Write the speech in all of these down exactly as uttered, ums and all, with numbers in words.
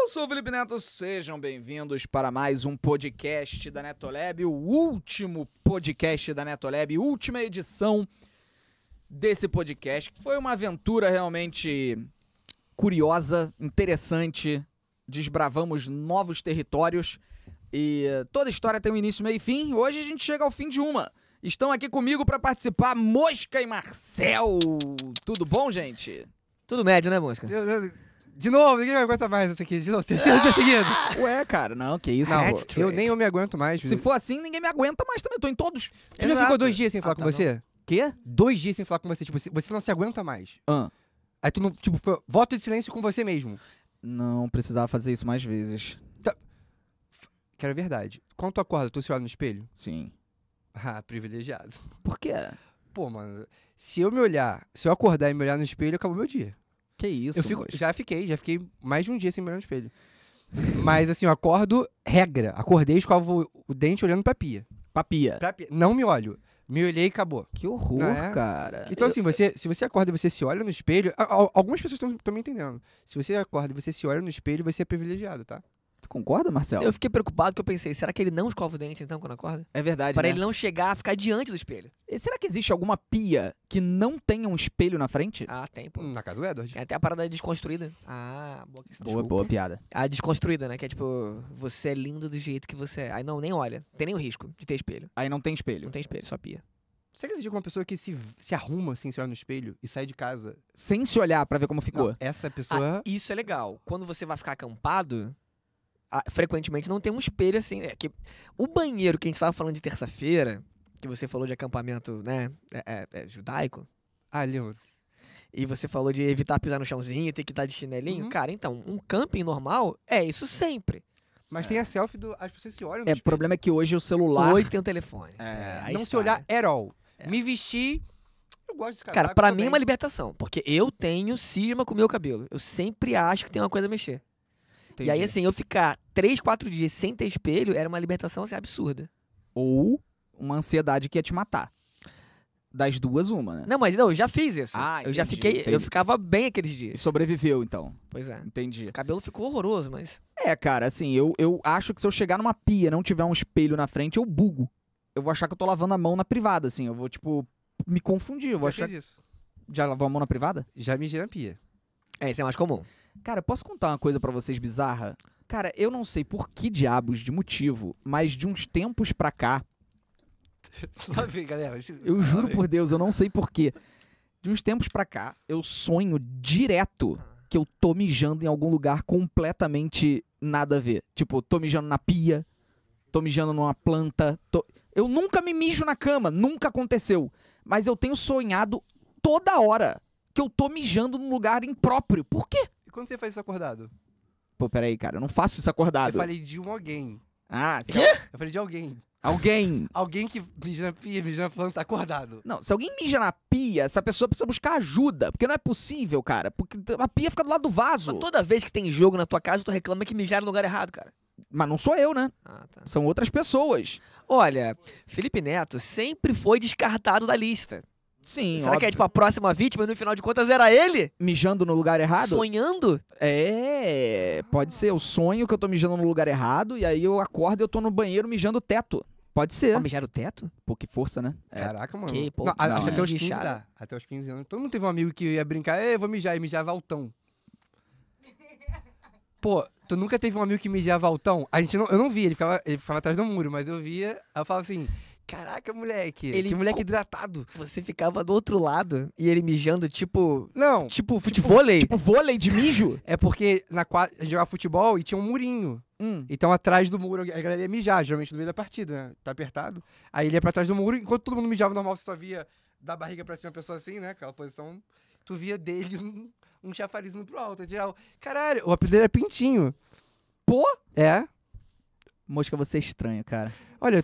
sou o Felipe Neto, sejam bem-vindos para mais um podcast da Netolab, o último podcast da Netolab, última edição desse podcast, que foi uma aventura realmente curiosa, interessante, desbravamos novos territórios e toda história tem um início, meio e fim. Hoje a gente chega ao fim de uma. Estão aqui comigo para participar Mosca e Marcel. Tudo bom, gente? Tudo médio, né, Mosca? Eu, eu, de novo, ninguém me aguenta mais isso aqui. De novo, terceiro dia seguido. Ué, cara, não, que isso. Não, Não, eu nem eu me aguento mais. se for assim, ninguém me aguenta mais também, eu tô em todos. Tu já ficou dois dias sem falar Ah, com tá, você? Quê? Dois dias sem falar com você. Tipo, você- você não se aguenta mais. Ah, Aí tu não, tipo, foi voto de silêncio com você mesmo. não precisava fazer isso mais vezes. Que era verdade. Quando tu acorda, tu se olha no espelho? Sim. Ah, privilegiado. Por quê? Pô, mano, se eu me olhar, se eu acordar e me olhar no espelho, acabou meu dia. Que isso, eu fico, Mosca? já fiquei, já fiquei mais de um dia sem me olhar no espelho. Mas assim, eu acordo, regra. Acordei, escovo o, o dente olhando pra pia. Papia. Pra pia. Não me olho. Me olhei e acabou. Que horror, Não é? cara. Então, assim, você, se você acorda e você se olha no espelho. a- a- Algumas pessoas estão me entendendo. Se você acorda e você se olha no espelho, você é privilegiado, tá? Tu concorda, Marcelo? Eu fiquei preocupado que eu pensei, será que ele não escova o dente então quando acorda? É verdade, Para né? ele não chegar a ficar diante do espelho. E será que existe alguma pia que não tenha um espelho na frente? Ah, tem, pô. Na casa do Edward. Tem até a parada desconstruída. Ah, boa questão. Boa, Desculpa. boa piada. A desconstruída, né? Que é tipo, você é lindo do jeito que você é. Aí não, nem olha. Tem nem o risco de ter espelho. Aí não tem espelho. Não tem espelho, só pia. Será que existe alguma pessoa que se, se arruma assim, se olha no espelho e sai de casa? Sem se olhar pra ver como ficou. Não, essa pessoa. Ah, isso é legal. Quando você vai ficar acampado, ah, frequentemente não tem um espelho assim. É que o banheiro que a gente tava falando de terça-feira, que você falou de acampamento, né? É, é- é judaico. Ah, lembro. E você falou de evitar pisar no chãozinho, ter que estar de chinelinho. Uhum. Cara, então, um camping normal é isso sempre. Mas tem a selfie do. As pessoas se olham no É, o espelho. problema é que hoje o celular... Hoje tem o telefone. É, aí Não se sai. olhar at all. Me vestir. Eu gosto desse Cara, casaco, pra tô mim é bem. uma libertação. Porque eu tenho cisma com o meu cabelo. Eu sempre acho que tem uma coisa a mexer. E aí, assim, eu ficar três, quatro dias sem ter espelho era uma libertação assim, absurda. Ou uma ansiedade que ia te matar. Das duas, uma, né? Não, mas não, eu já fiz isso. Ah, eu já entendi, fiquei. entendi. Eu ficava bem aqueles E dias. sobreviveu, então. Pois é. Entendi. O cabelo ficou horroroso, mas. É, cara, assim, eu, eu acho que se eu chegar numa pia e não tiver um espelho na frente, eu bugo. Eu vou achar que eu tô lavando a mão na privada, assim. Eu vou, tipo, me confundir. Eu vou Já achar... fiz isso. Já lavou a mão na privada? Já mijei na pia. É, isso é mais comum. Cara, posso contar uma coisa pra vocês bizarra? Cara, eu não sei por que diabos de motivo, mas de uns tempos pra cá, Lá vem, galera. eu juro por Deus, eu não sei por quê. De uns tempos pra cá, eu sonho direto que eu tô mijando em algum lugar completamente nada a ver. Tipo, tô mijando na pia, tô mijando numa planta. tô- Eu nunca me mijo na cama, nunca aconteceu. Mas eu tenho sonhado toda hora que eu tô mijando num lugar impróprio. Por quê? E quando você faz isso acordado? Pô, peraí, cara, eu não faço isso acordado. Eu falei de um alguém. Ah, se Eu falei de alguém. alguém. Alguém que mija na pia, mija na planta, tá acordado. Não, se alguém mija na pia, essa pessoa precisa buscar ajuda. Porque não é possível, cara. Porque a pia fica do lado do vaso. Mas toda vez que tem jogo na tua casa, tu reclama que mijaram no lugar errado, cara. Mas não sou eu, né? Ah, tá. São outras pessoas. Olha, Felipe Neto sempre foi descartado da lista. Sim, Será que é óbvio. tipo a próxima vítima e no final de contas era ele? Mijando no lugar errado? Sonhando? É, pode ser. Eu sonho que eu tô mijando no lugar errado e aí eu acordo e eu tô no banheiro mijando o teto. Pode ser. Pra mijar o teto? Pô, que força, né? É. Caraca, mano. Que, pô, não, a- não, acho que é. até os quinze Bichada. dá. Até os quinze anos. Todo mundo teve um amigo que ia brincar, "Ei, eu vou mijar, e mijava altão. Pô, tu nunca teve um amigo que mijava altão? A gente não, eu não via, ele ficava, ele ficava atrás do muro, mas eu via, aí eu falava assim, caraca, moleque, Ele que moleque co- hidratado. Você ficava do outro lado e ele mijando tipo... Não, Tipo futevôlei? Tipo vôlei de mijo? é porque na quadra, a gente jogava futebol e tinha um murinho. Hum. Então atrás do muro, a galera ia mijar, geralmente no meio da partida, né? Tá apertado. Aí ele ia pra trás do muro, enquanto todo mundo mijava normal, você só via da barriga pra cima a pessoa assim, né? Aquela posição. Tu via dele um, um chafariz indo pro alto. Geral, caralho, o apelido era Pintinho. Pô? É. Mosca, você é estranho, cara. Olha.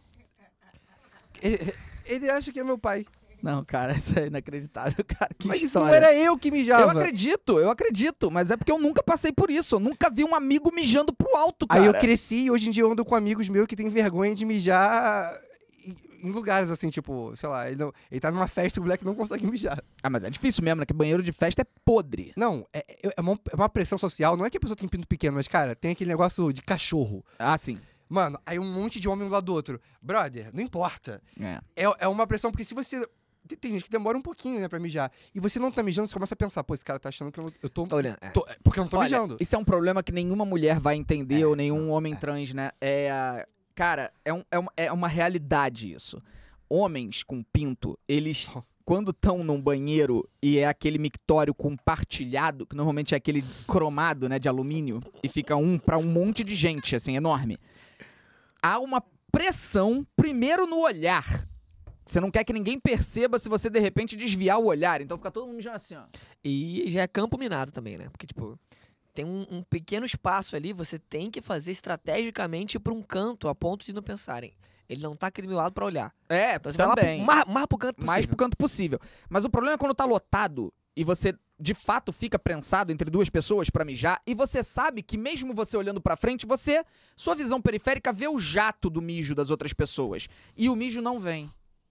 Ele, ele acha que é meu pai. Não, cara, isso é inacreditável, cara. Que Mas isso história. não era eu que mijava. Eu acredito, eu acredito, mas é porque eu nunca passei por isso. Eu nunca vi um amigo mijando pro alto, cara. Aí eu cresci e hoje em dia eu ando com amigos meus que têm vergonha de mijar e- em lugares assim, tipo, sei lá, ele, não, ele tá numa festa e o moleque não consegue mijar. Ah, mas é difícil mesmo, né? Que banheiro de festa é podre. Não, é, é, é uma, é uma pressão social, não é que a pessoa tem pinto pequeno, mas, cara, tem aquele negócio de cachorro. Ah, sim. Mano, aí um monte de homem um lado do outro. Brother, não importa. É. É, é uma pressão, porque se você... Tem, tem gente que demora um pouquinho, né, pra mijar. E você não tá mijando, você começa a pensar, pô, esse cara tá achando que eu, eu tô... Tô olhando. É. tô- porque eu não tô Olha, mijando. isso é um problema que nenhuma mulher vai entender, ou nenhum homem trans, né? É, a- cara, é, um- é uma, é uma realidade isso. Homens com pinto, eles, quando estão num banheiro e é aquele mictório compartilhado, que normalmente é aquele cromado, né, de alumínio, e fica um pra um monte de gente, assim, enorme. Há uma pressão, primeiro no olhar. Você não quer que ninguém perceba se você, de repente, desviar o olhar. Então fica todo mundo mijando assim, ó. E já é campo minado também, né? Porque, tipo, tem um, um pequeno espaço ali, você tem que fazer estrategicamente pra um canto, a ponto de não pensarem. Ele não tá aqui do meu lado pra olhar. É, Então você vai lá também. pro, mais, mais pro canto possível. mais pro canto possível. Mas o problema é quando tá lotado e você, de fato, fica prensado entre duas pessoas pra mijar e você sabe que mesmo você olhando pra frente, você, sua visão periférica vê o jato do mijo das outras pessoas. E o mijo não vem.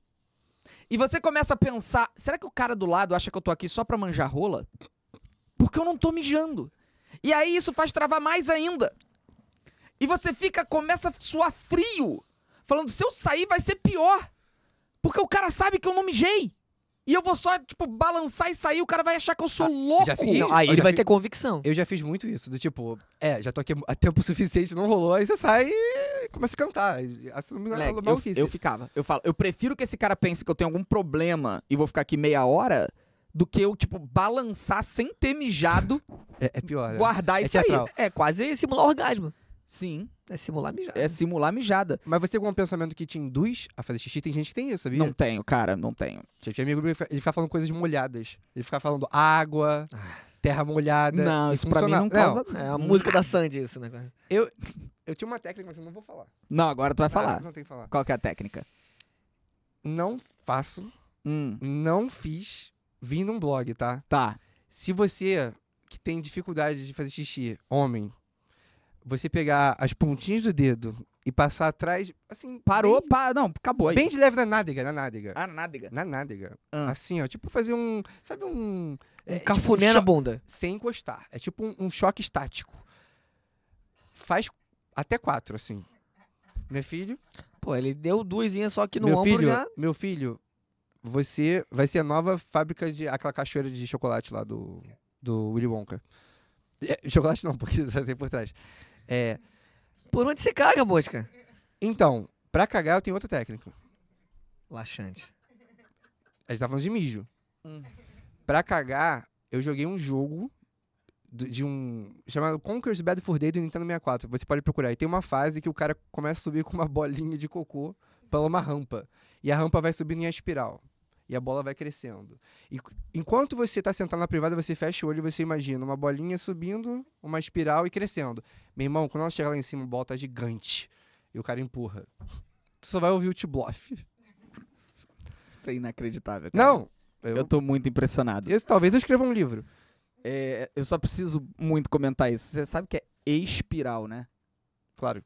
E você começa a pensar, será que o cara do lado acha que eu tô aqui só pra manjar rola? Porque eu não tô mijando. E aí isso faz travar mais ainda. E você fica, começa a suar frio. Falando, se eu sair vai ser pior. Porque o cara sabe que eu não mijei. E eu vou só, tipo, balançar e sair, o cara vai achar que eu sou louco. já fiz. Não, aí Eu ele já vai fi- ter convicção. Eu já fiz muito isso, do tipo, é, já tô aqui há tempo suficiente, não rolou, aí você sai e começa a cantar. Assume a Moleque, eu, maluquice. eu ficava. Eu falo, eu prefiro que esse cara pense que eu tenho algum problema e vou ficar aqui meia hora do que eu, tipo, balançar sem ter mijado, É, é pior, né? guardar e É sair. teatral. É quase simular orgasmo. Sim, É simular mijar. é simular mijada. Mas você tem algum pensamento que te induz a fazer xixi? Tem gente que tem isso, sabia? Não tenho, cara, não tenho. Tinha tinha amigo meu, ele fica falando coisas molhadas. Ele fica falando água, terra molhada. Não, e isso pra mim não funciona- causa... É a música da Sandy, isso, né? cara? Eu, eu tinha uma técnica, mas eu não vou falar. Não, agora tu vai Ah, falar. não tem que falar. Qual que é a técnica? Não faço, Hum, não fiz, vim num blog, tá? tá. Se você que tem dificuldade de fazer xixi, homem, você pegar as pontinhas do dedo e passar atrás, assim... Parou, bem, pa... não, acabou aí. bem de leve na nádega, na nádega. Ah, nádega. Na nádega. Ah. Assim, ó, tipo fazer um... Sabe um... Um é, tipo cafuné um na cho- bunda. Sem encostar. É tipo um, um choque estático. Faz até quatro, assim. Meu filho... Pô, ele deu duasinhas só aqui no meu ombro filho, já. meu filho, você vai ser a nova fábrica de... Aquela cachoeira de chocolate lá do... Do Willy Wonka. É, chocolate não, porque vai ser por trás. É... Por onde você caga, mosca? Então, pra cagar eu tenho outra técnica. Laxante. A gente tá falando de mijo. Hum. Pra cagar, eu joguei um jogo do- de um... chamado Conker's Bad Fur Day do Nintendo sessenta e quatro. Você pode procurar. E tem uma fase que o cara começa a subir com uma bolinha de cocô pela uma rampa. E a rampa vai subindo em espiral. E a bola vai crescendo. E c- enquanto você tá sentado na privada, você fecha o olho e você imagina uma bolinha subindo, uma espiral e crescendo. Meu irmão, quando ela chegar lá em cima, a bola tá gigante. E o cara empurra. Tu só vai ouvir o T-Bloff. Isso é inacreditável, cara. Não! Eu tô muito impressionado. Eu, talvez eu escreva um livro. É, eu só preciso muito comentar isso. Você sabe que é espiral, né? Claro.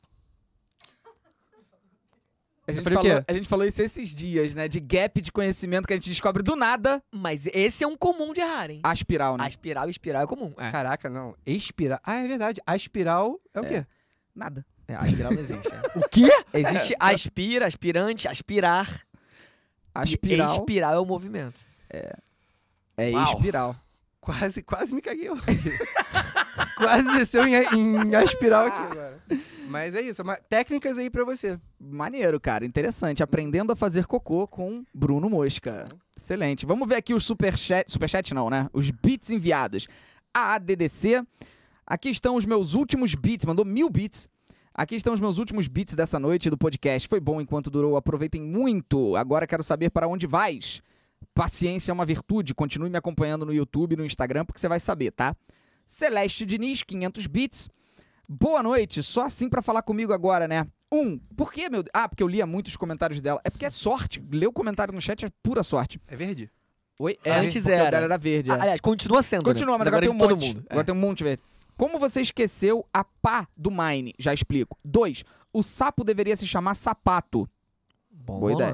A Eu gente, falei o falou, quê? a gente falou isso esses dias, né? De gap de conhecimento que a gente descobre do nada. Mas esse é um comum de errar, hein? A espiral, né? A espiral e espiral é comum. É. Caraca, não. Espiral. Ah, é verdade. A espiral é o quê? Nada. É, a espiral não existe. é. O quê? Existe aspira, aspirante, aspirar. A E espiral espiral é o movimento. é Uau. espiral. Quase, quase me caguei. Quase desceu em, em espiral aqui agora. Mas é isso. Mas técnicas aí pra você. Maneiro, cara. Interessante. Aprendendo a fazer cocô com Bruno Mosca. Excelente. Vamos ver aqui os superchat. Superchat não, né? Os bits enviados. A ADDC. Aqui estão os meus últimos bits. Mandou mil bits. Aqui estão os meus últimos bits dessa noite do podcast. Foi bom enquanto durou. Aproveitem muito. Agora quero saber para onde vais. Paciência é uma virtude. Continue me acompanhando no YouTube e no Instagram, porque você vai saber, tá? Celeste Diniz, quinhentos bits. Boa noite. Só assim pra falar comigo agora, né? Um, por que, meu... Ah, porque eu lia muitos comentários dela. É porque é sorte. Ler o comentário no chat é pura sorte. É verde? Oi? Antes porque o era. dela era verde. Ah, é. aliás, continua sendo. Continua, né? mas agora, é tem um de todo monte. mundo. Agora tem um monte verde. Como você esqueceu a pá do Mine? Já explico. Dois, o sapo deveria se chamar sapato. Bom, Boa vamos ideia. lá.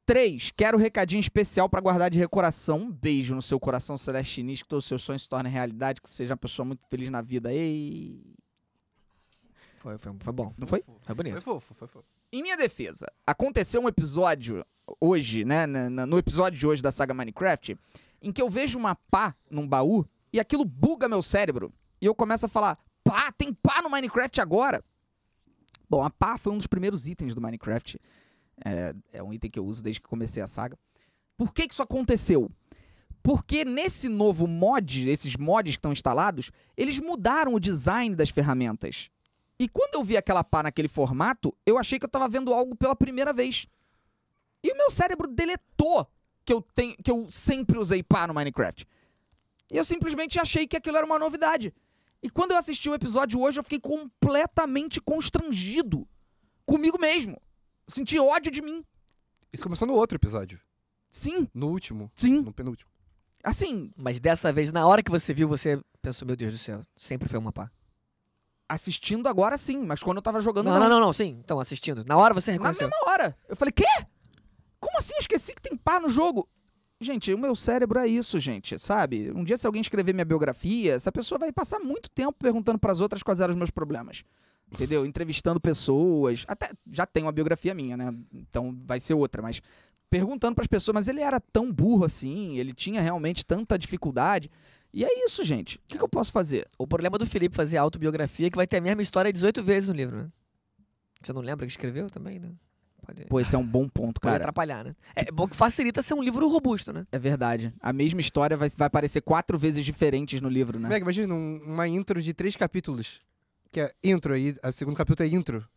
três. Quero um recadinho especial pra guardar de decoração. Um beijo no seu coração celeste início, que todos os seus sonhos se tornem realidade, que você seja uma pessoa muito feliz na vida. Ei. Foi, foi, foi bom. Não foi? Foi bonito. Foi fofo, foi fofo. Em minha defesa, aconteceu um episódio hoje, né, na- na- no episódio de hoje da saga Minecraft, em que eu vejo uma pá num baú e aquilo buga meu cérebro. E eu começo a falar, pá, tem pá no Minecraft agora? Bom, a pá foi um dos primeiros itens do Minecraft. É, é um item que eu uso desde que comecei a saga. Por que que isso aconteceu? Porque nesse novo mod, esses mods que estão instalados, eles mudaram o design das ferramentas. E quando eu vi aquela pá naquele formato, eu achei que eu tava vendo algo pela primeira vez. E o meu cérebro deletou que eu, tenho, que eu sempre usei pá no Minecraft. E eu simplesmente achei que aquilo era uma novidade. E quando eu assisti o episódio hoje, eu fiquei completamente constrangido comigo mesmo. Senti ódio de mim. Isso começou no outro episódio. Sim, No último. sim. No penúltimo. Assim, Mas dessa vez, na hora que você viu, você pensou, meu Deus do céu, sempre foi uma pá. assistindo agora sim, mas quando eu tava jogando Não, não, não, não, sim. Então, assistindo. Na hora você Na reconheceu. mesma hora. Eu falei, quê? Como assim? Eu esqueci que tem pá no jogo. Gente, o meu cérebro é isso, gente, sabe? Um dia se alguém escrever minha biografia, essa pessoa vai passar muito tempo perguntando pras outras quais eram os meus problemas. Entendeu? Entrevistando pessoas. Até já tem uma biografia minha, né? Então vai ser outra, mas perguntando pras pessoas, mas ele era tão burro assim, ele tinha realmente tanta dificuldade. E é isso, gente. O que, que eu posso fazer? O problema do Felipe fazer autobiografia é que vai ter a mesma história dezoito vezes no livro, né? Você não lembra que escreveu também, né? Pode, Pô, esse é um bom ponto, pode cara. atrapalhar, né? É bom que facilita ser um livro robusto, né? É verdade. A mesma história vai, vai aparecer quatro vezes diferentes no livro, né? Meg, imagina um- uma intro de três capítulos. Que é intro, aí a segundo capítulo é intro.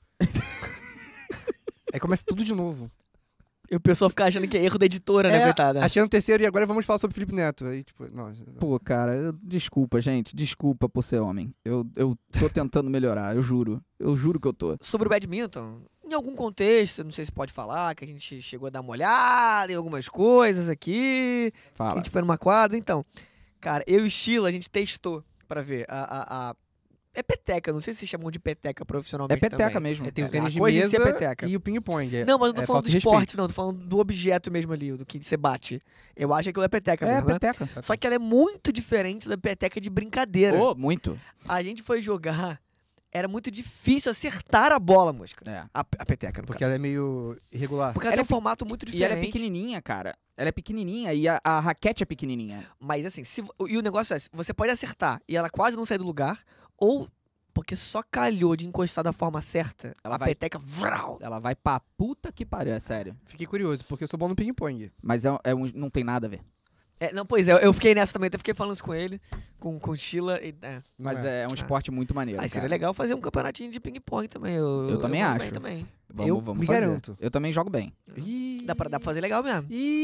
Aí começa tudo de novo. E o pessoal fica achando que é erro da editora, né, É, coitada? Achei no terceiro e agora vamos falar sobre Felipe Neto. Aí, tipo, nossa. Pô, cara, eu- desculpa, gente. Desculpa por ser homem. Eu, eu tô tentando melhorar, eu juro. Eu juro que eu tô. Sobre o badminton, em algum contexto, não sei se pode falar, que a gente chegou a dar uma olhada em algumas coisas aqui, que a Fala. gente foi numa quadra, então. Cara, eu e Sheila, a gente testou pra ver a... a, a- É peteca, não sei se chamam de peteca É profissionalmente peteca também. mesmo. É, tem o É, tênis a de coisa em mesa si é peteca. e o ping-pong. É, Não, mas eu não tô é falando falta do de esporte, respeito. não. Tô falando do objeto mesmo ali, do que você bate. Eu acho que aquilo é peteca É, mesmo, né? peteca. Só que ela é muito diferente da peteca de brincadeira. Ô, muito. A gente foi jogar, era muito difícil acertar a bola, mosca. É. A, a peteca, no Porque caso. ela é meio irregular. Porque ela, ela tem um formato muito E diferente. ela é pequenininha, cara. Ela é pequenininha e a, a raquete é pequenininha. Mas assim, se, e o negócio é, você pode acertar e ela quase não sair do lugar, ou porque só calhou de encostar da forma certa, Ela a vai- peteca... Vral, Ela vai pra puta que pariu, é sério. Fiquei curioso, porque eu sou bom no ping-pong. Mas é, é um- não tem nada a ver. É, não, pois é, eu fiquei nessa também, até fiquei falando isso com ele, com, com o Sheila. E, é. Não Mas é, um esporte muito maneiro. Aí seria cara. legal fazer um campeonatinho de ping-pong também. Eu, Eu também vou acho. bem também. Vamos, Eu vamos me fazer. garanto. Eu também jogo bem. Ih, Dá pra, dá pra fazer legal mesmo.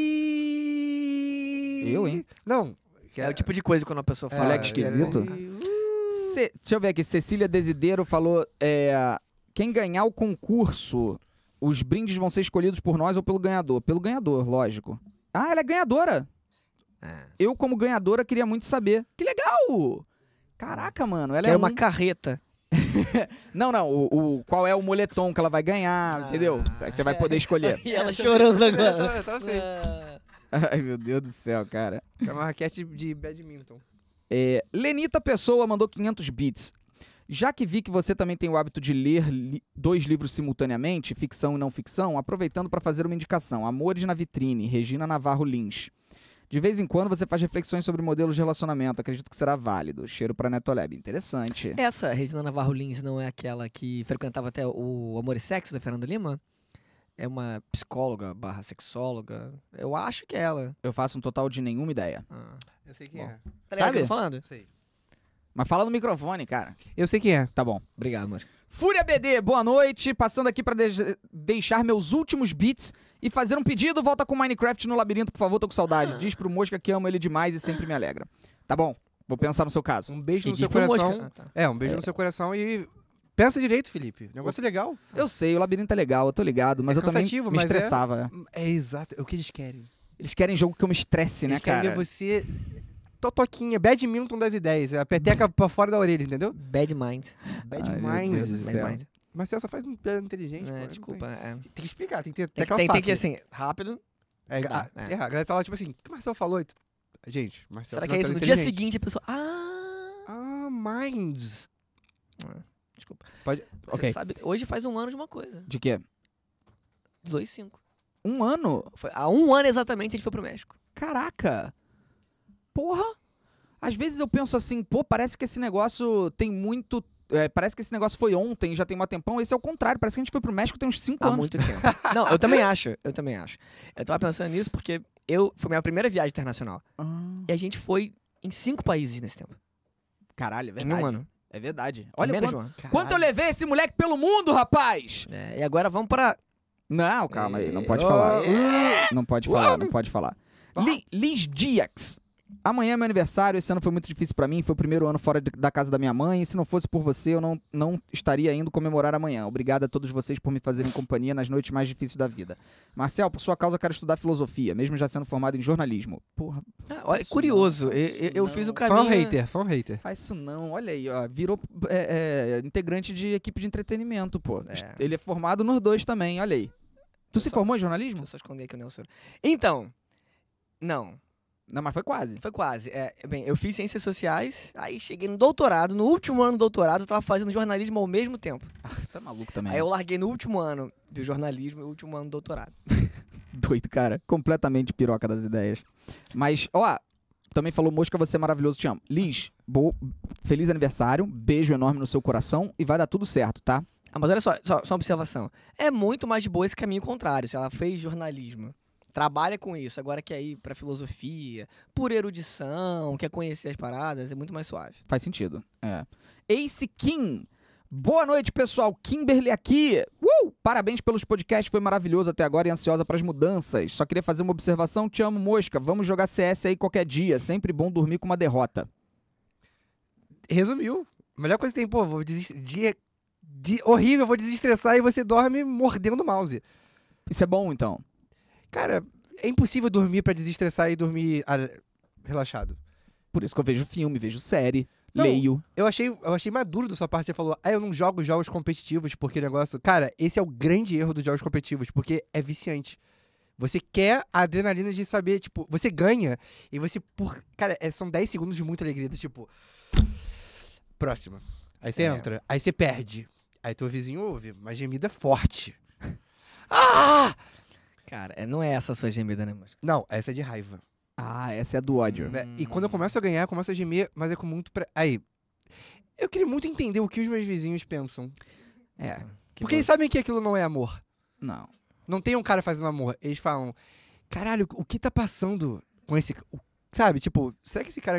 Ih. Eu, hein? Não. que É o tipo de coisa quando a pessoa é, fala. Olha que esquisito. é, Ce- deixa eu ver aqui. Cecília Desideiro falou: é, quem ganhar o concurso, os brindes vão ser escolhidos por nós ou pelo ganhador? Pelo ganhador, lógico. Ah, ela é ganhadora. É. Eu, como ganhadora, queria muito saber. Que legal! Caraca, mano. Ela Que era é uma um- carreta. Não, não. O, o- qual é o moletom que ela vai ganhar, Ah. entendeu? Aí você vai poder escolher. E ela chorando Eu agora. tava- eu tava assim. Ah. Ai, meu Deus do céu, cara. É uma raquete de, de badminton. É, Lenita Pessoa mandou quinhentos bits. Já que vi que você também tem o hábito de ler li- dois livros simultaneamente, ficção e não ficção, aproveitando para fazer uma indicação. Amores na Vitrine, Regina Navarro Lins. De vez em quando você faz reflexões sobre modelos de relacionamento. Acredito que será válido. Cheiro pra Netolab. Interessante. Essa Regina Navarro Lins não é aquela que frequentava até o Amor e Sexo da Fernanda Lima? É uma psicóloga barra sexóloga. Eu acho que é ela. Eu faço um total de nenhuma ideia. Ah. Eu sei quem Bom. é. Tá ligado o que eu Sabe? tô falando? Eu sei. Mas fala no microfone, cara. Eu sei quem é. Tá bom. Obrigado, Mosca. Fúria B D, boa noite. Passando aqui pra de- deixar meus últimos bits e fazer um pedido. Volta com Minecraft no labirinto, por favor, tô com saudade. Diz pro Mosca que amo ele demais e sempre me alegra. Tá bom, vou pensar no seu caso. Um beijo E no diz seu pro coração. Mosca. Ah, tá. É, um beijo no seu coração e pensa direito, Felipe. O negócio é legal. Eu sei, o labirinto é legal, eu tô ligado, mas É eu também cansativo, me mas é- estressava. É exato, é o que eles querem. Eles querem jogo que eu me estresse, né, Eles querem cara? ver você totoquinha, badminton das ideias. É a peteca pra fora da orelha, entendeu? Bad Mind. Bad Ai, meu Deus do mind. céu. Bad Mind. Mas você só faz um piada inteligente. É, pô, não desculpa. Tem. é. tem que explicar, tem que ter Tem, tecla tem, tem que ir S A P. assim, rápido, É, Dá, a, é. é, a galera tá lá, tipo assim, o que o Marcelo falou? E tu- Gente, Marcelo Será que não é tá isso? No dia inteligente. seguinte a pessoa. Ah! Ah, Minds. Desculpa. Pode... Você Ok. sabe, hoje faz um ano de uma coisa. De quê? dois cinco. Um ano? Foi, há um ano exatamente a gente foi pro México. Caraca! Porra! Às vezes eu penso assim, pô, parece que esse negócio tem muito... é, parece que esse negócio foi ontem, já tem um tempão. Esse é o contrário, parece que a gente foi pro México tem uns cinco Há anos. muito tempo. Não, eu também acho. Eu também acho. Eu tava pensando nisso porque eu foi minha primeira viagem internacional. Ah, E a gente foi em cinco países nesse tempo. caralho, é Em verdade. um ano. É verdade. Em Olha menos quanto, de um ano. quanto eu levei esse moleque pelo mundo, rapaz! É, e agora vamos para. Não, calma aí, não pode Oh, falar. uh, Não pode falar, não pode falar. Li, Liz Diax. Amanhã é meu aniversário, esse ano foi muito difícil pra mim, foi o primeiro ano fora de- da casa da minha mãe, e se não fosse por você, eu não, não estaria indo comemorar amanhã. Obrigado a todos vocês por me fazerem companhia nas noites mais difíceis da vida. Marcel, por sua causa, quero estudar filosofia, mesmo já sendo formado em jornalismo. Porra, Ah, olha, Isso curioso. não, eu, isso eu- eu não. fiz o Fã caminho. hater, fã hater. faz isso não, olha aí, ó, virou é, é, integrante de equipe de entretenimento, pô. É. Ele é formado nos dois também, olha aí. Tu se só- formou em Deixa jornalismo? eu só esconder aqui o Nelson. Então, não. Não, mas foi quase. Foi quase. É, bem, eu fiz ciências sociais, aí cheguei no doutorado. No último ano do doutorado, eu tava fazendo jornalismo ao mesmo tempo. Ah, tá maluco também. Aí eu larguei no último ano do jornalismo e no último ano do doutorado. Doido, cara. Completamente piroca das ideias. Mas, ó, também falou, Mosca, você é maravilhoso, te amo. Liz, bo- feliz aniversário, beijo enorme no seu coração e vai dar tudo certo, tá? Ah, mas olha só, só, só uma observação. É muito mais de boa esse caminho contrário. Se ela fez jornalismo, trabalha com isso, agora quer ir pra filosofia, por erudição, quer conhecer as paradas, é muito mais suave. Faz sentido. É. Ace Kim. Boa noite, pessoal. Kimberly aqui. Uh! Parabéns pelos podcasts, foi maravilhoso até agora e ansiosa para as mudanças. Só queria fazer uma observação. Te amo, Mosca. Vamos jogar C S aí qualquer dia. Sempre bom dormir com uma derrota. Resumiu. A melhor coisa que tem, pô, vou desist... dia, dia horrível, vou desestressar e você dorme mordendo o mouse. Isso é bom, então. Cara, é impossível dormir pra desestressar e dormir ah, relaxado. Por isso que eu vejo filme, vejo série, Não. leio. Eu achei, eu achei maduro da sua parte, você falou, ah, eu não jogo jogos competitivos porque negócio... Cara, esse é o grande erro dos jogos competitivos, porque é viciante. Você quer a adrenalina de saber, tipo, você ganha e você, por... Cara, é- são dez segundos de muita alegria, do tipo... Próxima. Aí você É. entra, aí você perde. Aí teu vizinho ouve, uma gemida forte. Ah! Cara, é- não é essa a sua gemida, né, Mosca? Não, essa é de raiva. Ah, essa é a do ódio. Né? E quando eu começo a ganhar, eu começo a gemer, mas é com muito... Pre... Aí, eu queria muito entender o que os meus vizinhos pensam. É. Que Porque eles você- sabem que aquilo não é amor. Não. Não tem um cara fazendo amor. Eles falam, caralho, o que tá passando com esse... o- Sabe, tipo, será que esse cara...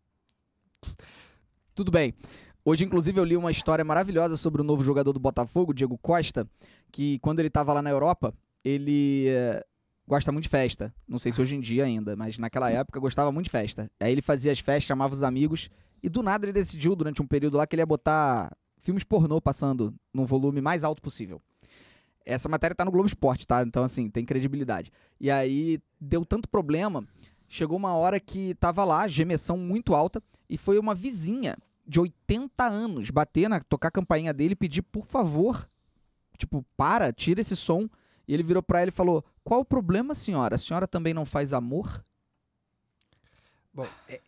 Tudo bem. Hoje, inclusive, eu li uma história maravilhosa sobre o novo jogador do Botafogo, Diego Costa, que quando ele tava lá na Europa, ele eh, gosta muito de festa. Não sei se hoje em dia ainda, mas naquela época gostava muito de festa. Aí ele fazia as festas, chamava os amigos, e do nada ele decidiu, durante um período lá, que ele ia botar filmes pornô passando num volume mais alto possível. Essa matéria tá no Globo Esporte, tá? Então, assim, tem credibilidade. E aí, deu tanto problema, chegou uma hora que tava lá, gemessão muito alta, e foi uma vizinha de oitenta anos bater na, tocar a campainha dele e pedir, por favor, tipo, para, tira esse som. E ele virou pra ela e falou, qual o problema, senhora? A senhora também não faz amor? Bom, é...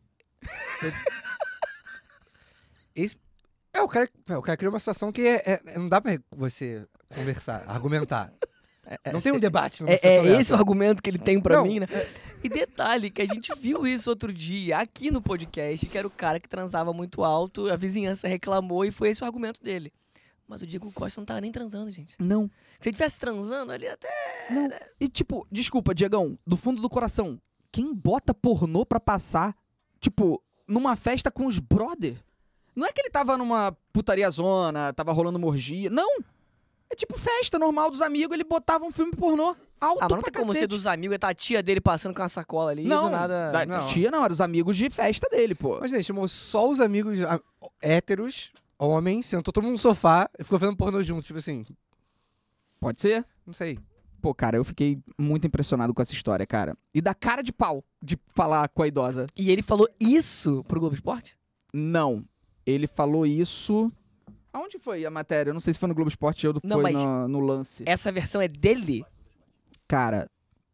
Esse... É, o cara, é, o cara criou uma situação que é, é- não dá pra você conversar, argumentar. Não tem um debate. numa É, situação é esse dessa. o argumento que ele tem pra Não, mim, né? E detalhe, que a gente viu isso outro dia, aqui no podcast, que era o cara que transava muito alto, a vizinhança reclamou e foi esse o argumento dele. Mas o Diego Costa não tava nem transando, gente. Não. Se ele estivesse transando, ali até... Não. E tipo, desculpa, Diegão, do fundo do coração, quem bota pornô pra passar, tipo, numa festa com os brother? Não é que ele tava numa putaria zona, tava rolando uma orgia. Não! É tipo festa normal dos amigos, ele botava um filme pornô alto Ah, mas não pra tem como cacete. ser dos amigos, tá a tia dele passando com uma sacola ali, Não, do nada... da Não. tia não, eram os amigos de festa dele, pô. Mas, gente, chamou só os amigos ah, héteros, homens, sentou todo mundo no sofá e ficou vendo pornô junto, tipo assim, Pode ser? não sei. Pô, cara, eu fiquei muito impressionado com essa história, cara. E da cara de pau de falar com a idosa. E ele falou isso pro Globo Esporte? Não. Ele falou isso... Aonde foi a matéria? Eu não sei se foi no Globo Esporte ou Não, foi mas- no, no Lance. Essa versão é dele? Cara,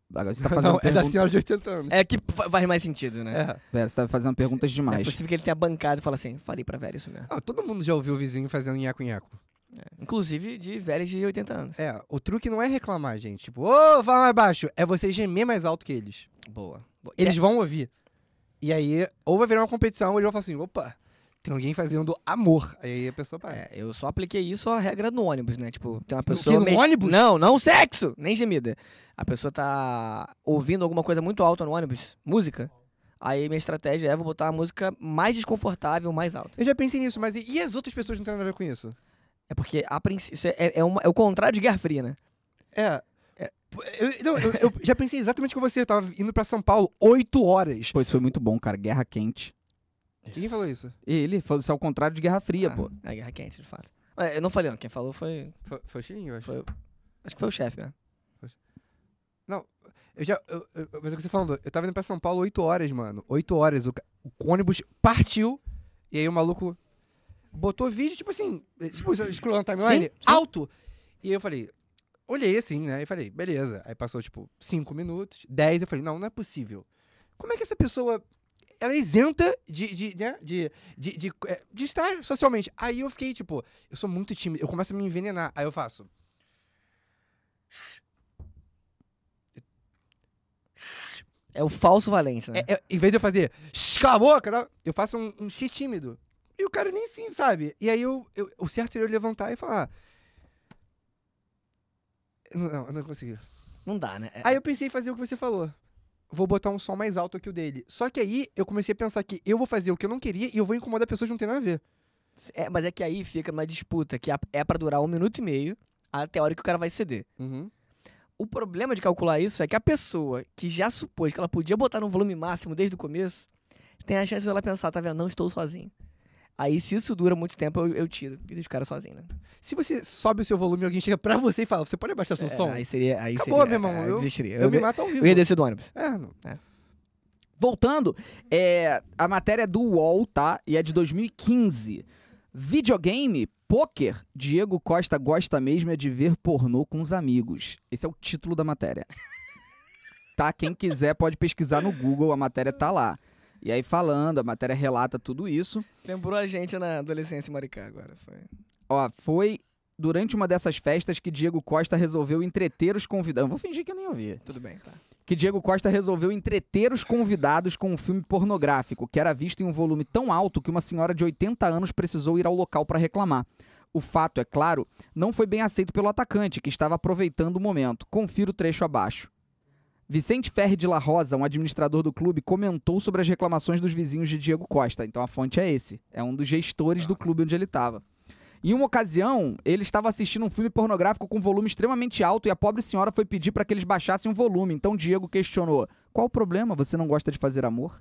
Agora você tá fazendo Não, é da pergunta... senhora de oitenta anos. É que fa- faz mais sentido, né? É. Pera, você tá fazendo perguntas Não é demais. possível que ele tenha bancado e fala assim, falei pra velho isso mesmo. Ah, todo mundo já ouviu o vizinho fazendo nhaco-nhaco. Inclusive de velhos de oitenta anos. É, o truque não é reclamar, gente. Tipo, ô, fala mais baixo. É você gemer mais alto que eles. Boa. Boa. Eles vão ouvir. E aí, ou vai virar uma competição, ou eles vão falar assim, opa, tem alguém fazendo amor. Aí a pessoa para. É, eu só apliquei isso à regra no ônibus, né? Tipo, tem uma quê? pessoa... No mex- ônibus? Não, não sexo! Nem gemida. A pessoa tá ouvindo alguma coisa muito alta no ônibus, música. Aí minha estratégia é, vou botar a música mais desconfortável, mais alta. Eu já pensei nisso, mas e, e as outras pessoas não têm nada a ver com isso? É porque, a princípio, isso é, é, uma- é o contrário de Guerra Fria, né? É. Eu, não, eu, eu já pensei exatamente com você. Eu tava indo pra São Paulo oito horas. Pô, isso foi muito bom, cara. Guerra quente. Quem falou isso? Ele falou isso é o contrário de Guerra Fria, Ah, pô. É Guerra Quente, de fato. É, eu não falei, não. Quem falou foi... Foi, foi o Chirinho, eu acho. foi acho que foi o chefe, né? Eu já. Eu, eu, mas é o que você falando, eu tava indo pra São Paulo oito horas, mano. oito horas. O, ca- o ônibus partiu. E aí o maluco botou vídeo, tipo assim, tipo, scrollando timeline, Sim, sim. alto. E eu falei, olhei assim, né? E falei, beleza. Aí passou, tipo, cinco minutos, dez. Eu falei, não, não é possível. Como é que essa pessoa. Ela é isenta de, de, né, de, de, de, é, de estar socialmente. Aí eu fiquei, tipo, eu sou muito tímido, eu começo a me envenenar. Aí eu faço. É o falso valente, né? É, é, em vez de eu fazer "Shh, cala a boca", tá? Eu faço um, um X tímido. E o cara nem sim, sabe? E aí eu, eu- o certo seria eu levantar e falar. Não, não, eu não consegui. Não dá, né? É- Aí eu pensei em fazer o que você falou. Vou botar um som mais alto que o dele. Só que aí eu comecei a pensar que eu vou fazer o que eu não queria e eu vou incomodar pessoas que não tem nada a ver. é, mas é que aí fica uma disputa que a- é pra durar um minuto e meio até a hora que o cara vai ceder. Uhum. O problema de calcular isso é que a pessoa que já supôs que ela podia botar no volume máximo desde o começo, tem a chance dela pensar, tá vendo? Não estou sozinho. Aí, se isso dura muito tempo, eu, eu tiro e deixo o cara sozinho, né? Se você sobe o seu volume e alguém chega pra você e fala, você pode abaixar seu É, som? Aí seria. Aí Acabou, seria, meu irmão, é, eu eu- desistiria. Eu, Eu, me de- mato ao vivo. eu ia descer do ônibus. É, não. Voltando, é, a matéria é do U O L, tá? E é de dois mil e quinze. Videogame, pôquer, Diego Costa gosta mesmo é de ver pornô com os amigos. Esse é o título da matéria. Tá? Quem quiser pode pesquisar no Google, a matéria tá lá. E aí falando, a matéria relata tudo isso. Lembrou a gente na adolescência em Maricá agora. Foi. Ó, foi durante uma dessas festas que Diego Costa resolveu entreter os convidados. Vou fingir que eu nem ouvi. Tudo bem, tá. Que Diego Costa resolveu entreter os convidados com um filme pornográfico, que era visto em um volume tão alto que uma senhora de oitenta anos precisou ir ao local para reclamar. O fato, é claro, não foi bem aceito pelo atacante, que estava aproveitando o momento. Confira o trecho abaixo. Vicente Ferri de la Rosa, um administrador do clube, comentou sobre as reclamações dos vizinhos de Diego Costa. Então a fonte é esse. É um dos gestores do clube onde ele estava. Em uma ocasião, ele estava assistindo um filme pornográfico com volume extremamente alto e a pobre senhora foi pedir para que eles baixassem o volume. Então Diego questionou: qual o problema? Você não gosta de fazer amor?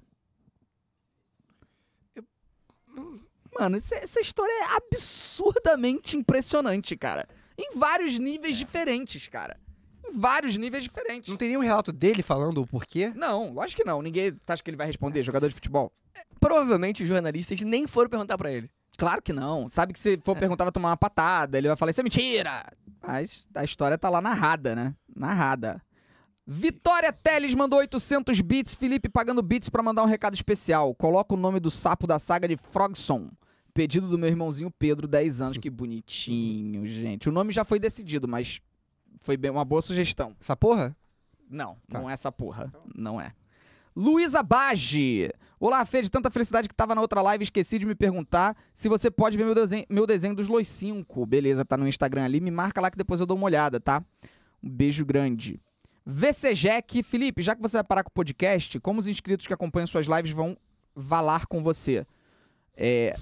Eu- Mano, essa, essa história é absurdamente impressionante, cara. Em vários níveis diferentes, cara. Em vários níveis diferentes. Não tem nenhum relato dele falando o porquê? Não, lógico que não. Ninguém acha que ele vai responder, jogador de futebol. Provavelmente os jornalistas nem foram perguntar pra ele. Claro que não. Sabe que se for perguntar, vai tomar uma patada. Ele vai falar, isso é mentira. Mas a história tá lá narrada, né? Narrada. Vitória Teles mandou oitocentos bits. Felipe pagando bits pra mandar um recado especial. Coloca o nome do sapo da saga de Frogson. Pedido do meu irmãozinho Pedro, dez anos. Que bonitinho, gente. O nome já foi decidido, mas foi bem uma boa sugestão. Essa porra? Não, Tá. não é essa porra. Não é. Luísa Bage. Olá, Fê, de tanta felicidade que tava na outra live, esqueci de me perguntar se você pode ver meu desenho, meu desenho dos Los cinco. Beleza, tá no Instagram ali, me marca lá que depois eu dou uma olhada, tá? Um beijo grande. V C Jack, Felipe, já que você vai parar com o podcast, como os inscritos que acompanham suas lives vão valar com você? É...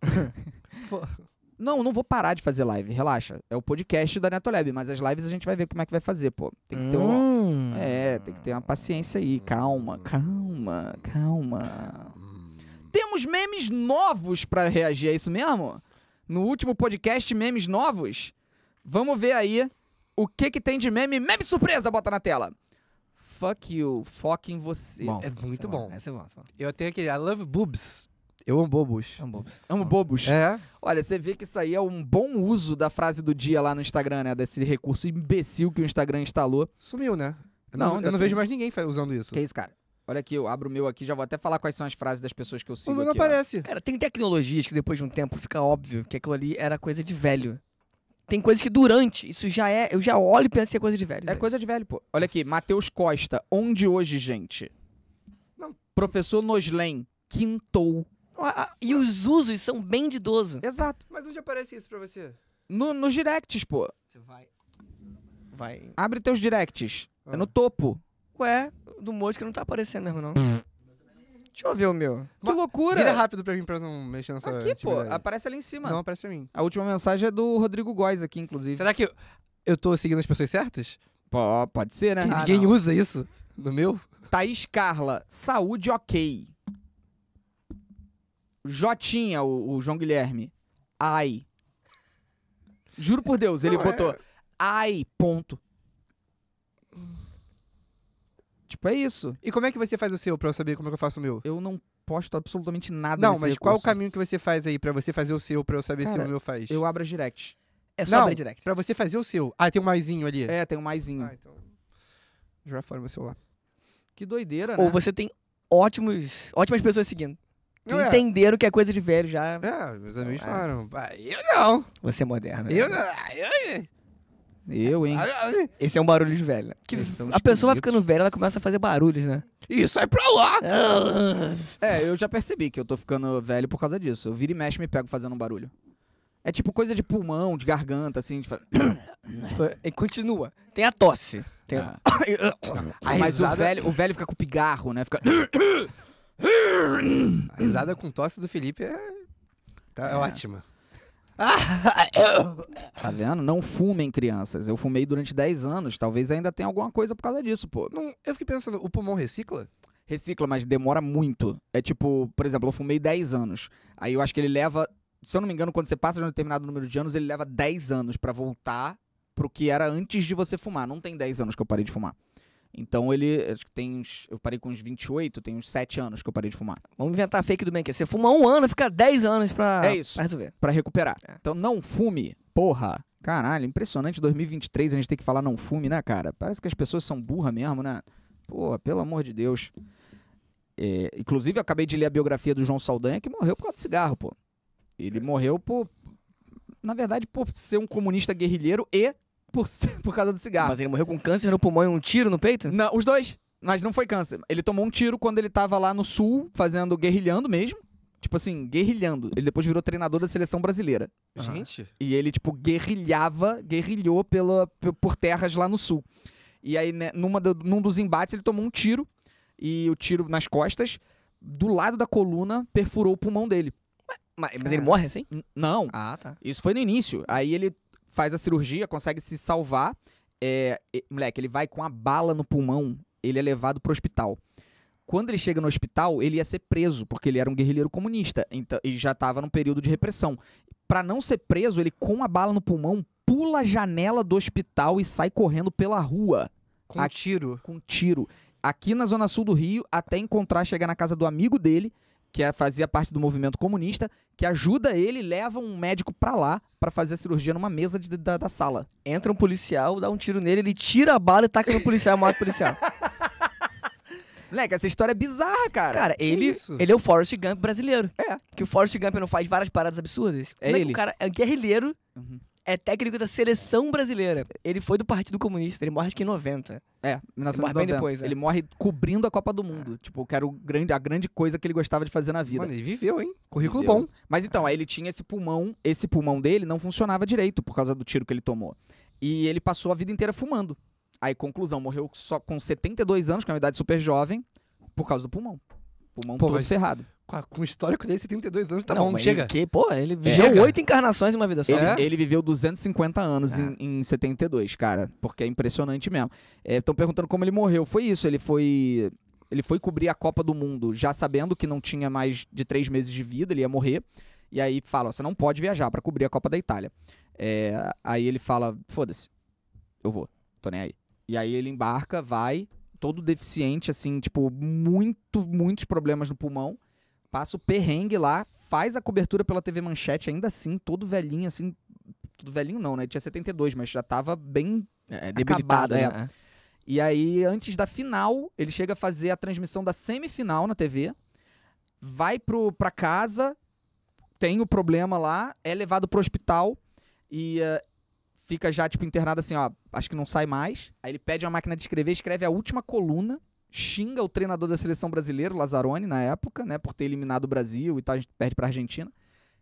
Não, não vou parar de fazer live, relaxa. É o podcast da Netolab, mas as lives a gente vai ver como é que vai fazer, pô. Tem que ter um... Hum. É, tem que ter uma paciência aí. Calma, calma, calma. Temos memes novos pra reagir, é isso mesmo? No último podcast, memes novos? Vamos ver aí o que que tem de meme. Meme surpresa, bota na tela. Fuck you, foca em você. Bom, É muito esse bom. Esse é bom, esse é bom. Eu tenho aquele I love boobs. Eu amo bobos. É um bobos. Amo bobos. É? Olha, você vê que isso aí é um bom uso da frase do dia lá no Instagram, né? Desse recurso imbecil que o Instagram instalou. Sumiu, né? Eu Não, não, ainda eu não tem. vejo mais ninguém fa- usando isso. Que isso, cara? Olha aqui, eu abro o meu aqui, já vou até falar quais são as frases das pessoas que eu O sigo meu não aqui, ó. aparece. Cara, tem tecnologias que depois de um tempo fica óbvio que aquilo ali era coisa de velho. Tem coisas que durante, isso já é, eu já olho e penso que é coisa de velho. É gente. coisa de velho, pô. Olha aqui, Matheus Costa, onde hoje, gente? Não. Professor Noslen, quintou. Ah, ah, E os usos são bem de idoso. Exato. Mas onde aparece isso pra você? No, nos directs, pô. Você vai. Vai. Abre teus directs. É Ah. no topo. Ué, do Mosca não tá aparecendo mesmo, não. Deixa eu ver o meu. Que loucura. Vira rápido pra mim pra não mexer nessa Aqui, pô. atividade. Aparece ali em cima. Não aparece pra mim. A última mensagem é do Rodrigo Góes aqui, inclusive. Será que eu, eu tô seguindo as pessoas certas? Pô, pode ser, né? Que Ah, ninguém não. usa isso no meu? Thaís Carla, saúde ok. Jotinha, o, o João Guilherme. Ai. Juro por Deus, ele Não, botou é- ai, ponto. Tipo, é isso. E como é que você faz o seu pra eu saber como é que eu faço o meu? Eu não posto absolutamente nada Não, nesse mas qual o recurso. caminho que você faz aí pra você fazer o seu, pra eu saber se Cara, o meu faz? Eu abro as directs. É só Não, abrir direct. pra você fazer o seu. Ah, tem um maisinho ali. É, tem um maisinho. Ah, então... Joga fora meu celular. Que doideira, né? Ou você tem ótimos, ótimas pessoas seguindo. Que Não é. entenderam que é coisa de velho já. É, meus amigos É. falaram. Ah, eu não. Você é moderno. Eu né? não. Ah, eu- Eu, hein? ah, Esse é um barulho de velho. Que Eles são a pessoa vai esquisitos. ficando velha, ela começa a fazer barulhos, né? Ih, sai pra lá! É, eu já percebi que eu tô ficando velho por causa disso. Eu viro e mexe e me pego fazendo um barulho. É tipo coisa de pulmão, de garganta, assim. De fa... Tipo, e continua. Tem a tosse. Tem Ah. A Mas o risada- velho, o velho fica com pigarro, né? Fica... A risada com tosse do Felipe é. Tá É. ótima. Tá vendo? Não fumem, crianças. Eu fumei durante dez anos. Talvez ainda tenha alguma coisa por causa disso, pô. Não, eu fiquei pensando, o pulmão recicla? Recicla, mas demora muito. É tipo, por exemplo, eu fumei dez anos. Aí eu acho que ele leva, se eu não me engano, quando você passa de um determinado número de anos, ele leva dez anos pra voltar pro que era antes de você fumar. Não tem dez anos que eu parei de fumar. Então ele, acho que tem uns, eu parei com uns vinte e oito, tem uns sete anos que eu parei de fumar. Vamos inventar fake do bem que você fuma um ano, fica dez anos pra, É isso. pra resolver. Pra recuperar. É. Então não fume, porra. Caralho, impressionante dois mil e vinte e três a gente tem que falar não fume, né, cara? Parece que as pessoas são burras mesmo, né? Porra, pelo amor de Deus. É, inclusive, eu acabei de ler a biografia do João Saldanha, que morreu por causa do cigarro, pô. Ele morreu por, na verdade, por ser um comunista guerrilheiro e por, ser- por causa do cigarro. Mas ele morreu com câncer no pulmão e um tiro no peito? Não, os dois. Mas não foi câncer. Ele tomou um tiro quando ele tava lá no sul, fazendo, guerrilhando mesmo. Tipo assim, guerrilhando. Ele depois virou treinador da seleção brasileira. Aham. Gente. E ele, tipo, guerrilhava, guerrilhou pela, p- por terras lá no sul. E aí, né, numa do- num dos embates, ele tomou um tiro. E o tiro nas costas, do lado da coluna, perfurou o pulmão dele. Mas, mas ele morre assim? N- não, Ah, tá. isso foi no início. Aí ele faz a cirurgia, consegue se salvar. É, e- moleque, ele vai com a bala no pulmão, ele é levado pro hospital. Quando ele chega no hospital, ele ia ser preso, porque ele era um guerrilheiro comunista então, e já estava num período de repressão. Pra não ser preso, ele com a bala no pulmão pula a janela do hospital e sai correndo pela rua Com Aqui- tiro. com tiro. Aqui na zona sul do Rio, até encontrar, chegar na casa do amigo dele, que é- fazia parte do movimento comunista, que ajuda ele, leva um médico pra lá pra fazer a cirurgia numa mesa de- da, da sala. Entra um policial, dá um tiro nele, ele tira a bala e taca no policial, mata o policial. Moleque, essa história é bizarra, cara. Cara, ele, isso? ele é o Forrest Gump brasileiro. É. Que o Forrest Gump não faz várias paradas absurdas. É Como que ele. O cara é guerrilheiro, Uhum. é técnico da seleção brasileira. Ele foi do Partido Comunista, ele morre acho que em noventa. É, mil novecentos e morre bem noventa. depois, é. Ele morre cobrindo a Copa do Mundo. Tipo, que era o grande, a grande coisa que ele gostava de fazer na vida. Mano, ele viveu, hein? Currículo Viveu. bom. Mas então, aí ele tinha esse pulmão, esse pulmão dele não funcionava direito por causa do tiro que ele tomou. E ele passou a vida inteira fumando. Aí, conclusão, morreu só com setenta e dois anos, que é uma idade super jovem, por causa do pulmão. Pulmão Pô, todo mas- ferrado. Com, a- com o histórico dele, setenta e dois anos, tá não, bom, mas chega. Ele, que, pô, ele É. viveu Chega. oito encarnações em uma vida só. Ele, É? ele viveu duzentos e cinquenta anos Ah. em, em setenta e dois, cara, porque é impressionante mesmo. Estão perguntando como ele morreu. Foi isso, ele foi ele foi cobrir a Copa do Mundo já sabendo que não tinha mais de três meses de vida, ele ia morrer. E aí fala, você não pode viajar pra cobrir a Copa da Itália. É, aí ele fala, foda-se, eu vou, tô nem aí. E aí ele embarca, vai, todo deficiente, assim, tipo, muito, muitos problemas no pulmão. Passa o perrengue lá, faz a cobertura pela T V Manchete, ainda assim, todo velhinho, assim. Todo velhinho não, né? Ele tinha setenta e dois, mas já tava bem. É, debilitado, Acabado, né? E aí, antes da final, ele chega a fazer a transmissão da semifinal na T V, vai pro, pra casa, tem o problema lá, é levado pro hospital e uh, fica já, tipo, internado assim, ó, acho que não sai mais. Aí ele pede uma máquina de escrever, escreve a última coluna, xinga o treinador da seleção brasileira, o Lazzaroni, na época, né, por ter eliminado o Brasil e tal, a gente perde pra Argentina.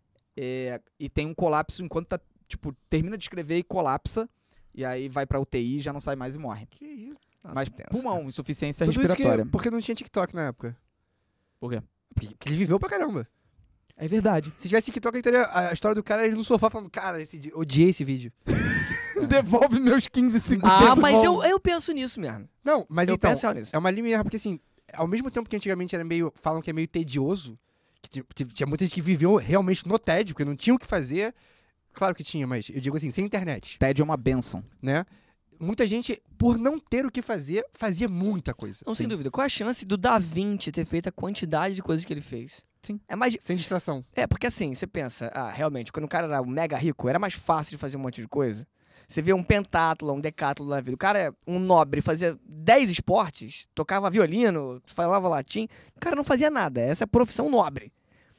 É, e tem um colapso enquanto tá, tipo, termina de escrever e colapsa, e aí vai pra U T I, já não sai mais e morre. Que isso? Nossa, Mas tenso, pulmão, cara. insuficiência Tudo isso respiratória. que, porque não tinha TikTok na época. Por quê? Porque ele viveu pra caramba. É verdade. Se tivesse TikTok, ele teria a história do cara ele no sofá falando, cara, esse, di- odiei esse vídeo. Devolve meus quinze segundos. Ah, mas eu, Devolve. eu penso nisso mesmo. Não, mas eu então, penso nisso. é uma limiar, porque assim, ao mesmo tempo que antigamente era meio, falam que é meio tedioso, que ti- ti- tinha muita gente que viveu realmente no tédio, porque não tinha o que fazer. Claro que tinha, mas eu digo assim, sem internet, Tédio é uma benção. né? Muita gente, por não ter o que fazer, fazia muita coisa. Não, sem dúvida. Qual a chance do Da Vinci ter feito a quantidade de coisas que ele fez? Sim. É mais. Sem distração. É, porque assim, você pensa, ah, realmente, quando o cara era um mega rico, era mais fácil de fazer um monte de coisa. Você vê um pentátlon, um decátlon na vida. O cara é um nobre, fazia dez esportes, tocava violino, falava latim. O cara não fazia nada. Essa é a profissão nobre.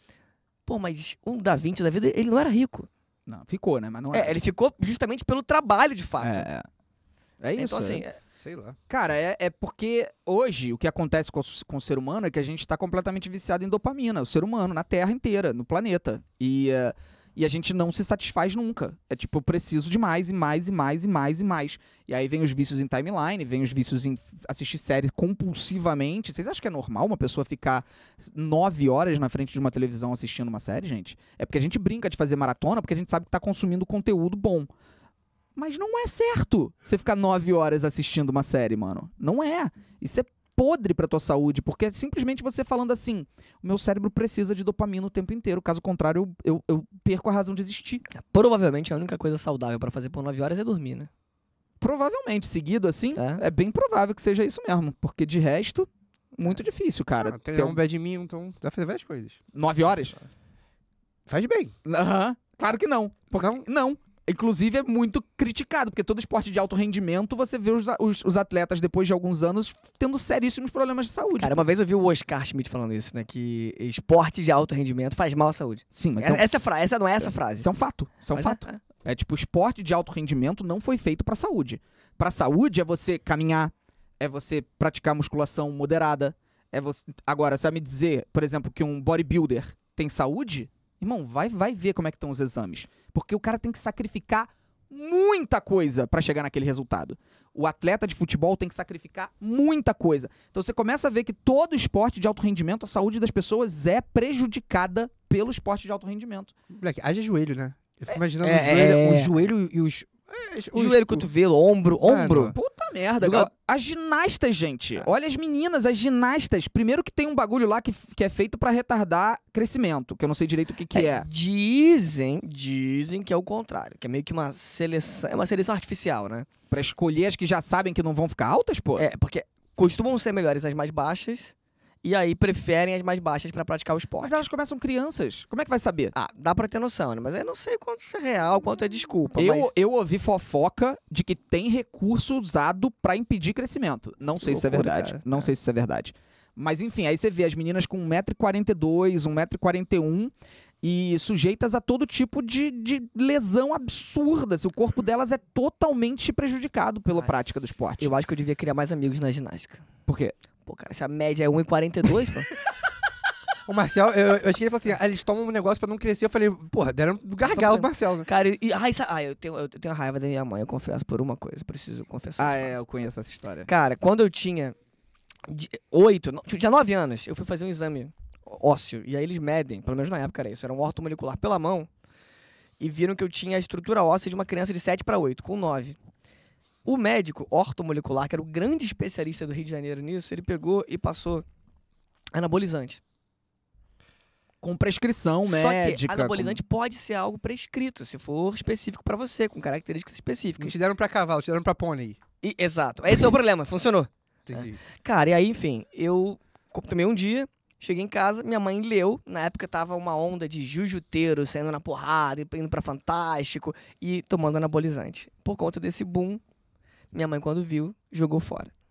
Pô, mas um Da Vinci da vida, ele não era rico. Não, ficou, né? Mas não É, ele ficou justamente pelo trabalho, de fato. É, é. É isso. Então, assim, é. é- Sei lá. Cara, é, é porque hoje o que acontece com o, com o ser humano é que a gente tá completamente viciado em dopamina. O ser humano, na Terra inteira, no planeta. E, eh, e a gente não se satisfaz nunca. É tipo, eu preciso de mais e mais e mais e mais e mais. E aí vem os vícios em timeline, vem os vícios em assistir séries compulsivamente. Vocês acham que é normal uma pessoa ficar nove horas na frente de uma televisão assistindo uma série, gente? É porque a gente brinca de fazer maratona porque a gente sabe que tá consumindo conteúdo bom. Mas não é certo você ficar nove horas assistindo uma série, mano. Não é. Isso é podre pra tua saúde, porque é simplesmente você falando assim, o meu cérebro precisa de dopamina o tempo inteiro, caso contrário eu, eu, eu perco a razão de existir. provavelmente a única coisa saudável pra fazer por nove horas é dormir, né? Provavelmente, seguido assim, É. é bem provável que seja isso mesmo, porque de resto, muito difícil, cara. Ah, Ter treinar um- um badminton, dá pra fazer várias coisas. Nove horas? Faz bem. Aham, claro que não. Porque, Não? não. Inclusive é muito criticado, porque todo esporte de alto rendimento, você vê os, os, os atletas, depois de alguns anos, tendo seríssimos problemas de saúde. Cara, uma vez eu vi o Oscar Schmidt falando isso, né? Que esporte de alto rendimento faz mal à saúde. Sim, mas essa, é um, essa, fra- essa não é essa frase. isso é um fato. Isso é um Mas fato. é- É tipo, esporte de alto rendimento não foi feito pra saúde. Pra saúde é você caminhar, é você praticar musculação moderada, é você... Agora, você vai me dizer, por exemplo, que um bodybuilder tem saúde? Irmão, vai, vai ver como é que estão os exames. Porque o cara tem que sacrificar muita coisa pra chegar naquele resultado. O atleta de futebol tem que sacrificar muita coisa. Então você começa a ver que todo esporte de alto rendimento, a saúde das pessoas é prejudicada pelo esporte de alto rendimento. Moleque, haja joelho, né? Eu fico imaginando é, o, joelho, é. o joelho e os... é, os- Joelho, o- cotovelo, ombro, ombro. não. Puta merda, Joga- cara. As ginastas, gente. Olha as meninas, as ginastas. Primeiro que tem um bagulho lá que, que é feito pra retardar crescimento, que eu não sei direito o que que é. Dizem, dizem que é o contrário, que é meio que uma seleção, é uma seleção artificial, né? Pra escolher as que já sabem que não vão ficar altas, pô. É, porque costumam ser melhores as mais baixas, e aí preferem as mais baixas pra praticar o esporte. Mas elas começam crianças. Como é que vai saber? Ah, dá pra ter noção, né? Mas eu não sei quanto isso é real, quanto é desculpa, Eu, mas... eu ouvi fofoca de que tem recurso usado pra impedir crescimento. Não Que sei se isso é loucura, verdade. cara. Não É. sei se isso é verdade. Mas enfim, aí você vê as meninas com um metro e quarenta e dois, um metro e quarenta e um e sujeitas a todo tipo de, de lesão absurda. Se o corpo delas é totalmente prejudicado pela Ai, prática do esporte. Eu acho que eu devia criar mais amigos na ginástica. Por quê? Pô, cara, se a média é um e quarenta e dois, pô... O Marcel, eu, eu achei que ele falou assim, ah, eles tomam um negócio pra não crescer. Eu falei, porra, deram um gargalo pro Marcel, né? Cara, e... Ai, sa- ai, eu, tenho, eu tenho raiva da minha mãe, eu confesso por uma coisa, preciso confessar. Ah, de é, fato. eu conheço essa história. Cara, quando eu tinha de- oito, no- tinha nove anos, eu fui fazer um exame ósseo. E aí eles medem, pelo menos na época era isso, era um ortomolecular pela mão. E viram que eu tinha a estrutura óssea de uma criança de sete para oito, com nove. O médico ortomolecular, que era o grande especialista do Rio de Janeiro nisso, ele pegou e passou anabolizante. Com prescrição Só médica. que anabolizante pode ser algo prescrito, se for específico para você, com características Não específicas. te deram pra cavalo, te deram pra pônei. E- exato. Esse é o problema, funcionou. Entendi. Cara, e aí, enfim, eu co- tomei um dia, cheguei em casa, minha mãe leu, na época tava uma onda de jujuteiro saindo na porrada, indo pra Fantástico e tomando anabolizante. Por conta desse boom, minha mãe, quando viu, jogou fora.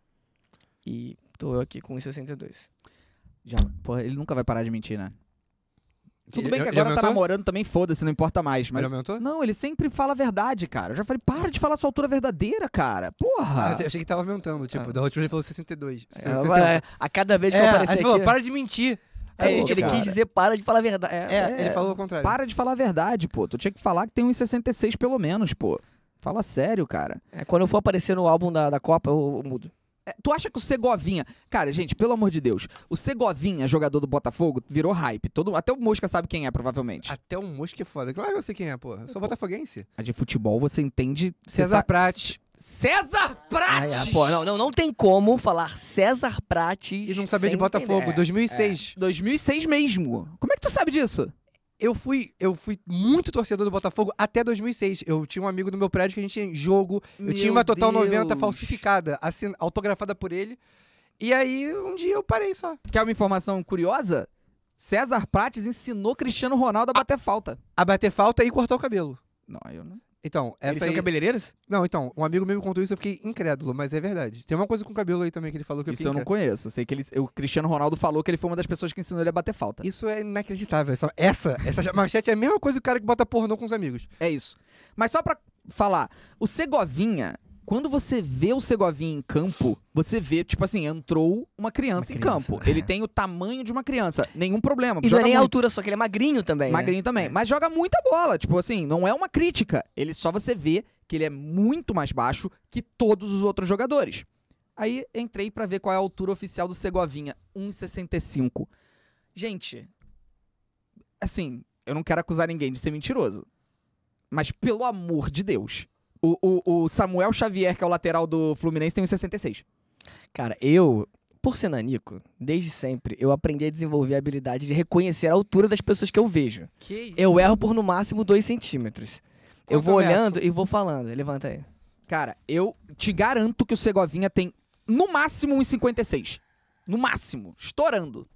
E tô eu aqui com um e sessenta e dois. Já, porra, ele nunca vai parar de mentir, né? Tudo Ele- bem que ele agora tá aumentou? namorando também, foda-se, não importa mais. Mas Mas aumentou? não, ele sempre fala a verdade, cara. Eu já falei, para de falar sua altura verdadeira, cara. Ah, Porra. eu achei que tava aumentando, tipo, Ah. da última ele falou sessenta e dois. É, sessenta. a cada vez que É, eu aí aparecer você aqui... falou, para de mentir. é, Aí, ele tipo, ele cara. quis dizer para de falar a verdade. É, É, ele falou o contrário. Para de falar a verdade, pô. Tu tinha que falar que tem um sessenta e seis pelo menos, pô. Fala sério, cara. é, quando eu for aparecer no álbum da, da Copa, eu, eu mudo. É, tu acha que o Segovinha... Cara, gente, pelo amor de Deus. O Segovinha, jogador do Botafogo, virou hype. Todo... Até o Mosca sabe quem é, provavelmente. Até o Mosca é foda. Claro que eu sei quem é, pô. Eu sou botafoguense. A de futebol, você entende... você César sa- Prates. César Prates! Ai, ah, pô, não, não, não tem como falar César Prates E não saber de sem Botafogo, entender. dois mil e seis. dois mil e seis mesmo. Como é que tu sabe disso? Eu fui, eu fui muito torcedor do Botafogo até dois mil e seis. Eu tinha um amigo no meu prédio que a gente tinha jogo. Eu tinha uma Total noventa falsificada, assin- autografada por ele. E aí, um dia eu parei só. Quer uma informação curiosa? César Prates ensinou Cristiano Ronaldo a bater falta. A bater falta e cortar o cabelo. Não, eu não... Então, Eles essa são aí... cabeleireiros? Não, então, um amigo meu me contou isso, eu fiquei incrédulo, mas é verdade. Tem uma coisa com o cabelo aí também que ele falou que eu Isso fiquei eu não incrédulo. conheço. Eu sei que ele... o Cristiano Ronaldo falou que ele foi uma das pessoas que ensinou ele a bater falta. Isso é inacreditável. Essa, essa, essa manchete é a mesma coisa que o cara que bota pornô com os amigos. É isso. Mas só pra falar, o Segovinha, quando você vê o Segovinha em campo, você vê, tipo assim, entrou uma criança, Uma em criança, campo. né? Ele tem o tamanho de uma criança. Nenhum problema. E não joga é nem a muito. altura, só que ele é magrinho também. Magrinho né? também. Mas joga muita bola. Tipo assim, não é uma crítica. Ele só você vê que ele é muito mais baixo que todos os outros jogadores. Aí entrei pra ver qual é a altura oficial do Segovinha. um e sessenta e cinco. Gente, assim, eu não quero acusar ninguém de ser mentiroso. Mas pelo amor de Deus. O, o, o Samuel Xavier, que é o lateral do Fluminense, tem um e sessenta e seis. Cara, eu, por ser nanico, desde sempre, eu aprendi a desenvolver a habilidade de reconhecer a altura das pessoas que eu vejo. Que isso? Eu erro por no máximo dois centímetros. Eu vou Controverso. olhando e vou falando. Levanta aí. Cara, eu te garanto que o Segovinha tem no máximo um e cinquenta e seis. No máximo. Estourando.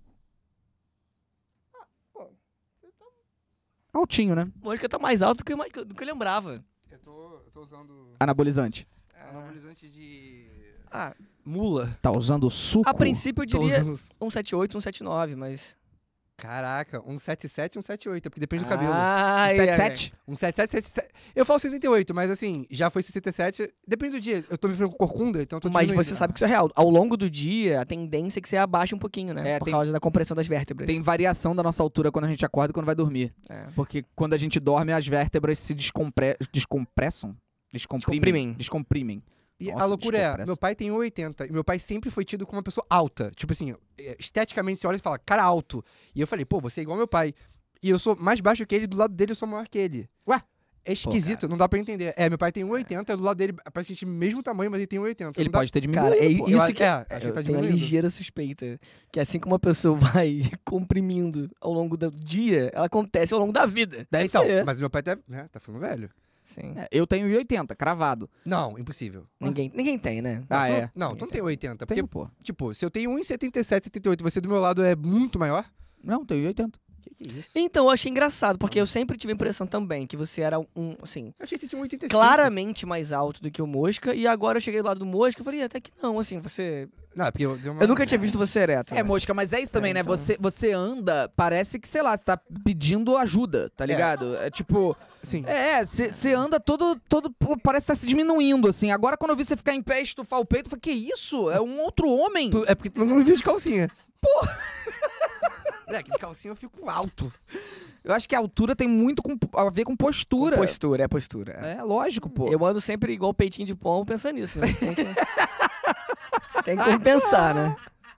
Altinho, né? O Mônica tá mais alto do que, eu- do que eu lembrava. Eu tô, eu tô usando Anabolizante. anabolizante de... Ah, Mula. Tá usando suco? a princípio eu Tô diria usando... um setenta e oito, um setenta e nove, mas... Caraca, um setenta e sete, um setenta e oito, porque depende do cabelo. Ah, setenta e sete? Um setenta e sete, setenta e sete. Eu falo setenta e oito, mas assim, já foi sessenta e sete. Depende do dia. Eu tô me vendo com corcunda, então eu tô Mas diminuindo. você sabe que isso é real. Ao longo do dia, a tendência é que você abaixe um pouquinho, né? É, Por tem- causa da compressão das vértebras. Tem variação da nossa altura quando a gente acorda e quando vai dormir. É. Porque quando a gente dorme, as vértebras se descompre... descompressam? Descomprimem. Descomprimem. Descomprimem. E Nossa, a loucura é, descompressa. meu pai tem um e oitenta, e meu pai sempre foi tido como uma pessoa alta. Tipo assim, é, esteticamente você olha e fala, cara alto. E eu falei, pô, você é igual ao meu pai. E eu sou mais baixo que ele, do lado dele eu sou maior que ele. Ué, é esquisito, não dá pra entender. É, meu pai tem um e oitenta, do lado dele parece que tem o mesmo tamanho, mas ele tem um e oitenta. Ele Não dá- pode ter diminuído. Cara, é pô. Eu isso acho- que... é, acho que eu tá tenho a diminuindo. ligeira suspeita que assim como a pessoa vai comprimindo ao longo do dia, ela acontece ao longo da vida. Deve então, ser. mas meu pai tá, né, tá ficando velho. Sim. É, eu tenho um e oitenta, cravado. Não, impossível. Ninguém, ninguém tem, né? Ah, tu- é. Não, tu não tem oitenta. Porque, Tenho, pô. tipo, se eu tenho um e setenta e sete, setenta e oito, você do meu lado é muito maior? Não, tenho um e oitenta. Que que é isso? Então, eu achei engraçado, porque eu sempre tive a impressão também que você era um, assim, Eu achei que você tinha um oitenta e cinco. claramente mais alto do que o Mosca, e agora eu cheguei do lado do Mosca e falei, até que não, assim, você... Não, é porque eu, dei uma- Eu nunca tinha visto você ereto. É, né? Mosca, mas é isso também, É, né? então. Você, você anda, parece que, sei lá, você tá pedindo ajuda, tá ligado? É, tipo, Sim. é, você anda todo, todo, pô, parece que tá se diminuindo, assim. Agora quando eu vi você ficar em pé e estufar o peito, eu falei, que isso? É um outro homem? Tu- é porque tu não me viu de calcinha. Porra! É, que de calcinha eu fico alto. Eu acho que a altura tem muito com- a ver com postura. Postura, é postura. é. É, lógico, pô. Eu ando sempre igual peitinho de pombo pensando nisso, né? Tem que, tem que compensar, né?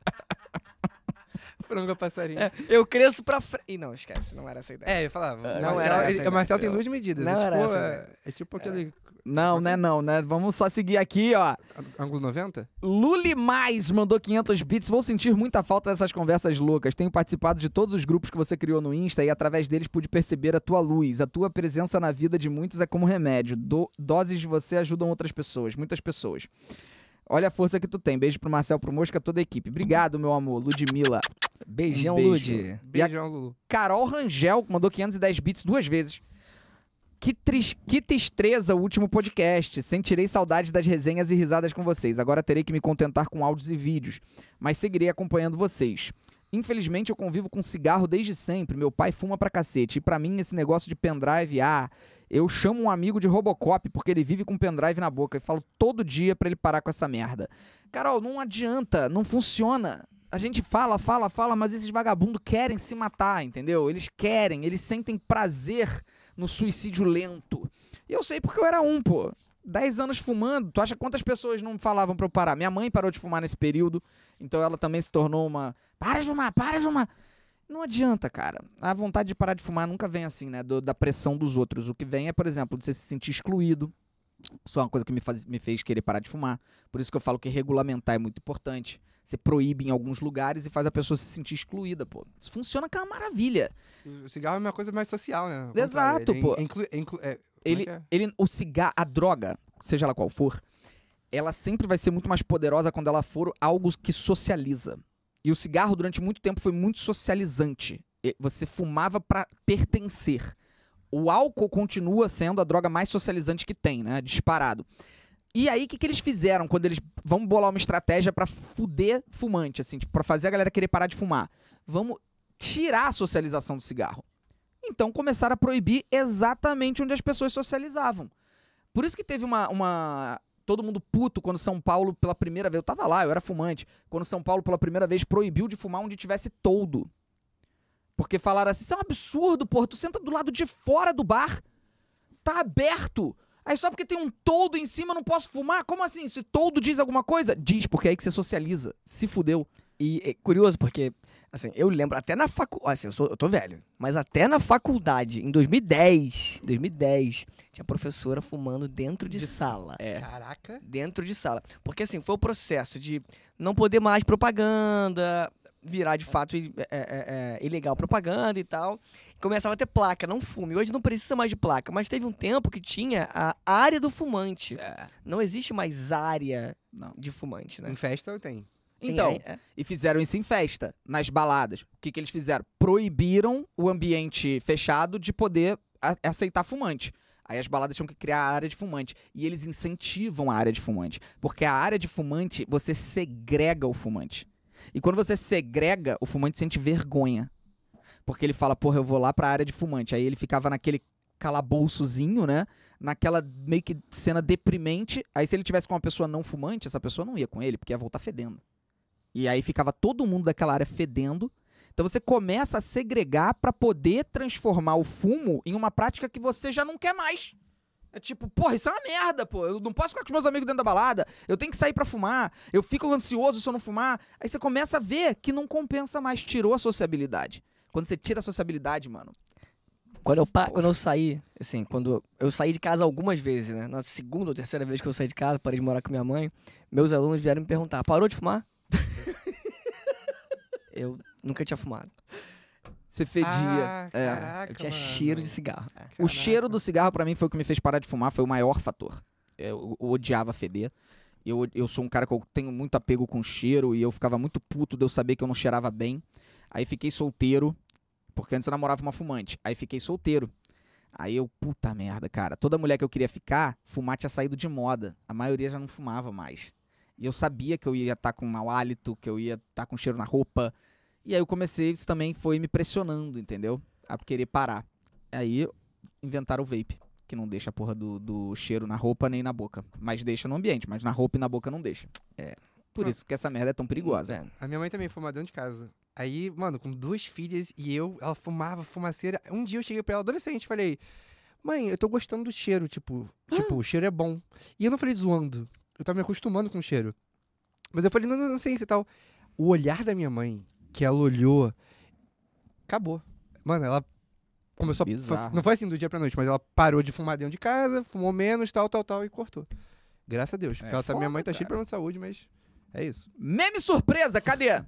Frango passarinho. É, eu cresço pra frente. Ih, não, esquece, não era essa a ideia. É, eu falava. Não o era Marcel, essa a ele- ideia. o Marcel tem duas medidas. Não é, era tipo, essa a é, ideia. é tipo aquele Não, né, não, né? Vamos só seguir aqui, ó. ângulo noventa? Luli Mais mandou quinhentos bits. Vou sentir muita falta dessas conversas loucas. Tenho participado de todos os grupos que você criou no Insta e através deles pude perceber a tua luz. A tua presença na vida de muitos é como remédio. Do- doses de você ajudam outras pessoas, muitas pessoas. Olha a força que tu tem. Beijo pro Marcel, pro Mosca, toda a equipe. Obrigado, meu amor. Ludmilla. Beijão, Um beijo. Lud. Beijão, Lulu. Carol Rangel mandou quinhentos e dez bits duas vezes. Que, tris... que tristeza o último podcast. Sentirei saudades das resenhas e risadas com vocês. Agora terei que me contentar com áudios e vídeos, mas seguirei acompanhando vocês. Infelizmente, eu convivo com cigarro desde sempre. Meu pai fuma pra cacete. E pra mim, esse negócio de pendrive, ah, eu chamo um amigo de Robocop porque ele vive com pendrive na boca e falo todo dia pra ele parar com essa merda. Carol, não adianta, não funciona. A gente fala, fala, fala, mas esses vagabundos querem se matar, entendeu? Eles querem, eles sentem prazer no suicídio lento. E eu sei porque eu era um, pô. Dez anos fumando, tu acha quantas pessoas não falavam pra eu parar? Minha mãe parou de fumar nesse período, então ela também se tornou uma... Para de fumar, para de fumar! Não adianta, cara. A vontade de parar de fumar nunca vem assim, né? Do, da pressão dos outros. O que vem é, por exemplo, de você se sentir excluído. Isso é uma coisa que me, faz, me fez querer parar de fumar. Por isso que eu falo que regulamentar é muito importante. Você proíbe em alguns lugares e faz a pessoa se sentir excluída, pô. Isso funciona com uma maravilha. O cigarro é uma coisa mais social, né? Ao Exato, contrário, pô. Ele inclui, inclui, é, como Ele, é que é? ele, o cigarro, a droga, seja ela qual for, ela sempre vai ser muito mais poderosa quando ela for algo que socializa. E o cigarro, durante muito tempo, foi muito socializante. E você fumava pra pertencer. O álcool continua sendo a droga mais socializante que tem, né? Disparado. E aí, o que, que eles fizeram quando eles... Vamos bolar uma estratégia pra fuder fumante, assim, tipo, pra fazer a galera querer parar de fumar. Vamos tirar a socialização do cigarro. Então, começaram a proibir exatamente onde as pessoas socializavam. Por isso que teve uma... uma... Todo mundo puto quando São Paulo, pela primeira vez... Eu tava lá, eu era fumante. Quando São Paulo, pela primeira vez, proibiu de fumar onde tivesse toldo. Porque falaram assim, isso é um absurdo, porra. Tu senta do lado de fora do bar. Tá aberto. Aí só porque tem um toldo em cima eu não posso fumar? Como assim? Se toldo diz alguma coisa? Diz, porque é aí que você socializa. Se fudeu. E é curioso, porque, assim, eu lembro até na faculdade, assim, eu, sou, eu tô velho, mas até na faculdade, em dois mil e dez, dois mil e dez, tinha professora fumando dentro de, De sala. É. Caraca. Dentro de sala. Porque, assim, foi o processo de não poder mais propaganda, virar, de fato, i- é, é, é, ilegal propaganda e tal. Começava a ter placa, não fume. Hoje não precisa mais de placa, mas teve um tempo que tinha a área do fumante. É. Não existe mais área Não. de fumante, né? Em festa tem. Tem Então, aí- é. e fizeram isso em festa, nas baladas. O que, que eles fizeram? Proibiram o ambiente fechado de poder a- aceitar fumante. Aí as baladas tinham que criar a área de fumante. E eles incentivam a área de fumante. Porque a área de fumante, você segrega o fumante. E quando você segrega, o fumante sente vergonha. Porque ele fala, porra, eu vou lá pra área de fumante. Aí ele ficava naquele calabouçozinho, né? Naquela meio que cena deprimente. Aí se ele tivesse com uma pessoa não fumante, essa pessoa não ia com ele, porque ia voltar fedendo. E aí ficava todo mundo daquela área fedendo. Então você começa a segregar pra poder transformar o fumo em uma prática que você já não quer mais. É tipo, porra, isso é uma merda, pô. Eu não posso ficar com os meus amigos dentro da balada. Eu tenho que sair pra fumar. Eu fico ansioso se eu não fumar. Aí você começa a ver que não compensa mais. Tirou a sociabilidade. Quando você tira a sociabilidade, mano. Quando eu, pa- quando eu saí, assim, quando eu saí de casa algumas vezes, né? Na segunda ou terceira vez que eu saí de casa, parei de morar com minha mãe, meus alunos vieram me perguntar, parou de fumar? Eu nunca tinha fumado. Você fedia. Ah, É. caraca, Eu tinha mano. cheiro de cigarro. É. O Caraca. cheiro do cigarro, pra mim, foi o que me fez parar de fumar. Foi o maior fator. Eu, eu odiava feder. Eu, eu sou um cara que eu tenho muito apego com cheiro e eu ficava muito puto de eu saber que eu não cheirava bem. Aí fiquei solteiro, porque antes eu namorava uma fumante. Aí fiquei solteiro. Aí eu, puta merda, cara. Toda mulher que eu queria ficar, fumar tinha saído de moda. A maioria já não fumava mais. E eu sabia que eu ia estar com mau hálito, que eu ia estar com cheiro na roupa. E aí eu comecei, isso também foi me pressionando, entendeu? A querer parar. Aí inventaram o vape, que não deixa a porra do, do cheiro na roupa nem na boca. Mas deixa no ambiente, mas na roupa e na boca não deixa. É. Por isso que essa merda é tão perigosa. É. A minha mãe também fumava dentro de casa. Aí, mano, com duas filhas e eu, ela fumava fumaceira. Um dia eu cheguei pra ela, adolescente, falei, mãe, eu tô gostando do cheiro, tipo, tipo, o cheiro é bom. E eu não falei zoando, eu tava me acostumando com o cheiro. Mas eu falei, não, não, não sei se tal. O olhar da minha mãe, que ela olhou, acabou. Mano, ela começou a... Bizarro. foi- Não foi assim do dia pra noite, mas ela parou de fumar dentro de casa, fumou menos, tal, tal, tal, e cortou. Graças a Deus. Porque É ela tá, minha foda, mãe tá cheia de cara. problema de saúde, mas é isso. Meme surpresa, cadê?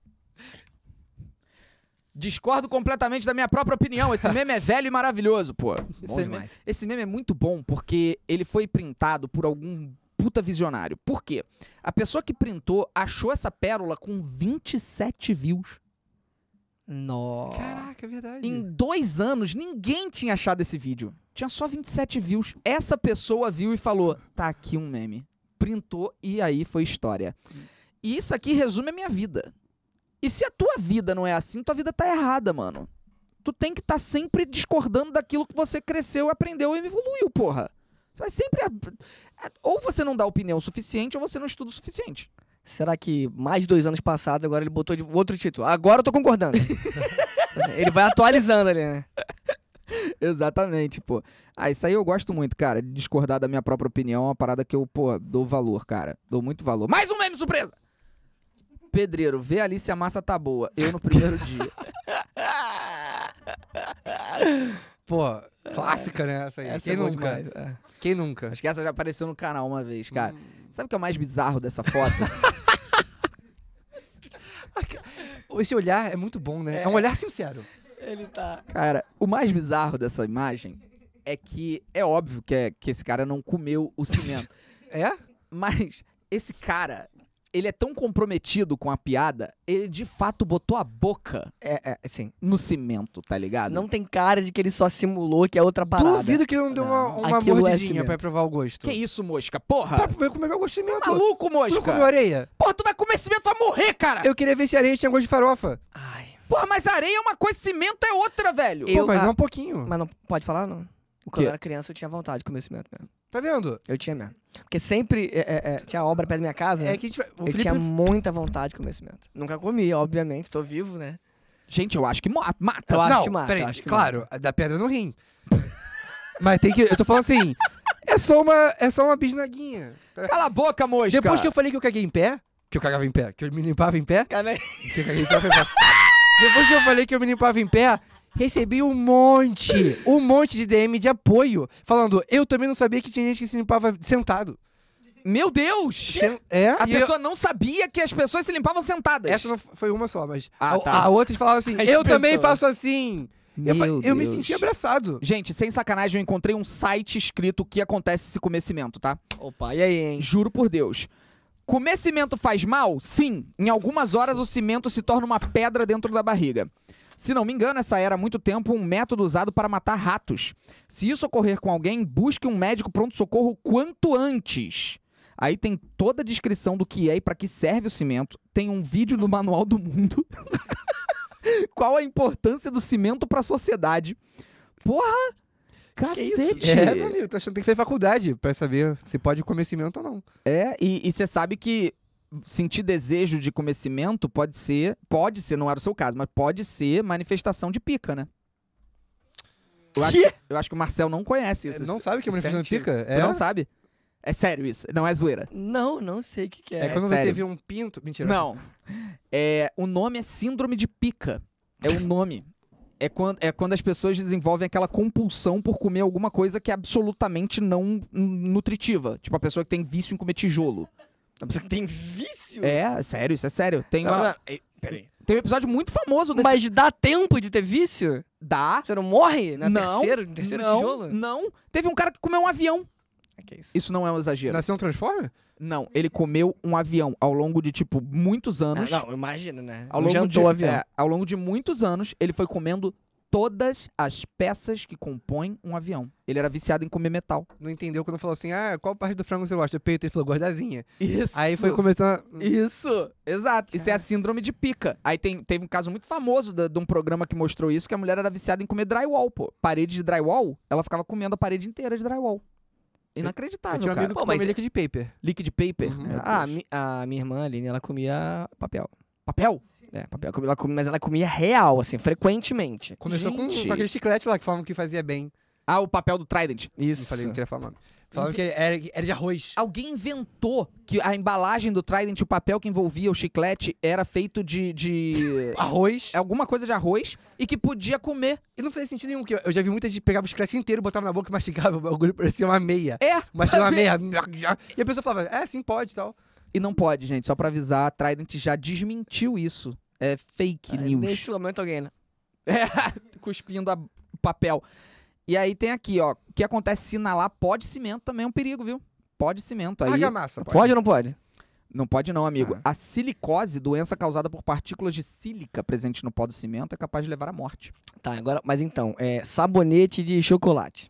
Discordo completamente da minha própria opinião. Esse meme é velho e maravilhoso, pô. Esse meme, demais. esse meme é muito bom porque ele foi printado por algum puta visionário. Por quê? A pessoa que printou achou essa pérola com vinte e sete views. Nossa. Caraca, é verdade. Em dois anos, ninguém tinha achado esse vídeo. Tinha só vinte e sete views. Essa pessoa viu e falou, tá aqui um meme. Printou e aí foi história. E isso aqui resume a minha vida. E se a tua vida não é assim, tua vida tá errada, mano. Tu tem que estar tá sempre discordando daquilo que você cresceu, aprendeu e evoluiu, porra. Você vai sempre... Ou você não dá opinião suficiente, ou você não estuda o suficiente. Será que mais dois anos passados, agora ele botou de outro título? Agora eu tô concordando. Assim, ele vai atualizando ali, né? Exatamente, pô. Ah, isso aí eu gosto muito, cara. De discordar da minha própria opinião é uma parada que eu, pô, dou valor, cara. Dou muito valor. Mais um meme surpresa! Pedreiro, vê ali se a massa tá boa. Eu no primeiro dia. Pô, clássica, né? Essa aí. Essa Quem é boa nunca? demais, é. Quem nunca? Acho que essa já apareceu no canal uma vez, cara. Hum. Sabe o que é o mais bizarro dessa foto? Esse olhar é muito bom, né? É, é um olhar sincero. Ele tá... Cara, o mais bizarro dessa imagem é que é óbvio que, é, que esse cara não comeu o cimento. É? Mas esse cara... Ele é tão comprometido com a piada, ele de fato botou a boca é, é, sim. no cimento, tá ligado? Não tem cara de que ele só simulou que é outra parada. Duvido que ele não deu uma, uma Aquilo é mordidinha cimento. pra provar o gosto. Que isso, mosca? Porra! Pra ver como é que é o gosto de cimento. Maluco, Tu não comeu mosca! areia? Porra, tu vai comer cimento, vai morrer, cara! Eu queria ver se a areia tinha gosto de farofa. Ai. Porra, mas areia é uma coisa, cimento é outra, velho! Eu- Pô, mas ah, é um pouquinho. Mas não pode falar, não? Quando Quê? eu era criança, eu tinha vontade de comer cimento mesmo. Tá vendo? Eu tinha mesmo. Porque sempre é, é, é, tinha obra perto da minha casa. É que a gente vai... O eu Felipe... tinha muita vontade de comer cimento. Nunca comi, obviamente. Tô vivo, né? Gente, eu acho que mo- mata. Eu acho não, que mata, peraí, eu acho que claro, da pedra no rim. Mas tem que... Eu tô falando assim, é só uma, é só uma bisnaguinha. Cala a boca, mosca! Depois que eu falei que eu caguei em pé, que eu cagava em pé, que eu me limpava em pé, Cara, que eu caguei em pé, foi pé. Depois que eu falei que eu me limpava em pé, recebi um monte, um monte de D M de apoio, falando, eu também não sabia que tinha gente que se limpava sentado. Meu Deus! Sen- É, A e eu- pessoa não sabia que as pessoas se limpavam sentadas. Essa não f- foi uma só, mas Ah, a, tá. a outra falava assim, As eu também pessoas. faço assim. Eu, fa- Meu eu me Deus. senti abraçado. Gente, sem sacanagem, eu encontrei um site escrito o que acontece se comer cimento, tá? Opa, e aí, hein? Juro por Deus. Comer cimento faz mal? Sim. Em algumas horas o cimento se torna uma pedra dentro da barriga. Se não me engano, essa era há muito tempo um método usado para matar ratos. Se isso ocorrer com alguém, busque um médico pronto-socorro quanto antes. Aí tem toda a descrição do que é e para que serve o cimento. Tem um vídeo no Manual do Mundo. Qual a importância do cimento para a sociedade? Porra! Cacete! É, meu amigo, tô achando que tem que ter faculdade pra saber se pode comer cimento ou não. É, e você sabe que sentir desejo de comer cimento pode ser, pode ser, não era o seu caso, mas pode ser manifestação de pica, né? Eu acho, Quê? eu acho que o Marcel não conhece isso. Não sabe que é Isso manifestação de antigo. pica? Tu É? não sabe? É sério isso, não é zoeira. Não, não sei o que, que é. É quando sério. você vê um pinto... Mentira. Não. É, o nome é síndrome de pica. É o nome. É quando, é quando as pessoas desenvolvem aquela compulsão por comer alguma coisa que é absolutamente não nutritiva. Tipo a pessoa que tem vício em comer tijolo. A pessoa que tem vício? É, sério, isso é sério. Tem, Não, uma- não, ei, peraí. tem um episódio muito famoso desse... Mas dá tempo de ter vício? Dá. Você não morre na Não, terceira, no terceiro não, tijolo? Não. Teve um cara que comeu um avião. É que é isso. Isso não é um exagero. Nasceu um Transformer? Não, ele comeu um avião ao longo de, tipo, muitos Ah, anos. não, imagina, né? Ao Não longo, de, jantou o avião. é, ao longo de muitos anos, ele foi comendo todas as peças que compõem um avião. Ele era viciado em comer metal. Não entendeu quando falou assim, ah, qual parte do frango você gosta? O peito, ele falou, gordazinha. Isso. Aí foi começando... a- Isso, exato. Isso é a síndrome de pica. Aí tem, teve um caso muito famoso de, de um programa que mostrou isso, que a mulher era viciada em comer drywall, pô. Parede de drywall, ela ficava comendo a parede inteira de drywall. Eu Inacreditável, tinha um cara. amigo Pô, que mas- comia liquid paper. Liquid paper. Uhum. Meu Ah, a, Deus. mi- a minha irmã, Aline, ela comia papel. Papel? É, papel. Ela comia, mas ela comia real, assim, frequentemente. Começou com, Gente. com aquele chiclete lá que falavam que fazia bem. Ah, o papel do Trident. Isso. Não falei, não queria falar o nome. Falavam que era, era de arroz. Alguém inventou que a embalagem do Trident, o papel que envolvia o chiclete, era feito de, de Arroz. alguma coisa de arroz e que podia comer. E não fez sentido nenhum, que eu já vi muita gente pegava o chiclete inteiro, botava na boca e mastigava, o bagulho parecia uma meia. É, Mastigava uma pra meia. E a pessoa falava, é, sim, pode e tal. E não pode, gente. Só pra avisar, a Trident já desmentiu isso. É fake Aí, news. nesse momento alguém, né? É, cuspindo a- o papel. E aí tem aqui, ó. O que acontece se inalar pó de cimento também é um perigo, viu? Pó de cimento. Aí, Argamassa, pode. Pode ou não pode? não pode não, amigo. Ah. A silicose, doença causada por partículas de sílica presente no pó do cimento, é capaz de levar à morte. Tá, agora, mas então, é sabonete de chocolate.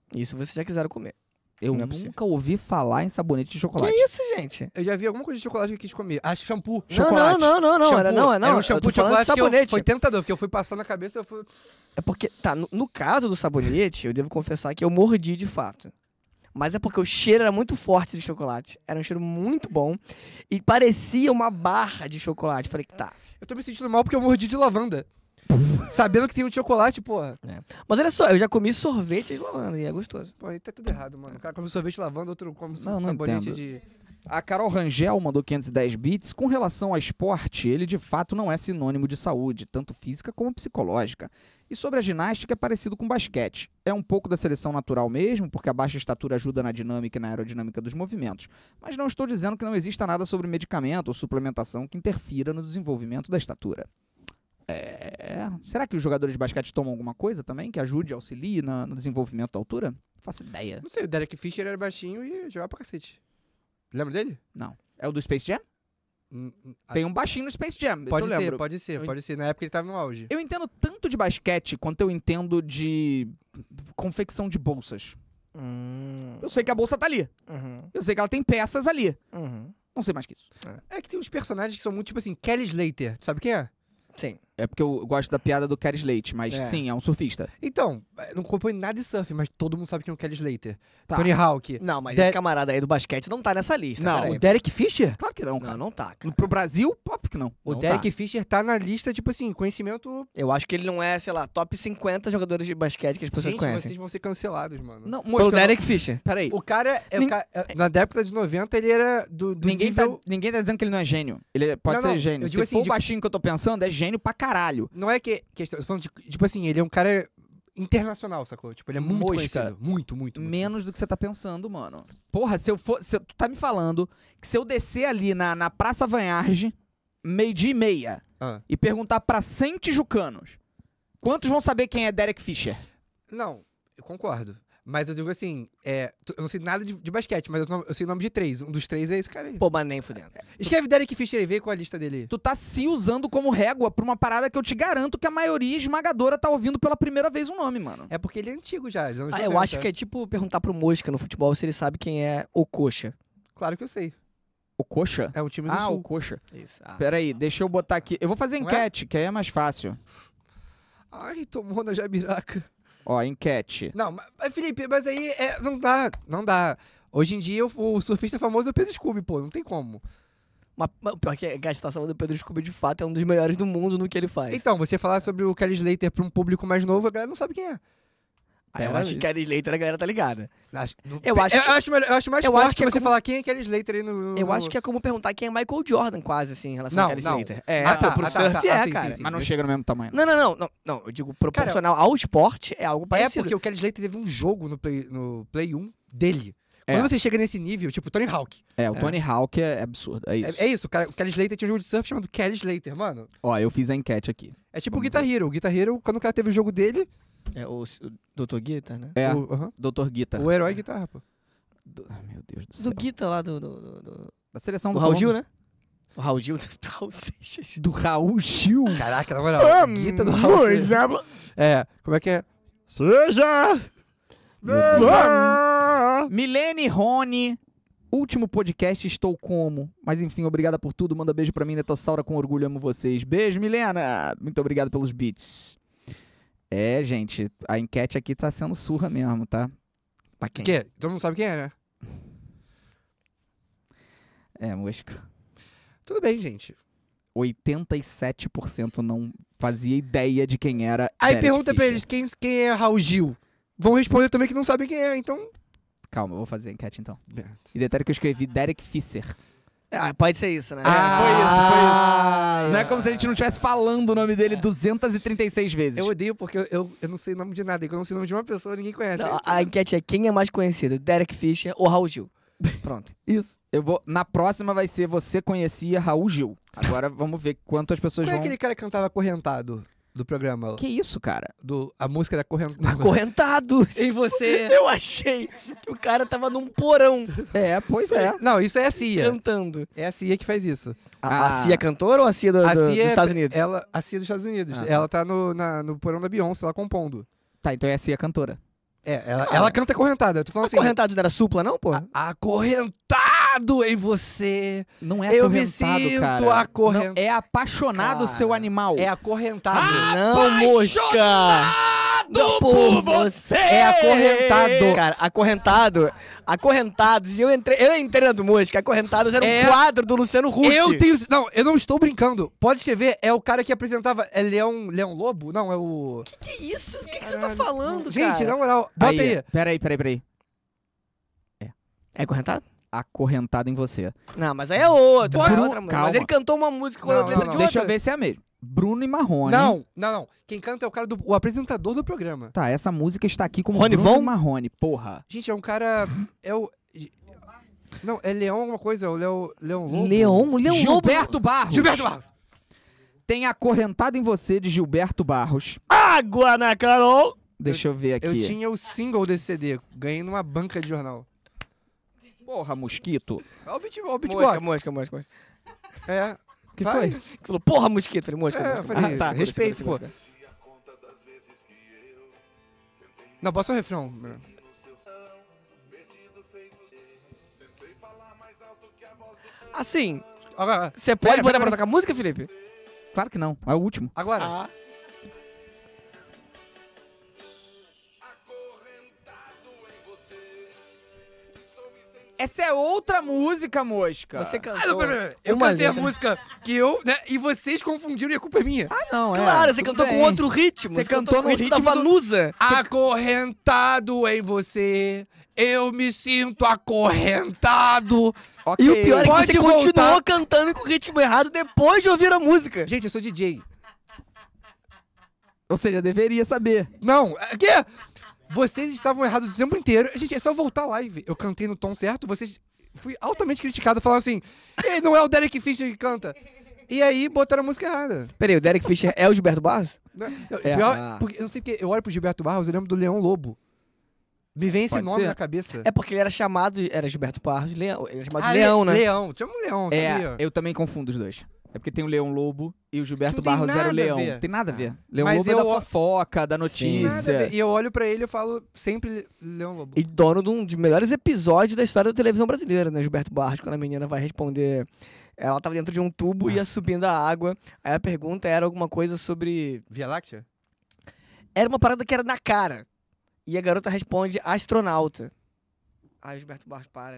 Isso vocês já quiseram comer. Eu Não é nunca possível. ouvi falar em sabonete de chocolate. Que isso, gente? Eu já vi alguma coisa de chocolate que eu quis comer. Acho que shampoo. Não, chocolate. não, não, não, não. Era, Shampoo. não, é não. Era um eu shampoo tô de falando chocolate que eu, sabonete. foi tentador, porque eu fui passando na cabeça e eu fui... É porque, tá, no, no caso do sabonete, eu devo confessar que eu mordi de fato. Mas é porque o cheiro era muito forte de chocolate. Era um cheiro muito bom. E parecia uma barra de chocolate. Falei, tá. Eu tô me sentindo mal porque eu mordi de lavanda. Sabendo que tem um chocolate, porra. Mas olha só, eu já comi sorvete de lavanda e é gostoso. Pô, aí tá tudo errado, mano. O cara come sorvete de lavanda, outro come Não, não sabonete entendo. de... A Carol Rangel mandou quinhentos e dez bits. Com relação ao esporte, ele de fato não é sinônimo de saúde, tanto física como psicológica. E sobre a ginástica é parecido com basquete. É um pouco da seleção natural mesmo, porque a baixa estatura ajuda na dinâmica e na aerodinâmica dos movimentos. Mas não estou dizendo que não exista nada sobre medicamento ou suplementação que interfira no desenvolvimento da estatura. É... Será que os jogadores de basquete tomam alguma coisa também que ajude, auxilie na- no desenvolvimento da altura? Não faço ideia. Não sei, o Derek Fisher era baixinho e jogava pra cacete. Lembra dele? Não. É o do Space Jam? Hum, hum, Tem um baixinho no Space Jam, esse Pode eu ser, lembro. pode ser, Eu- pode ser. Na época ele tava no auge. Eu entendo tanto de basquete quanto eu entendo de confecção de bolsas. Hum, Eu sei que a bolsa tá ali. uhum, Eu sei que ela tem peças ali. uhum. Não sei mais que isso. É que tem uns personagens que são muito, tipo assim, Kelly Slater. Tu sabe quem é? Sim. É porque eu gosto da piada do Kerry Slate, mas É. sim, é um surfista. Então, não compõe nada de surf, mas todo mundo sabe quem é o Kelly Slater. Tá. Tony Hawk. Não, mas De- esse camarada aí do basquete não tá nessa lista. Não, peraí. O Derek Fisher? Claro que não, cara. Não, não tá, cara. Pro Brasil, óbvio que não. O Não Derek tá. Fisher tá na lista, tipo assim, conhecimento... Eu acho que ele não é, sei lá, top cinquenta jogadores de basquete que as pessoas Gente, conhecem. vocês vão ser cancelados, mano. Não, Pelo mosca, Derek Fisher. Peraí. O cara, é, Nin- o ca- é, na década de noventa, ele era do, do Ninguém, nível... tá, ninguém tá dizendo que ele não é gênio. Ele pode Não, ser não, gênio. eu Se digo assim, for o de- baixinho que eu tô pensando, é gênio pra caralho. Não é que... questão, eu tô falando de, tipo assim, ele é um cara internacional, sacou? Tipo, ele é muito Mosca. conhecido. Muito, muito, muito. Menos do que você tá pensando, mano. Porra, se eu for. Se eu- tu tá me falando que se eu descer ali na, na Praça Vanharge, meio-dia e meia, Ah. e perguntar pra cem tijucanos, quantos vão saber quem é Derek Fisher? Não, eu concordo. Mas eu digo assim, é, tu- eu não sei nada de, de basquete, mas eu, não- eu sei o nome de três. Um dos três é esse cara aí. Pô, mas nem fudendo. Escreve Derek Fisher e vê qual é a lista dele. Tu tá se usando como régua pra uma parada que eu te garanto que a maioria esmagadora tá ouvindo pela primeira vez o nome, mano. É porque ele é antigo já, dos anos Ah, eu noventa. acho que é tipo perguntar pro Mosca no futebol se ele sabe quem é o Coxa. Claro que eu sei. O Coxa? É um time do Ah, Sul. o Coxa. Isso. Ah. Pera aí, deixa eu botar aqui. Eu vou fazer Não é? enquete, que aí é mais fácil. Ai, tomou na jabiraca. Ó, enquete. Não, mas, mas, Felipe, mas aí é, não dá, não dá. Hoje em dia o, o surfista famoso é o Pedro Scooby, pô, não tem como. Mas, mas o pior é que a gastação do Pedro Scooby de fato é um dos melhores do mundo no que ele faz. Então, você falar sobre o Kelly Slater pra um público mais novo, a galera não sabe quem é. Ah, eu acho que Kelly Slater a galera tá ligada. Acho- no- Eu acho eu, que- acho, melhor- eu acho mais eu forte acho que é você como- falar quem é Kelly Slater aí no... no- Eu acho que é como perguntar quem é Michael Jordan, quase, assim, em relação Não, a Kelly não. Slater. É, Ah, pô, tá, pro ah, tá, surf tá. é, Ah, sim, cara. sim, sim. Mas não chega no mesmo tamanho. Não, não, não, não, não. Eu digo proporcional ao esporte, é algo É parecido. porque o Kelly Slater teve um jogo no Play, no Play um dele. É. Quando você chega nesse nível, tipo Tony Hawk. É, o Tony Hawk é absurdo, é isso. É, é isso, o, cara, o Kelly Slater tinha um jogo de surf chamado Kelly Slater, mano. Ó, eu fiz a enquete aqui. É tipo o Vamos Guitar Hero. O Guitar Hero, quando o cara teve o jogo dele, É o, o doutor Guitar, né? É, o, aham, doutor Guitar. o herói guitarra, pô. Do- Ai, meu Deus do céu. Do Guitar lá, do, do, do, do, Da seleção do do Raul Colombo. Gil, né? O Raul Gil, do Raul Seixas. Do Raul Gil. Caraca, na moral, o Guitar do Raul Seixas. É, como é que é? Seja! Milene Rony. Último podcast, estou como? Mas enfim, obrigada por tudo. Manda beijo pra mim, Netossaura, com orgulho, amo vocês. Beijo, Milena. Muito obrigado pelos beats. É, gente, a enquete aqui tá sendo surra mesmo, tá? Pra quem? O quê? Todo mundo sabe quem é, né? É, mosca. Tudo bem, gente. oitenta e sete por cento não fazia ideia de quem era. Aí Derek pergunta pra Fisher. eles quem, quem é Raul Gil. Vão responder também que não sabem quem é, então... Calma, eu vou fazer a enquete então. E detalhe que eu escrevi Derek Fisher. Ah, pode ser isso, né? Ah, foi isso, foi isso. Não é como se a gente não estivesse falando o nome dele duzentas e trinta e seis vezes. Eu odeio porque eu, eu, eu não sei o nome de nada. E quando eu não sei o nome de uma pessoa, ninguém conhece. Não, a enquete é quem é mais conhecido, Derek Fisher ou Raul Gil? Pronto. Isso. Eu vou, na próxima vai ser você conhecia Raul Gil. Agora vamos ver quantas pessoas Qual é vão... aquele cara que cantava Acorrentado do programa? Que isso, cara? Do, a música era Acorrentado. Acorrentado. Em você... Eu achei que o cara tava num porão É, pois é. Não, isso é a Cia. cantando. É a Cia que faz isso. A, Ah. a Cia cantora ou a Cia do, A do- Cia dos é- Estados Unidos? Ela, a Cia dos Estados Unidos. Ah, tá. Ela tá no, na- no porão da Beyoncé, lá compondo. Tá, então é assim a cantora. É, ela, ela canta acorrentada. Eu tô falando assim. Acorrentado não era supla, não, pô? Acorrentado em você. Não é Eu me acorrentado, sinto cara. acorren- Não, é apaixonado, Cara, seu animal. É acorrentado. Não, mosca! Não, por você! É acorrentado. Cara, acorrentado, acorrentados, e eu entrei, eu entrei na do Mosca, acorrentados era um É. quadro do Luciano Huck. Eu tenho. Não, eu não estou brincando. Pode escrever. É o cara que apresentava. É Leão, Leão Lobo? Não, é o. Que que é isso? O que, que você tá Caralho. falando, Gente, cara? na moral, bota aí. Peraí, peraí, peraí. É acorrentado? Acorrentado em você. Não, mas aí é outro, Bora. é outra música. Calma. Mas ele cantou uma música com Não, a letra não, de não. outra. Deixa eu ver se é a mesma. Bruno e Marrone. Não, não, não. Quem canta é o cara do. O apresentador do programa. Tá, essa música está aqui como Rony Bruno Von? e Marrone, porra. Gente, é um cara. É o. Não, é Leão alguma coisa, é o Leão, Leão Lobo. Leão, Leão Gilberto Barros. Gilberto Barros. Tem Acorrentado em Você, de Gilberto Barros. Água na Carol! Deixa eu, ver aqui. Eu tinha o single desse C D, ganhei numa banca de jornal. Porra, mosquito. Olha o beat, olha o Mosca, beatbox. mosca, mosca, mosca. É. que Vai. foi? Falou, porra, mosquito. Falei, mosca, É, mosca. eu falei, Ah, tá. respeito, Segura, pô. segura, segura. Não, bota só o refrão. Assim, Agora, você pode Pera, botar pera, pra pera. tocar música, Felipe? Claro que não, é o último. agora. Ah. Essa é outra música, mosca. Você Ah, cantou não, pera, pera. Eu uma cantei a letra. música que eu, né, e vocês confundiram e a culpa é minha. Ah, não, é. Claro, você tudo cantou bem. com outro ritmo. Você cantou com no o ritmo da ritmo do- Vanusa. Acorrentado em você, eu me sinto acorrentado. Ok. E o pior é que Pode você voltar. continuou cantando com o ritmo errado depois de ouvir a música. Gente, eu sou D J. Ou seja, deveria saber. Não, é que vocês estavam errados o tempo inteiro. Gente, é só voltar a live. Eu cantei no tom certo, vocês... Fui altamente criticado, falando assim, "Ei, não é o Derek Fisher que canta." E aí, botaram a música errada. Peraí, o Derek Fisher é o Gilberto Barros? Né? Eu, É. pior, Ah. porque, eu não sei porque, eu olho pro Gilberto Barros, eu lembro do Leão Lobo. Me vem esse Pode nome ser. na cabeça. É porque ele era chamado, era Gilberto Barros, Leão, ele era chamado Ah, de Leão, Le- né? Leão, chama um Leão, É, sabia? eu também confundo os dois. É porque tem o Leão Lobo e o Gilberto Não tem Barros era nada o a Leão. ver. Tem nada a ver. Leão Mas Lobo é eu- da fofoca, da Sim. Nada a notícia. ver. E eu olho pra ele e falo sempre Leão Lobo. E dono de um dos melhores episódios da história da televisão brasileira, né? Gilberto Barros, quando a menina vai responder. Ela tava dentro de um tubo e ia subindo a água. Aí a pergunta era alguma coisa sobre. Via Láctea? Era uma parada que era na cara. E a garota responde astronauta. Aí o Gilberto Barros para.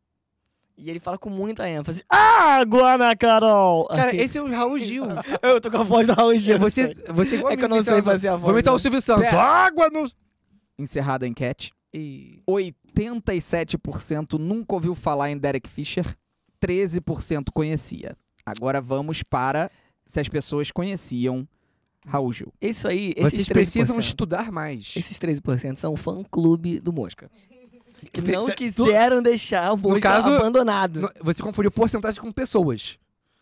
E ele fala com muita ênfase. Água na Carol! Cara, Aí- esse é o Raul Gil. Eu tô com a voz do Raul Gil. Você, você igual É a que eu mim, não sei então, fazer a voz. Vou imitar né? o Silvio Santos. Pera. Água no... Encerrada a enquete. E... oitenta e sete por cento nunca ouviu falar em Derek Fisher. treze por cento conhecia. Agora vamos para se as pessoas conheciam Raul Gil. Isso aí, esses Vocês treze por cento, precisam estudar mais. Esses treze por cento são o fã-clube do Mosca. Que Fe- não cê- quiseram deixar o Mosca caso, abandonado. No- Você confundiu porcentagem com pessoas.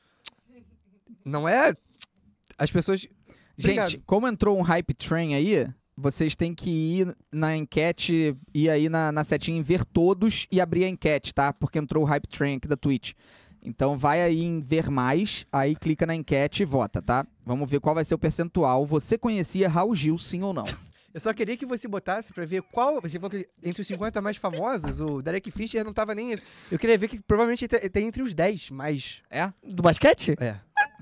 Não é... As pessoas... Obrigado. Gente, como entrou um hype train aí, vocês têm que ir na enquete, ir aí na, na setinha em ver todos e abrir a enquete, tá? Porque entrou o hype train aqui da Twitch. Então vai aí em ver mais, aí clica na enquete e vota, tá? Vamos ver qual vai ser o percentual. Você conhecia Raul Gil, sim ou não? Eu só queria que você botasse pra ver qual... Você falou que entre os cinquenta mais famosos, o Derek Fisher não tava nem... Eu queria ver que provavelmente ele tá- ele tem entre os dez mais... É? Do basquete? É.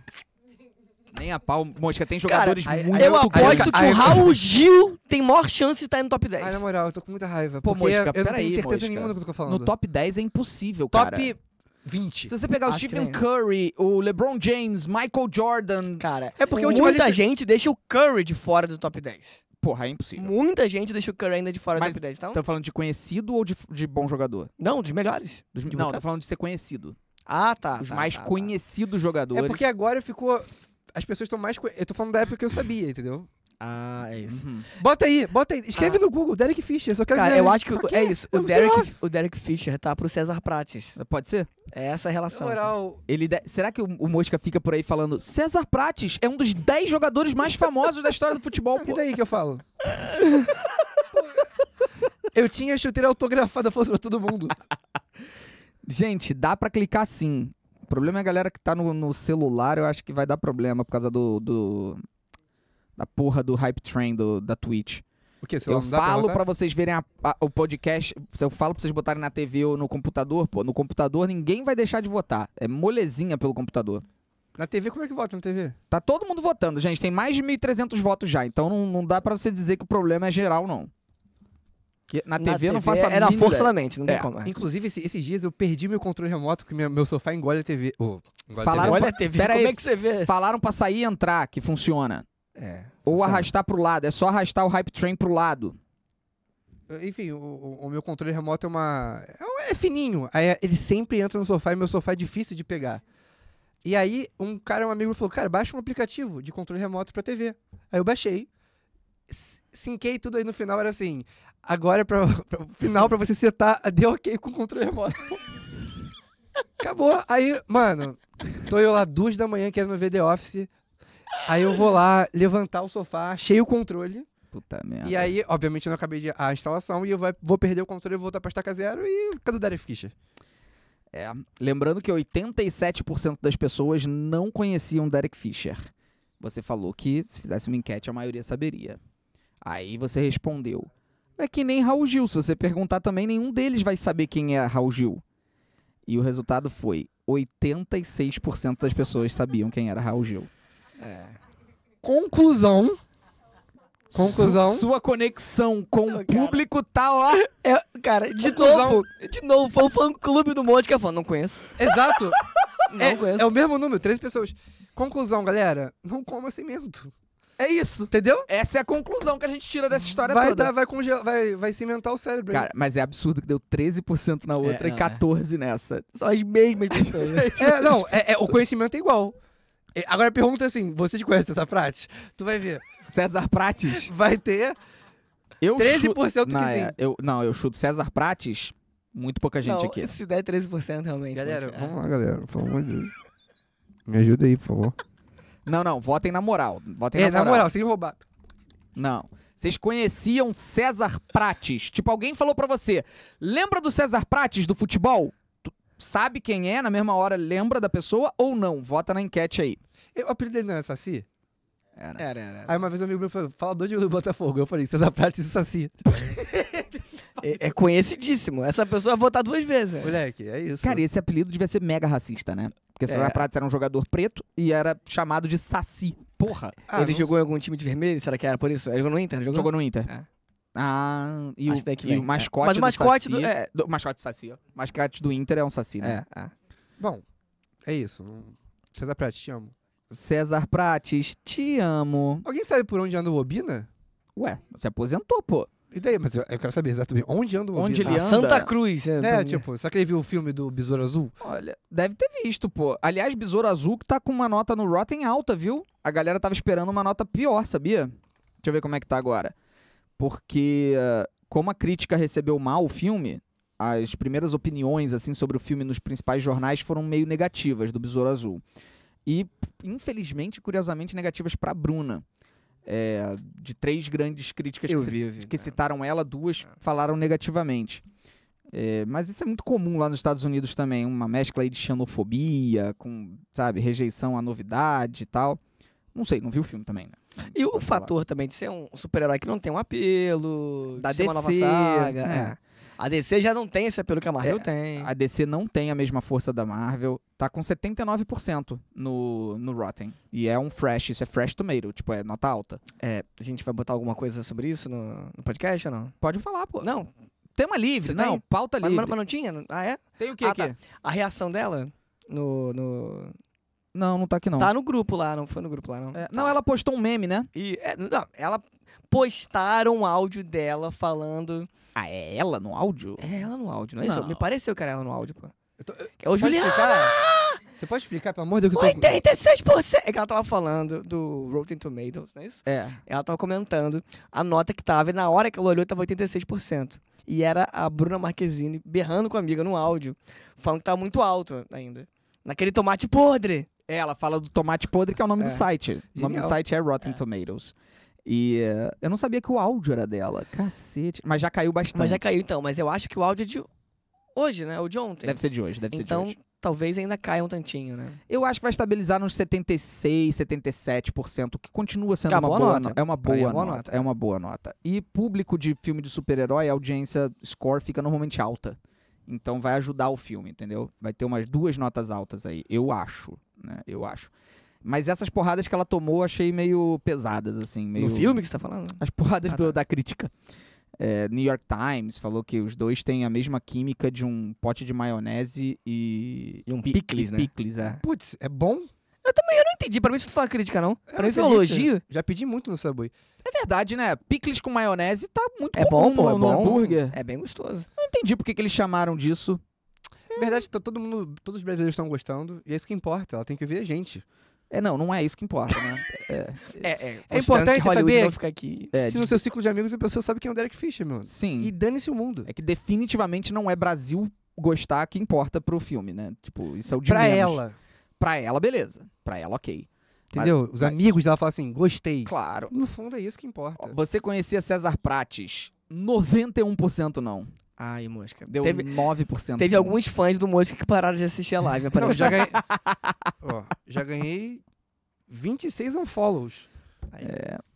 Nem a pau, Mosca, tem Cara, jogadores aí- muito Eu Aí- aposto aí- que aí- o Raul Gil tem maior chance de estar no top dez. Ai, na moral, eu tô com muita raiva. Pô, porque Mosca, eu não peraí, tenho certeza Mosca. nenhuma do que eu tô falando. No top dez é impossível, cara. Top vinte. Se você pegar o Acho que Stephen nem é. Curry, o LeBron James, Michael Jordan... Cara, É porque a última muita lista- gente deixa o Curry de fora do top dez. Porra, é impossível. Muita gente deixa o Curry ainda de fora Mas do top dez. Então, Estão falando de conhecido ou de, de bom jogador? não, dos melhores. Dos- De não, botar- tô falando de ser conhecido. Ah, tá. Os tá, mais tá, tá. conhecidos jogadores. É porque agora ficou... As pessoas estão mais... co- Eu tô falando da época que eu sabia, entendeu? Ah, é isso. Uhum. Bota aí, bota aí. Escreve Ah. no Google, Derek Fisher. Eu só quero Cara, ver. eu acho que Pra o- quê? é isso. O Eu sei lá. Derek, o Derek Fisher tá pro César Prates. Pode ser? É essa a Na relação. assim. moral... Ele de- Será que o, o Mosca fica por aí falando César Prates é um dos dez jogadores mais famosos da história do futebol? E Pô. daí que eu falo? Eu tinha a chuteira autografada, fosse pra todo mundo. Gente, dá pra clicar sim. O problema é a galera que tá no, no celular, eu acho que vai dar problema por causa do... do- da porra do hype train do, da Twitch. O quê? Eu Não dá pra falo votar? pra vocês verem a- a- o podcast, se eu falo pra vocês botarem na T V ou no computador, pô, no computador ninguém vai deixar de votar. É molezinha pelo computador. Na T V, como é que vota na T V? Tá todo mundo votando, gente. Tem mais de mil e trezentos votos já. Então não, não dá pra você dizer que o problema é geral, não. Que na, T V eu não faço a É na mínima força ideia. da mente, não tem É, como. é. Inclusive, esse- esses dias eu perdi meu controle remoto porque minha- meu sofá engole a T V. Oh, engole Falaram a T V. Olha a T V, Pera como aí. é que você vê? Falaram pra sair e entrar, que funciona. É, Ou funciona. arrastar pro lado. É só arrastar o Hype Train pro lado. Enfim, o, o- o meu controle remoto é uma... É, um- é fininho. Aí é- ele sempre entra no sofá e meu sofá é difícil de pegar. E aí, um cara, um amigo, falou, cara, baixa um aplicativo de controle remoto pra T V. Aí eu baixei. s- Sinquei tudo aí no final, era assim... Agora, é pra, pra, o final, pra você setar, deu ok com o controle remoto. Acabou. Aí, mano, tô eu lá duas da manhã querendo ver The Office. Aí eu vou lá levantar o sofá, achei o controle. Puta merda. E aí, obviamente, eu não acabei de, a instalação e eu vai, vou perder o controle, vou voltar pra estaca zero e cadê o Derek Fisher? É, lembrando que oitenta e sete por cento das pessoas não conheciam Derek Fisher. Você falou que se fizesse uma enquete a maioria saberia. Aí você respondeu. É que nem Raul Gil. Se você perguntar também, nenhum deles vai saber quem é Raul Gil. E o resultado foi oitenta e seis por cento das pessoas sabiam quem era Raul Gil. É. Conclusão. Conclusão. Su- sua conexão com Não, o cara. público tá, ó. É, cara, de Conclusão. novo, de novo, foi o fã-clube do Monte que falou, não conheço, Exato. não é, conheço. é o mesmo número, treze pessoas. Conclusão, galera. Não coma cimento. É isso. Entendeu? Essa é a conclusão que a gente tira dessa história Vai, toda. dar, vai, congelar, vai, vai cimentar o cérebro. hein? Cara, mas é absurdo que deu treze por cento na outra É, e não, é. quatorze por cento nessa. São as mesmas pessoas. É, não, é, é, o conhecimento é igual. É, agora a pergunta é assim, você te conhece essa prática? Tu vai ver. César Prates. Vai ter Eu treze chu- por cento não, que sim. é, eu, não, eu chuto César Prates. Muito pouca gente Não, aqui. se der treze por cento realmente. Galera, mas, é. vamos lá, galera. Pelo amor de Deus. Me ajuda aí, por favor. Não, não, votem na moral. Votem É, na moral. na moral, sem roubar. Não. Vocês conheciam César Prates? Tipo, alguém falou pra você, lembra do César Prates do futebol? Tu sabe quem é, na mesma hora lembra da pessoa ou não? Vota na enquete aí. Eu, o apelido dele não era Saci? Era. Era, era. Aí uma vez um amigo meu falou, falador de do Botafogo. Eu falei, César Prates e Saci. É, é conhecidíssimo. Essa pessoa vai votar duas vezes. é. Moleque, é isso. Cara, esse apelido devia ser mega racista, né? Porque César É. Prates era um jogador preto e era chamado de Saci. Porra. Ah, Ele não jogou em algum time de vermelho? Será que era por isso? Ele jogou no Inter? Jogou? Jogou no Inter. É. Ah, e, o, Acho que daí que e vem, o é. mascote Mas o do mascote Saci... do- é. do- mascote do Saci, ó. O mascote do Inter é um Saci, né? É, é. Bom, é isso. não- César Prates, te amo. César Prates, te amo. Alguém sabe por onde anda o Bobina? Ué, você aposentou, pô. E daí? Mas eu, eu quero saber exatamente onde anda o Bobina. Onde ele Ah, anda? Santa Cruz. É, É, tipo, será que ele viu o filme do Besouro Azul? Olha, deve ter visto, pô. Aliás, Besouro Azul que tá com uma nota no Rotten alta, viu? A galera tava esperando uma nota pior, sabia? Deixa eu ver como é que tá agora. Porque, eh, como a crítica recebeu mal o filme, as primeiras opiniões, assim, sobre o filme nos principais jornais foram meio negativas do Besouro Azul. E, infelizmente, curiosamente, negativas pra Bruna. É, de três grandes críticas eu que, vi, eu vi. ci- que citaram ela, duas falaram negativamente. É, mas isso é muito comum lá nos Estados Unidos também, uma mescla aí de xenofobia, com, sabe, rejeição à novidade e tal. Não sei, não vi o filme também, né? E o Pode falar. fator também de ser um super-herói que não tem um apelo, Da de ser uma nova D C, saga. né? É. A D C já não tem esse apelo que a Marvel É, tem. A D C não tem a mesma força da Marvel, tá com setenta e nove por cento no, no Rotten. E é um fresh, isso é fresh tomato, tipo, é nota alta. É, a gente vai botar alguma coisa sobre isso no, no podcast ou não? Pode falar, pô. Não, Tema livre, Você não, tem? pauta mas, livre. mas- mas não tinha? Ah, é? Tem o que Ah, aqui? tá. A reação dela no, no... Não, não tá aqui não. Tá no grupo lá, não foi no grupo lá, não. É, Tá. não, ela postou um meme, né? E, é, não, ela postaram um áudio dela falando... Ah, é ela no áudio? É ela no áudio, não é isso? Não. Me pareceu que era ela no áudio, pô. Eu tô- É o Você pode Juliano! explicar? Você pode explicar, pelo amor de Deus, que eu tô... oitenta e seis por cento! É que ela tava falando do Rotten Tomatoes, não é isso? É. Ela tava comentando a nota que tava, e na hora que ela olhou, tava oitenta e seis por cento. E era a Bruna Marquezine berrando com a amiga no áudio, falando que tava muito alto ainda. Naquele tomate podre. É, ela fala do tomate podre, que é o nome É. do site. O nome do Genial. site é Rotten Tomatoes. E eh, eu não sabia que o áudio era dela. Cacete. Mas já caiu bastante. Mas já caiu então, mas eu acho que o áudio é de hoje, né? Ou de ontem. Deve ser de hoje, deve Então, ser de hoje. talvez ainda caia um tantinho, né? Eu acho que vai estabilizar nos setenta e seis, setenta e sete por cento, que continua sendo Que é uma uma boa boa nota. nota. É uma Pra mim boa é uma boa nota. nota. É uma boa nota. E público de filme de super-herói, a audiência score fica normalmente alta. Então vai ajudar o filme, entendeu? Vai ter umas duas notas altas aí, eu acho, né? Eu acho. Mas essas porradas que ela tomou, eu achei meio pesadas, assim. Meio... No filme que você tá falando? As porradas Ah, do- tá. da crítica. É, New York Times falou que os dois têm a mesma química de um pote de maionese e... E um pi- picles, e né? picles, é. Putz, é bom? Eu não entendi. Pra mim isso não foi uma crítica, não. Pra mim uma isso foi um delícia. elogio. Já pedi muito no Subway. É verdade, né? Picles com maionese tá muito É comum bom, pô. no, É no bom. hambúrguer. É bem gostoso. Não entendi por que que eles chamaram disso. Na verdade, tá todo mundo, todos os brasileiros estão gostando, e é isso que importa, ela tem que ver a gente. É, não, não é isso que importa, né? É, É, é. É importante que Hollywood saber- não fica aqui. É, Se no seu ciclo de amigos a pessoa sabe quem é o Derek Fisher, meu. sim. E dane-se o mundo. É que definitivamente não é Brasil gostar que importa pro filme, né? Tipo, isso é o de Pra menos. ela, Pra ela, beleza. Pra ela, ok. entendeu? Os mas- amigos dela falam assim, gostei. Claro. No fundo é isso que importa. Ó, Você conhecia César Prates? noventa e um por cento não. Ai, mosca. Deu Teve, nove por cento teve sim. alguns fãs do Mosca que pararam de assistir a live. Não, aparentemente. já ganhei... Ó, já ganhei vinte e seis unfollows. Aí.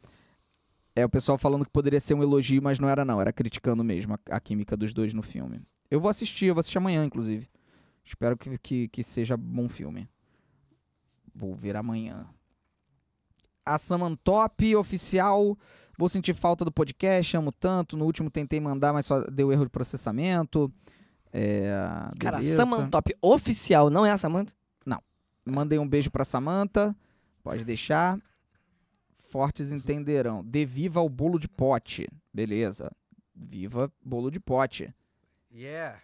É, o pessoal falando que poderia ser um elogio, mas não era não. Era criticando mesmo a, a química dos dois no filme. Eu vou assistir, eu vou assistir amanhã, inclusive. Espero que, que, que seja bom filme. Vou ver amanhã. A Samantop oficial. Vou sentir falta do podcast, amo tanto. No último tentei mandar, mas só deu erro de processamento. É, Cara, beleza. Samantop oficial, não é a Samantha? Mandei um beijo pra Samantha. Pode deixar. Fortes entenderão. Dê viva ao bolo de pote. Beleza. Viva bolo de pote. Yeah.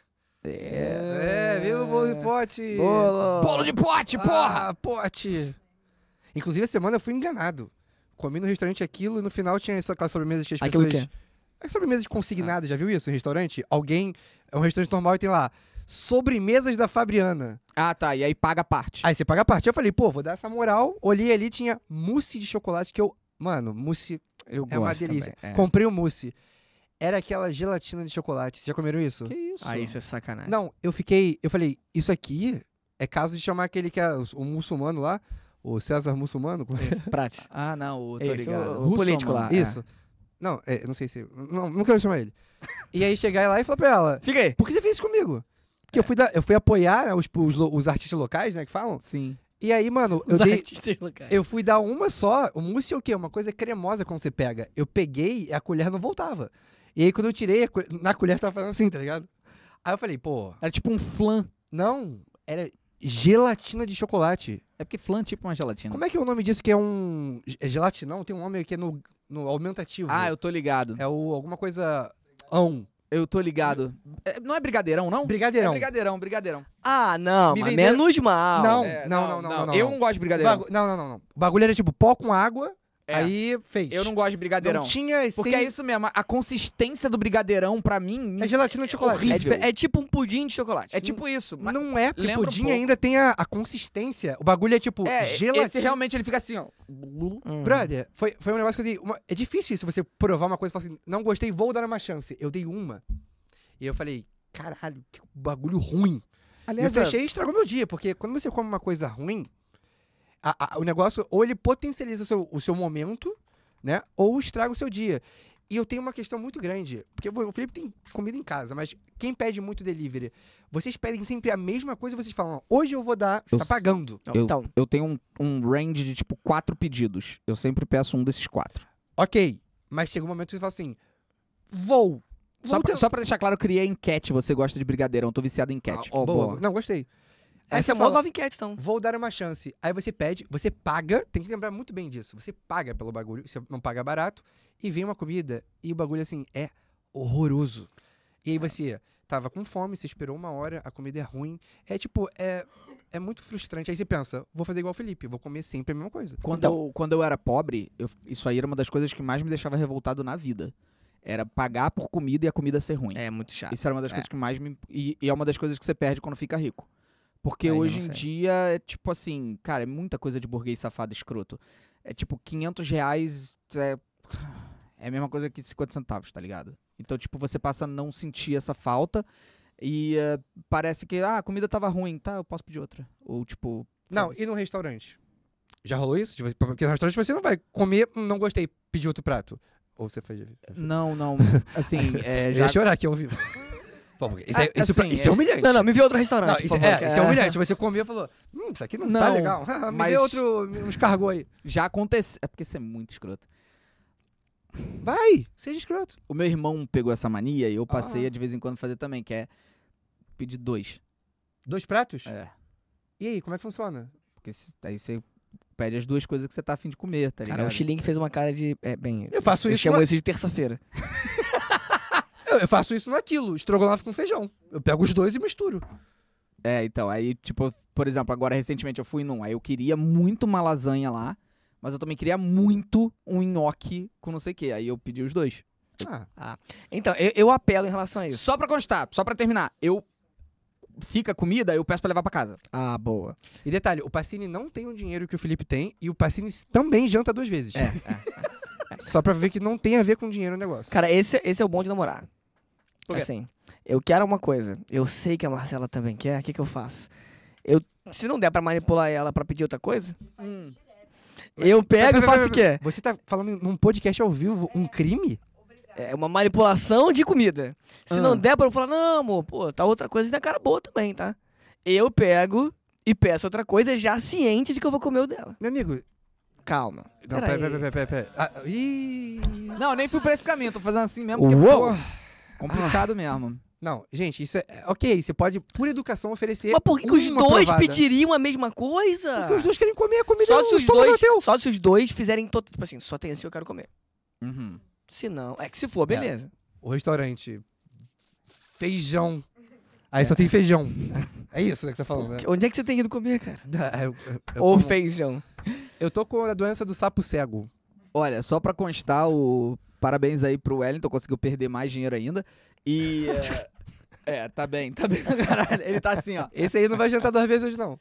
É. É, viu o bolo de pote? Bolo. Bolo de pote, porra! Ah, pote. Inclusive, essa semana eu fui enganado. Comi no restaurante aquilo e no final tinha essa aquela sobremesa que as Aquilo pessoas... que é? As sobremesas consignadas, já viu isso em restaurante? Alguém... É um restaurante normal e tem lá... Sobremesas da Fabriana. Ah, tá. E aí paga a parte. Aí você paga a parte. Eu falei, pô, vou dar essa moral. Olhei ali, tinha mousse de chocolate que eu... Mano, mousse Eu é uma gosto delícia. também, é. Comprei o mousse. Era aquela gelatina de chocolate. Vocês já comeram isso? Que isso? Ah, isso é sacanagem. Não, eu fiquei... Eu falei, isso aqui é caso de chamar aquele que é o, o muçulmano lá. O César muçulmano. como é? Isso, Prate. Ah, não. O, tô Esse, ligado. o- o Russo, político mano. lá. Ah, é. Isso. Não, é, eu não sei se... Não, não quero chamar ele. E aí chegar lá e falar pra ela... Fica aí. Por que você fez isso comigo? Porque eu, fui dar, eu fui apoiar né, os, os, lo- os artistas locais, né, que falam. Sim. E aí, mano, eu, Os dei, artistas locais. eu fui dar uma só. O mousse é o quê? Uma coisa cremosa quando você pega. Eu peguei e a colher não voltava. E aí, quando eu tirei, a colher- na colher tava fazendo assim, tá ligado? Aí eu falei, pô, Era tipo um flan. não, era gelatina de chocolate. É porque flan é tipo uma gelatina. Como é que é o nome disso que é um... É gelatinão? Tem um nome que é no, no aumentativo. Ah, eu tô ligado. É o alguma coisa... Ão. Eu tô ligado. É, não é brigadeirão, não? Brigadeirão. É brigadeirão, brigadeirão. Ah, não, Me mas venderam- menos mal. Não. É, não, não, não, não, Eu não. não gosto de O brigadeirão. bagu- Não, não, não, não. O bagulho era tipo pó com água, É. aí fez. Eu não gosto de brigadeirão. Não tinha esse... Porque é isso mesmo, a consistência do brigadeirão, pra mim, É gelatina de chocolate. horrível. É, dife- é tipo um pudim de chocolate. é tipo isso. mas- Não é, porque lembra um pudim pouco. ainda tem a, a consistência. O bagulho é tipo É, gelatina. esse realmente ele fica assim, ó. Hum. Brother, foi, foi um negócio que eu dei... uma- É difícil isso, você provar uma coisa e falar assim, não gostei, vou dar uma chance. Eu dei uma. E eu falei, caralho, que bagulho ruim. E eu Aliás, é- fechei e estragou meu dia, porque quando você come uma coisa ruim, a- a- o negócio, ou ele potencializa o seu, o seu momento, né? Ou estraga o seu dia. E eu tenho uma questão muito grande, porque o Felipe tem comida em casa, mas quem pede muito delivery, vocês pedem sempre a mesma coisa e vocês falam, ó, hoje eu vou dar, você Eu tá s- pagando. Não, eu, então, eu tenho um, um range de tipo quatro pedidos. Eu sempre peço um desses quatro. Ok, mas chega um momento que você fala assim, vou. Só vou pra, ter- só pra deixar claro, eu criei enquete. Você gosta de brigadeirão? Tô viciado em enquete. Ó, boa. boa. Não, gostei. Aí essa é você uma fala, nova enquete, então. vou dar uma chance. Aí você pede, você paga, tem que lembrar muito bem disso. Você paga pelo bagulho, você não paga barato, e vem uma comida, e o bagulho assim, é horroroso. E aí você tava com fome, você esperou uma hora, a comida é ruim. É tipo, é, é muito frustrante. Aí você pensa, vou fazer igual o Felipe, vou comer sempre a mesma coisa. Quando, Então. eu, quando eu era pobre, eu- isso aí era uma das coisas que mais me deixava revoltado na vida. Era pagar por comida e a comida ser ruim. É muito chato. Isso era uma das É. coisas que mais me... E, e é uma das coisas que você perde quando fica rico. Porque Aí eu hoje não em sei. dia é tipo assim... Cara, é muita coisa de burguês safado escroto. É tipo, quinhentos reais é... É a mesma coisa que cinquenta centavos, tá ligado? Então, tipo, você passa a não sentir essa falta. E eh, parece que, ah, a comida tava ruim, tá, eu posso pedir outra. Ou tipo... Não, foda-se. e no restaurante? Já rolou isso? Tipo, porque no restaurante você não vai comer, hum, não gostei, pedir outro prato. Ou você fez... Não, não, assim, é, Eu já... ia chorar aqui ao vivo. Pô, porque isso, é, Ah, isso, pra- assim, isso é é- humilhante. Não, não, me vê outro Não, restaurante, isso, por favor, é, que isso é humilhante. Você comeu e falou, hum, isso aqui não, tá Não, legal. Me mas- vê outro, uns cargos aí. Já aconteceu... É porque isso é muito escroto. Vai, seja escroto. O meu irmão pegou essa mania e eu passei Ah. a de vez em quando fazer também, que é pedir dois. Dois pratos? É. E aí, como é que funciona? Porque se- aí você pede as duas coisas que você tá afim de comer, tá ligado? Cara, o Xiling fez uma cara de... É, bem, Eu faço eu isso chamo na- isso de terça-feira. Eu, eu faço isso naquilo, estrogonofe com feijão. Eu pego os dois e misturo. É, então, aí, tipo, por exemplo, agora recentemente eu fui num, aí eu queria muito uma lasanha lá, mas eu também queria muito um nhoque com não sei o que, aí eu pedi os dois. Ah, Então, eu, eu apelo em relação a isso. Só pra constar, só pra terminar, eu... Fica comida, eu peço pra levar pra casa. Ah, boa. e detalhe, o Pacini não tem o dinheiro que o Felipe tem e o Pacini também janta duas vezes. É, Só pra ver que não tem a ver com dinheiro o negócio. Cara, esse, esse é o bom de namorar. Por quê? Assim, eu quero uma coisa. Eu sei que a Marcela também quer. O que, que eu faço? Eu, se não der pra manipular ela pra pedir outra coisa, Hum. eu pego e Pera, faço o pera, pera, quê? Você tá falando num podcast ao vivo um crime? É uma manipulação de comida. Se Ah. não der pra eu falar, não, amor, pô, tá outra coisa e tem cara boa também, tá? Eu pego e peço outra coisa já ciente de que eu vou comer o dela. Meu amigo. Calma. Não, Pera pera, aí. pera, pera, pera. pera. Ah, ih. Não, eu nem fui pra esse caminho, tô fazendo assim mesmo, porque, Uou! pô, complicado mesmo. Não, gente, isso é. Ok, você pode, por educação, oferecer. Mas por que, que os uma dois provada. pediriam a mesma coisa? Porque os dois querem comer a comida Só do se os estômago dois, teu. só se os dois fizerem todo, tipo assim, só tem esse que eu quero comer. Uhum. Se não, é que se for, beleza. O restaurante. Feijão. Aí só tem feijão. É isso né, que você tá falando, né? Onde é que você tem ido comer, cara? Ah, eu, eu- eu Ou como- feijão. eu tô com a doença do sapo cego. Olha, só pra constar, o parabéns aí pro Wellington, conseguiu perder mais dinheiro ainda. E. É, é, tá bem, tá bem. Caralho, ele tá assim, ó. Esse aí não vai jantar duas vezes hoje, não.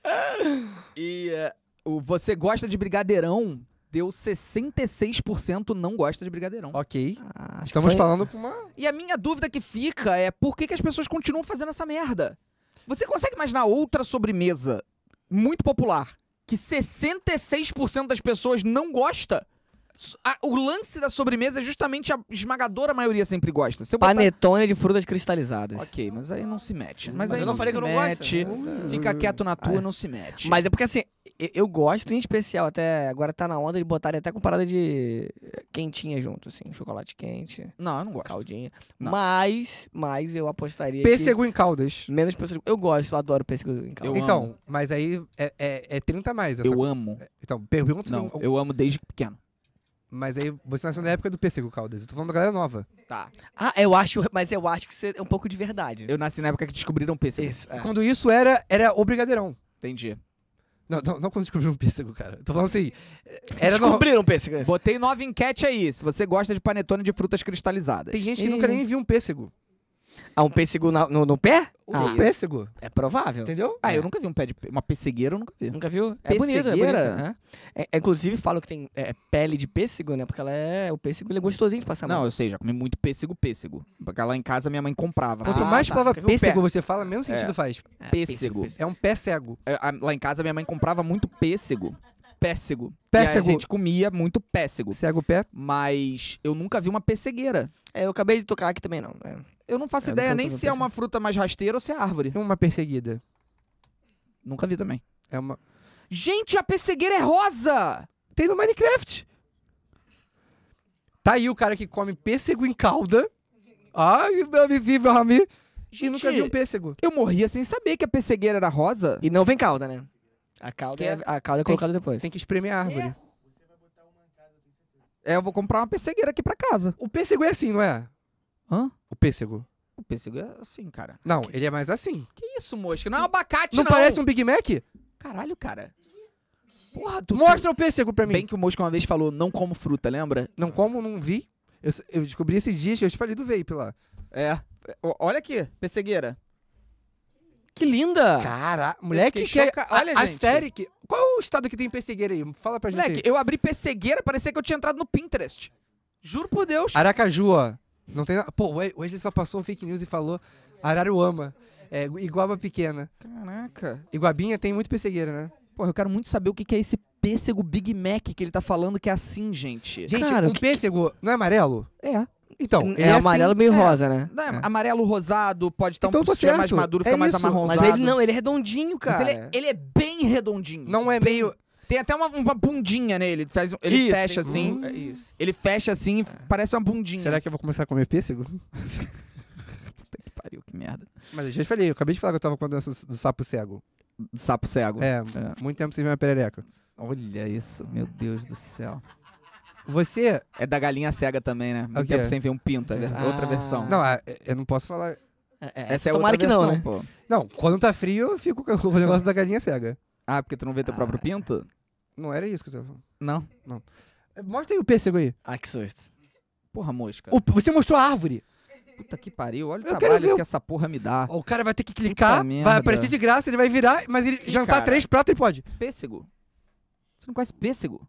E é, o Você Gosta de Brigadeirão deu sessenta e seis por cento não gosta de Brigadeirão. Ok. Ah, acho que Estamos foi- falando com uma. E a minha dúvida que fica é por que, que as pessoas continuam fazendo essa merda? Você consegue imaginar outra sobremesa muito popular que sessenta e seis por cento das pessoas não gosta? S- a- o lance da sobremesa é justamente a esmagadora maioria sempre gosta. Se eu botar- Panetone de frutas cristalizadas. Ok, mas aí não se mete. Mas, Mas aí eu não não falei se que eu não gosto. mete. Fica quieto na tua, não se mete. Mas é porque assim, eu, eu gosto em especial, até agora tá na onda de botarem até com parada de eh, quentinha junto, assim, chocolate quente, Não, eu não gosto. caldinha. Não. Mas, mas eu apostaria Pêssego em caldas. que menos pessoas... Eu gosto, eu adoro pêssego em calda. Eu então, amo. mas aí é, é, é trinta a mais. Essa... Eu amo. Então, pergunta se Não, não- eu amo desde pequeno. Mas aí você nasceu na época do pêssego caldas. Eu tô falando da galera nova. Tá. Ah, eu acho, mas eu acho que isso é um pouco de verdade. Eu nasci na época que descobriram pêssego. Isso, é. Quando isso era, era o brigadeirão. Entendi. Não, não, não quando descobriram pêssego, cara. Eu tô falando assim. Era no... Descobriram pêssego. isso. Botei nova enquete aí. Se você gosta de panetone de frutas cristalizadas. Tem gente que Ih. nunca nem viu um pêssego. Ah, um pêssego na- no, no pé? Um Ah, pêssego. é provável. Entendeu? Ah, É. eu nunca vi um pé de... Uma pessegueira eu nunca vi. Nunca viu? É bonito, é bonito. Pessegueira? É, é, inclusive, falam que tem é, pele de pêssego, né? Porque ela é. O pêssego ele é gostosinho de passar a Não, mão. eu sei, já comi muito pêssego, pêssego. Porque lá em casa minha mãe comprava. Quanto Ah, mais tá. palavra Nunca viu um pêssego pé. você fala, menos sentido É. faz. É, pêssego. É um pé cego. É, a- Lá em casa minha mãe comprava muito pêssego. Pêssego. Pêssego. E a gente comia muito pêssego. Cego pé. Mas eu nunca vi uma pessegueira. É, eu acabei de tocar aqui também, não. É. Eu não faço Eu ideia nunca nem vi se é pêssego. uma fruta mais rasteira ou se é árvore. E uma perseguida. Nunca vi também. É uma. Gente, a pessegueira é rosa! Tem no Minecraft. Tá aí o cara que come pêssego em calda. Ai, meu visível, Rami. E Gente, nunca viu um pêssego. eu morria sem saber que a pessegueira era rosa. E não vem calda, né? A calda Que é, é- a calda é tem colocada depois. Tem que espremer a árvore. É, eu vou comprar uma pessegueira aqui pra casa. O pêssego é assim, não é? Hã? O pêssego. O pêssego é assim, cara. Não, ele é mais assim. Que isso, mosca? Não é um abacate, Não, não. parece um Big Mac? Caralho, cara. Porra, tu... Mostra o pêssego pra mim. Bem que o Mosca uma vez falou, não como fruta, lembra? Não como, não vi. Eu, eu descobri esses dias que eu te falei do vape lá. É. O- Olha aqui, pessegueira. Que linda! Cara, moleque fiquei que choca- é Olha, a- gente. Aesthetic. Qual é o estado que tem pessegueira aí? Fala pra gente Moleque, aí. eu abri pessegueira, parecia que eu tinha entrado no Pinterest. Juro por Deus. Aracaju, ó. Não tem nada. Pô, o We- o Wesley só passou fake news e falou Araruama. É, iguaba pequena. Caraca. Iguabinha tem muito pessegueira, né? Porra, eu quero muito saber o que que é esse pêssego Big Mac que ele tá falando que é assim, gente. Gente, Cara, um o que- pêssego não é amarelo? É. Então, É, ele é amarelo assim, meio é. rosa, né? Não, é É. Amarelo rosado, pode estar Então um eu tô pouquinho mais certo. maduro, É fica mais isso. amarronzado. Mas ele não, ele é redondinho, Mas cara. ele, é- ele é bem redondinho. Não é Bem- meio... Tem até uma, uma bundinha nele. Faz, ele Isso, fecha tem- assim. Hum, é isso. Ele fecha assim, parece uma bundinha. Será que eu vou começar a comer pêssego? Que pariu, que merda. Mas eu já te falei, eu acabei de falar que eu tava com a doença do sapo cego. Sapo cego. É, É. muito tempo sem ver uma perereca. Olha isso, meu Deus do céu. Você... É da galinha cega também, né? O Muito quê? tempo sem ver um pinto, é vers- Ah. outra versão. Não, ah, eu não posso falar... É, é, Essa é tomara outra que não, versão, né? pô. Não, quando tá frio, eu fico com o negócio da galinha cega. Ah, porque tu não vê teu Ah. próprio pinto? Não era isso que eu tava falando. Não. Mostra aí o pêssego aí. Ah, que susto. Porra, mosca. O- você mostrou a árvore. Puta que pariu, olha o Eu quero trabalho ver o- que essa porra me dá. O cara vai ter que clicar, Puta merda. vai aparecer de graça, ele vai virar, mas ele Que jantar cara? três pratos ele pode. Pêssego. Você não conhece pêssego?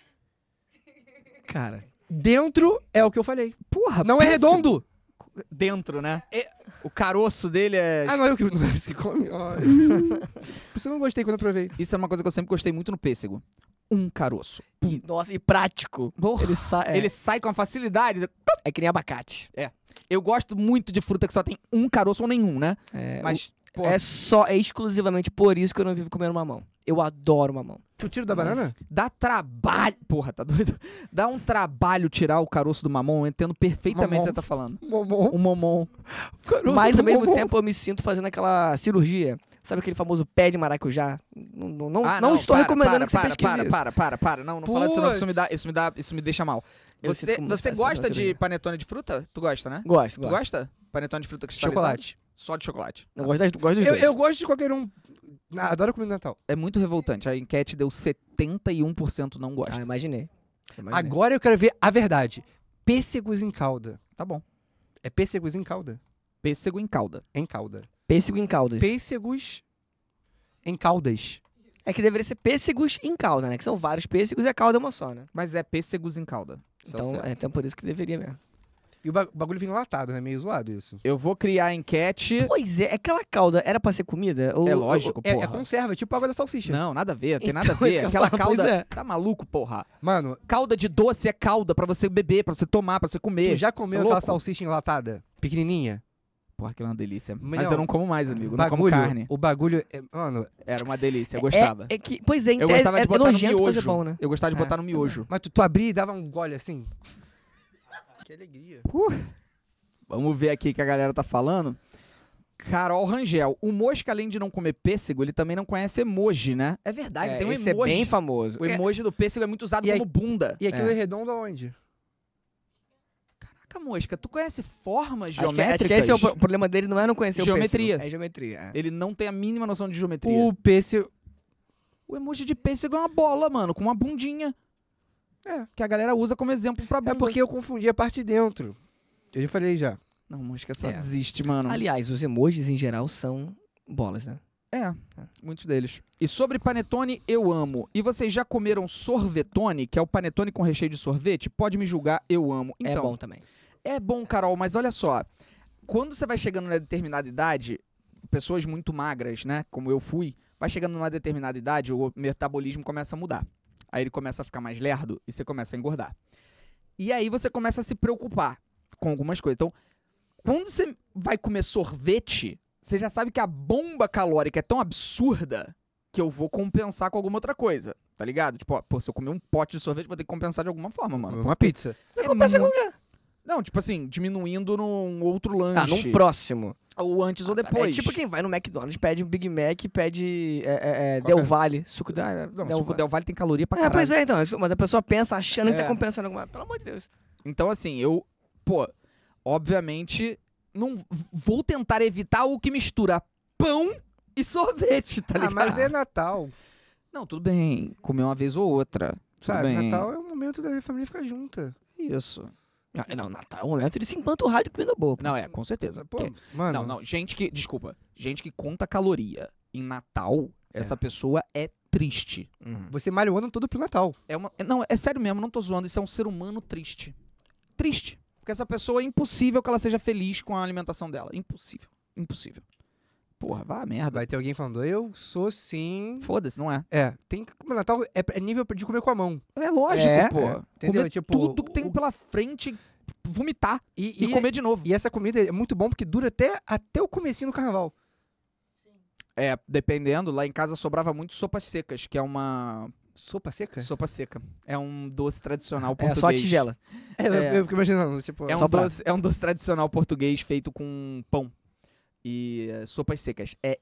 Cara. Dentro é o que eu falei. Porra, Não é pêssego. redondo. Dentro, né? É- O caroço dele é... Ah, não é o que, não é isso que come. Ai. Por isso eu não gostei quando eu provei. Isso é uma coisa que eu sempre gostei muito no pêssego. Um caroço. E, nossa, e prático. Porra. Ele sai. É, Ele sai com a facilidade. é que nem abacate. Eu gosto muito de fruta que só tem um caroço ou nenhum, né? É, Mas, o- é só, é exclusivamente por isso que eu não vivo comendo mamão. Eu adoro mamão. Tu tira da banana? dá trabalho. Porra, tá doido? Dá um trabalho tirar o caroço do mamão, eu entendo perfeitamente o que Mamão. você tá falando. Momon. O momon. Caroço Mas do ao mesmo momon. tempo eu me sinto fazendo aquela cirurgia. Sabe aquele famoso pé de maracujá? Não, não, não, Ah, não estou para, recomendando para, que você para, pesquise para, isso. para, para, para. Não, não fala disso não, que isso me, Puts. dá, isso, me dá, isso me deixa mal. Eu Você, sinto como se você tivesse gosta fazendo de cirurgia. panetone de fruta? Tu gosta, né? Gosto, Tu gosto. gosta? Panetone de fruta cristalizado? Chocolate. Só de chocolate. Eu gosto, das, gosto dos Eu, dois. eu gosto de qualquer um. Ah, adoro comida de Natal. É muito revoltante. A enquete deu setenta e um por cento não gosta. Ah, imaginei. imaginei. Agora eu quero ver a verdade. Pêssegos em calda. Tá bom. É pêssegos em calda? Pêssego em calda. Em calda. Pêssego em caldas. Pêssegos em caldas. É que deveria ser pêssegos em calda, né? Que são vários pêssegos e a calda é uma só, né? Mas é pêssegos em calda. Isso é o Então, certo. é, então por isso que deveria mesmo. E o ba- bagulho vem enlatado, né? Meio zoado isso. Eu vou criar a enquete. Pois é, aquela calda era pra ser comida? Ou, É lógico, É, porra. é conserva, é tipo água da salsicha. Não, nada a ver, tem Então, nada a isso ver. que eu Aquela falo, calda. pois é. Tá maluco, porra? Mano, Calda de doce é calda pra você beber, pra você tomar, pra você comer. tu já Você comeu é aquela louco? salsicha enlatada? Pequenininha? Porra, aquilo é uma delícia. Mas Melhor. eu não como mais, amigo. Não como bagulho, carne. O bagulho, é, mano... Era uma delícia, eu É- gostava. É, que, pois é, em Eu tese, gostava de é, é botar no nojento, mas é miojo. bom, né? Eu gostava de É, botar no miojo. Mas tu, tu abria e dava um gole assim? Que alegria. Vamos ver aqui o que a galera tá falando. Carol Rangel. O Mosca, além de não comer pêssego, ele também não conhece emoji, né? É verdade, É, tem um esse emoji. é bem famoso. O emoji do pêssego é muito usado E aí- como bunda. E aquilo É. é, redondo aonde? Caraca, Mosca, tu conhece formas Acho que, geométricas? acho que esse é o, pro- o problema dele, não é não conhecer Geometria. o pêssego. É geometria. é. Ele não tem a mínima noção de geometria. O pêssego... O emoji de pêssego é uma bola, mano, com uma bundinha. É. Que a galera usa como exemplo pra bunda. É porque eu confundi a parte de dentro. Eu já falei já. Não, Mosca, só É. desiste, mano. Aliás, os emojis em geral são bolas, né? É, muitos deles. E sobre panetone, eu amo. E vocês já comeram sorvetone, que é o panetone com recheio de sorvete? Pode me julgar, eu amo. Então, é bom também. É bom, Carol, mas olha só. Quando você vai chegando na determinada idade, pessoas muito magras, né? Como eu fui, vai chegando numa determinada idade, o metabolismo começa a mudar. Aí ele começa a ficar mais lerdo e você começa a engordar. E aí você começa a se preocupar com algumas coisas. Então, quando você vai comer sorvete, você já sabe que a bomba calórica é tão absurda que eu vou compensar com alguma outra coisa, tá ligado? Tipo, ó, pô, se eu comer um pote de sorvete, vou ter que compensar de alguma forma, mano. Uma pizza. É Compensa mu- com o quê? Não, tipo assim, diminuindo num outro lanche. Ah, num próximo. Ou antes ou depois. É tipo quem vai no McDonald's, pede um Big Mac, pede é, é, é, Qual Del é? Valle, suco da... Não, Del suco Valle. Del Valle tem caloria pra É, caralho. pois é, então. Mas a pessoa pensa achando que É. tá compensando alguma... Pelo amor de Deus. Então, assim, eu, pô, obviamente, não vou tentar evitar o que mistura pão e sorvete, tá Ah, ligado? mas é Natal. Não, tudo bem. Comer uma vez ou outra. Tudo Sabe, bem. Natal é o momento da família ficar junta. Isso. Ah, não, Natal é o momento de se empanturrar de comida boa. pô. Não, é, com certeza. Pô, Porque- mano. Não, não, gente que, desculpa, gente que conta caloria em Natal, essa pessoa é triste. Uhum. Você malha o ano todo pro Natal. É uma, é- não, é sério mesmo, não tô zoando, isso é um ser humano triste. Triste. Porque essa pessoa é impossível que ela seja feliz com a alimentação dela. Impossível. impossível. Porra, vá a merda. Vai ter alguém falando, eu sou sim... Foda-se, não é? É, tem que... O Natal é, é nível de comer com a mão. É lógico, É, pô. é, entendeu? Comer Tipo, tudo que tem o- pela frente, vomitar E, e, e, comer de novo. e essa comida é muito bom porque dura até, até o comecinho do carnaval. É, dependendo, lá em casa sobrava muito sopas secas, que é uma Sopa seca? sopa seca. É um doce tradicional É português. só a tigela. É, eu- É. eu fico imaginando, tipo... É um, Só prato. doce, é um doce tradicional português feito com pão e eh, sopas secas. É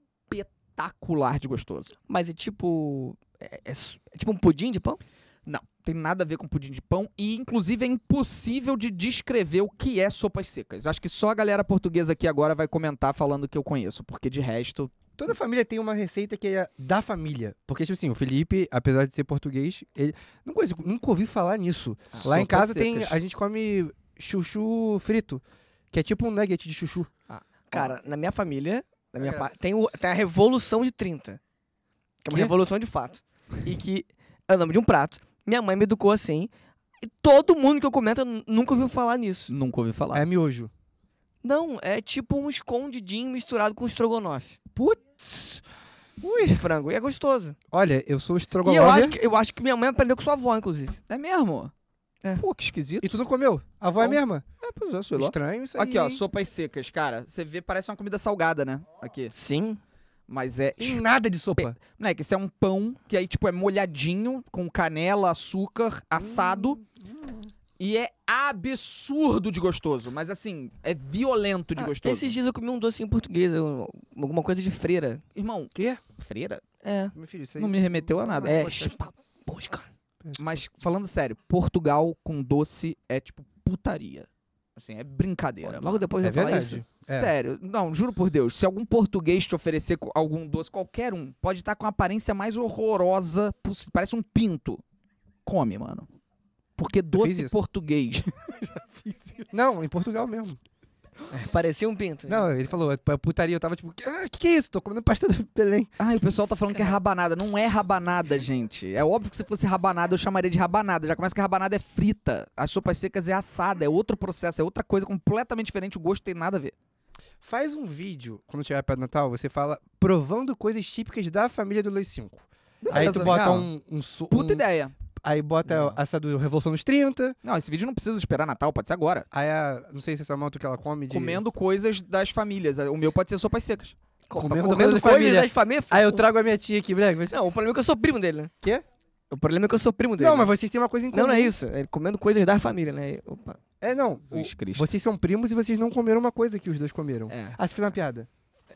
espetacular de gostoso. Mas é tipo. É, é s- é tipo um pudim de pão? Não, tem nada a ver com pudim de pão e, inclusive, é impossível de descrever o que é sopas secas. Acho que só a galera portuguesa aqui agora vai comentar falando que eu conheço, porque de resto... Toda família tem uma receita que é da família. Porque, tipo assim, o Felipe, apesar de ser português, ele... Não conheço, nunca ouvi falar nisso. Lá em Sopas casa tem... secas. A gente come chuchu frito, que é tipo um nugget de chuchu. Cara, na minha família, na minha É. pa- tem, o- tem a Revolução de trinta. Que é uma Quê? revolução de fato. E que é o nome de um prato. Minha mãe me educou assim. E todo mundo que eu comento n- nunca ouviu falar nisso. Nunca ouvi falar. É miojo. Não, é tipo um escondidinho misturado com estrogonofe Putz! de frango. E é gostoso. Olha, eu sou E eu estrogonofe. acho, que, eu acho que minha mãe aprendeu com sua avó, inclusive. É mesmo? É. Pô, que esquisito. E tu não comeu? A avó é a Não. mesma? É, pois é, sei lá. Estranho isso aí. Aqui, ó, hein? sopas secas, cara. Você vê, parece uma comida salgada, né? Aqui. Sim. Mas é... Tem nada de sopa. Né, que esse é um pão que aí, tipo, é molhadinho, com canela, açúcar, assado. E é absurdo de gostoso. Mas, assim, é violento de Ah, gostoso. esses dias eu comi um docinho português, eu- alguma coisa de freira. Irmão, Quê? freira? É. Meu filho, isso aí... Não me remeteu a nada. É, poxa. chupa busca. Mas, falando sério, Portugal com doce é, tipo, putaria. Assim, é brincadeira. Logo depois É eu falar verdade. isso. É. Sério, não, juro por Deus, se algum português te oferecer co- algum doce, qualquer um, pode estar com a aparência mais horrorosa, poss- parece um pinto. Come, mano. Porque fiz doce isso. português. Não, em Portugal mesmo. Parecia um pinto. Não, ele falou, é putaria. Eu tava tipo, ah, que que é isso? Tô comendo pasta do Belém. Ai, o pessoal tá falando que é rabanada. Não é rabanada, gente. É óbvio que se fosse rabanada, eu chamaria de rabanada. Já começa que a rabanada é frita. As sopas secas é assada, é outro processo, é outra coisa completamente diferente. O gosto tem nada a ver. Faz um vídeo, quando chegar perto do Natal, você fala provando coisas típicas da família do Luiz cinco. Aí tu Beleza, bota legal. um... um, su- Puta um- ideia. Aí bota Não. essa do Revolução dos trinta. Não, esse vídeo não precisa esperar Natal, pode ser agora. Aí a... Não sei se essa moto que ela come de... Comendo coisas das famílias. O meu pode ser sopas secas. Comendo Comendo, coisa de coisas família. das famílias. Aí eu trago a minha tia aqui, moleque. Não, o problema é que eu sou primo dele, né? Quê? O problema é que eu sou primo dele. Não, mas vocês têm uma coisa em comum. Não, não é isso. É comendo coisas da família, né? Opa. É, não. Jesus o- Cristo. Vocês são primos e vocês não comeram uma coisa que os dois comeram. É. Ah, você fez uma piada.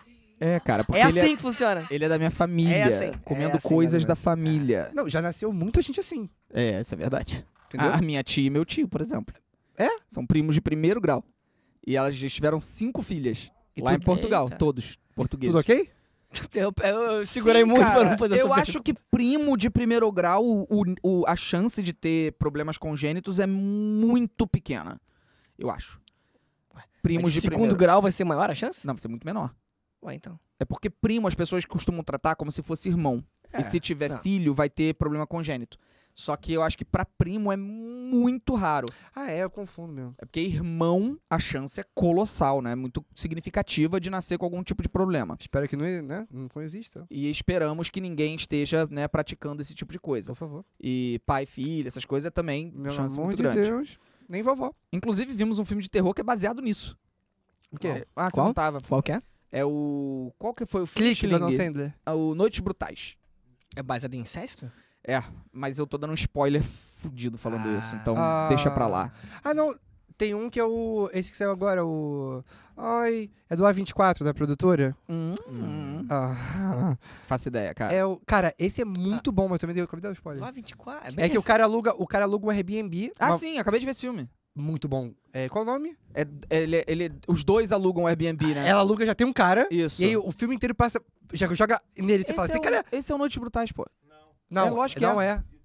É, cara, porque É ele, assim é, que funciona. ele é da minha família. É assim, Comendo é assim, coisas mais ou da menos. família. Não, já nasceu muita gente assim. É, isso é verdade. Entendeu? A minha tia e meu tio, por exemplo. É? São primos de primeiro grau. E elas já tiveram cinco filhas. E lá tudo- em Portugal, Eita. todos portugueses. Tudo ok? Eu, eu, eu segurei Sim, muito cara, pra não fazer Eu essa acho que primo de primeiro grau, o, o- a chance de ter problemas congênitos é muito pequena. Eu acho. Primos Mas de de segundo primeiro... grau vai ser maior a chance? Não, vai ser muito menor. Ué, então. É porque primo as pessoas costumam tratar como se fosse irmão. É, e se tiver não. filho, vai ter problema congênito. Só que eu acho que pra primo é muito raro. Ah, é, eu confundo mesmo. É porque irmão, a chance é colossal, né? Muito significativa de nascer com algum tipo de problema. Espero que não, né? não exista. E esperamos que ninguém esteja, né, praticando esse tipo de coisa. Por favor. E pai, filha, essas coisas é também Meu chance amor muito de grande. Deus. Nem vovó. Inclusive, vimos um filme de terror que é baseado nisso. O quê? Ah, você Qual? não tava. Qual que é? É o... Qual que foi o filme? Clique do Adam Schilling? Sandler. É o Noites Brutais. É baseado em incesto? É, mas eu tô dando um spoiler fudido falando Ah. isso, então Ah. deixa pra lá. Ah, não. Tem um que é o... Esse que saiu agora, o... Ai... É do A vinte e quatro, da produtora? Hum, Hum. Ah. Faço ideia, cara. É o... Cara, esse é muito bom, mas também deu... Acabei de dar um spoiler. Lá vinte e quatro? bem É que o recente. cara aluga, o cara aluga um Airbnb. Ah, uma- sim, acabei de ver esse filme. Muito bom. É, qual o nome? É, ele, ele, os dois alugam o Airbnb, né? Ela aluga, já tem um cara. Isso. E aí o filme inteiro passa... Já joga nele. Você esse, fala é assim, o, cara... esse é o Noites Brutais, pô. Não, é lógico que não é.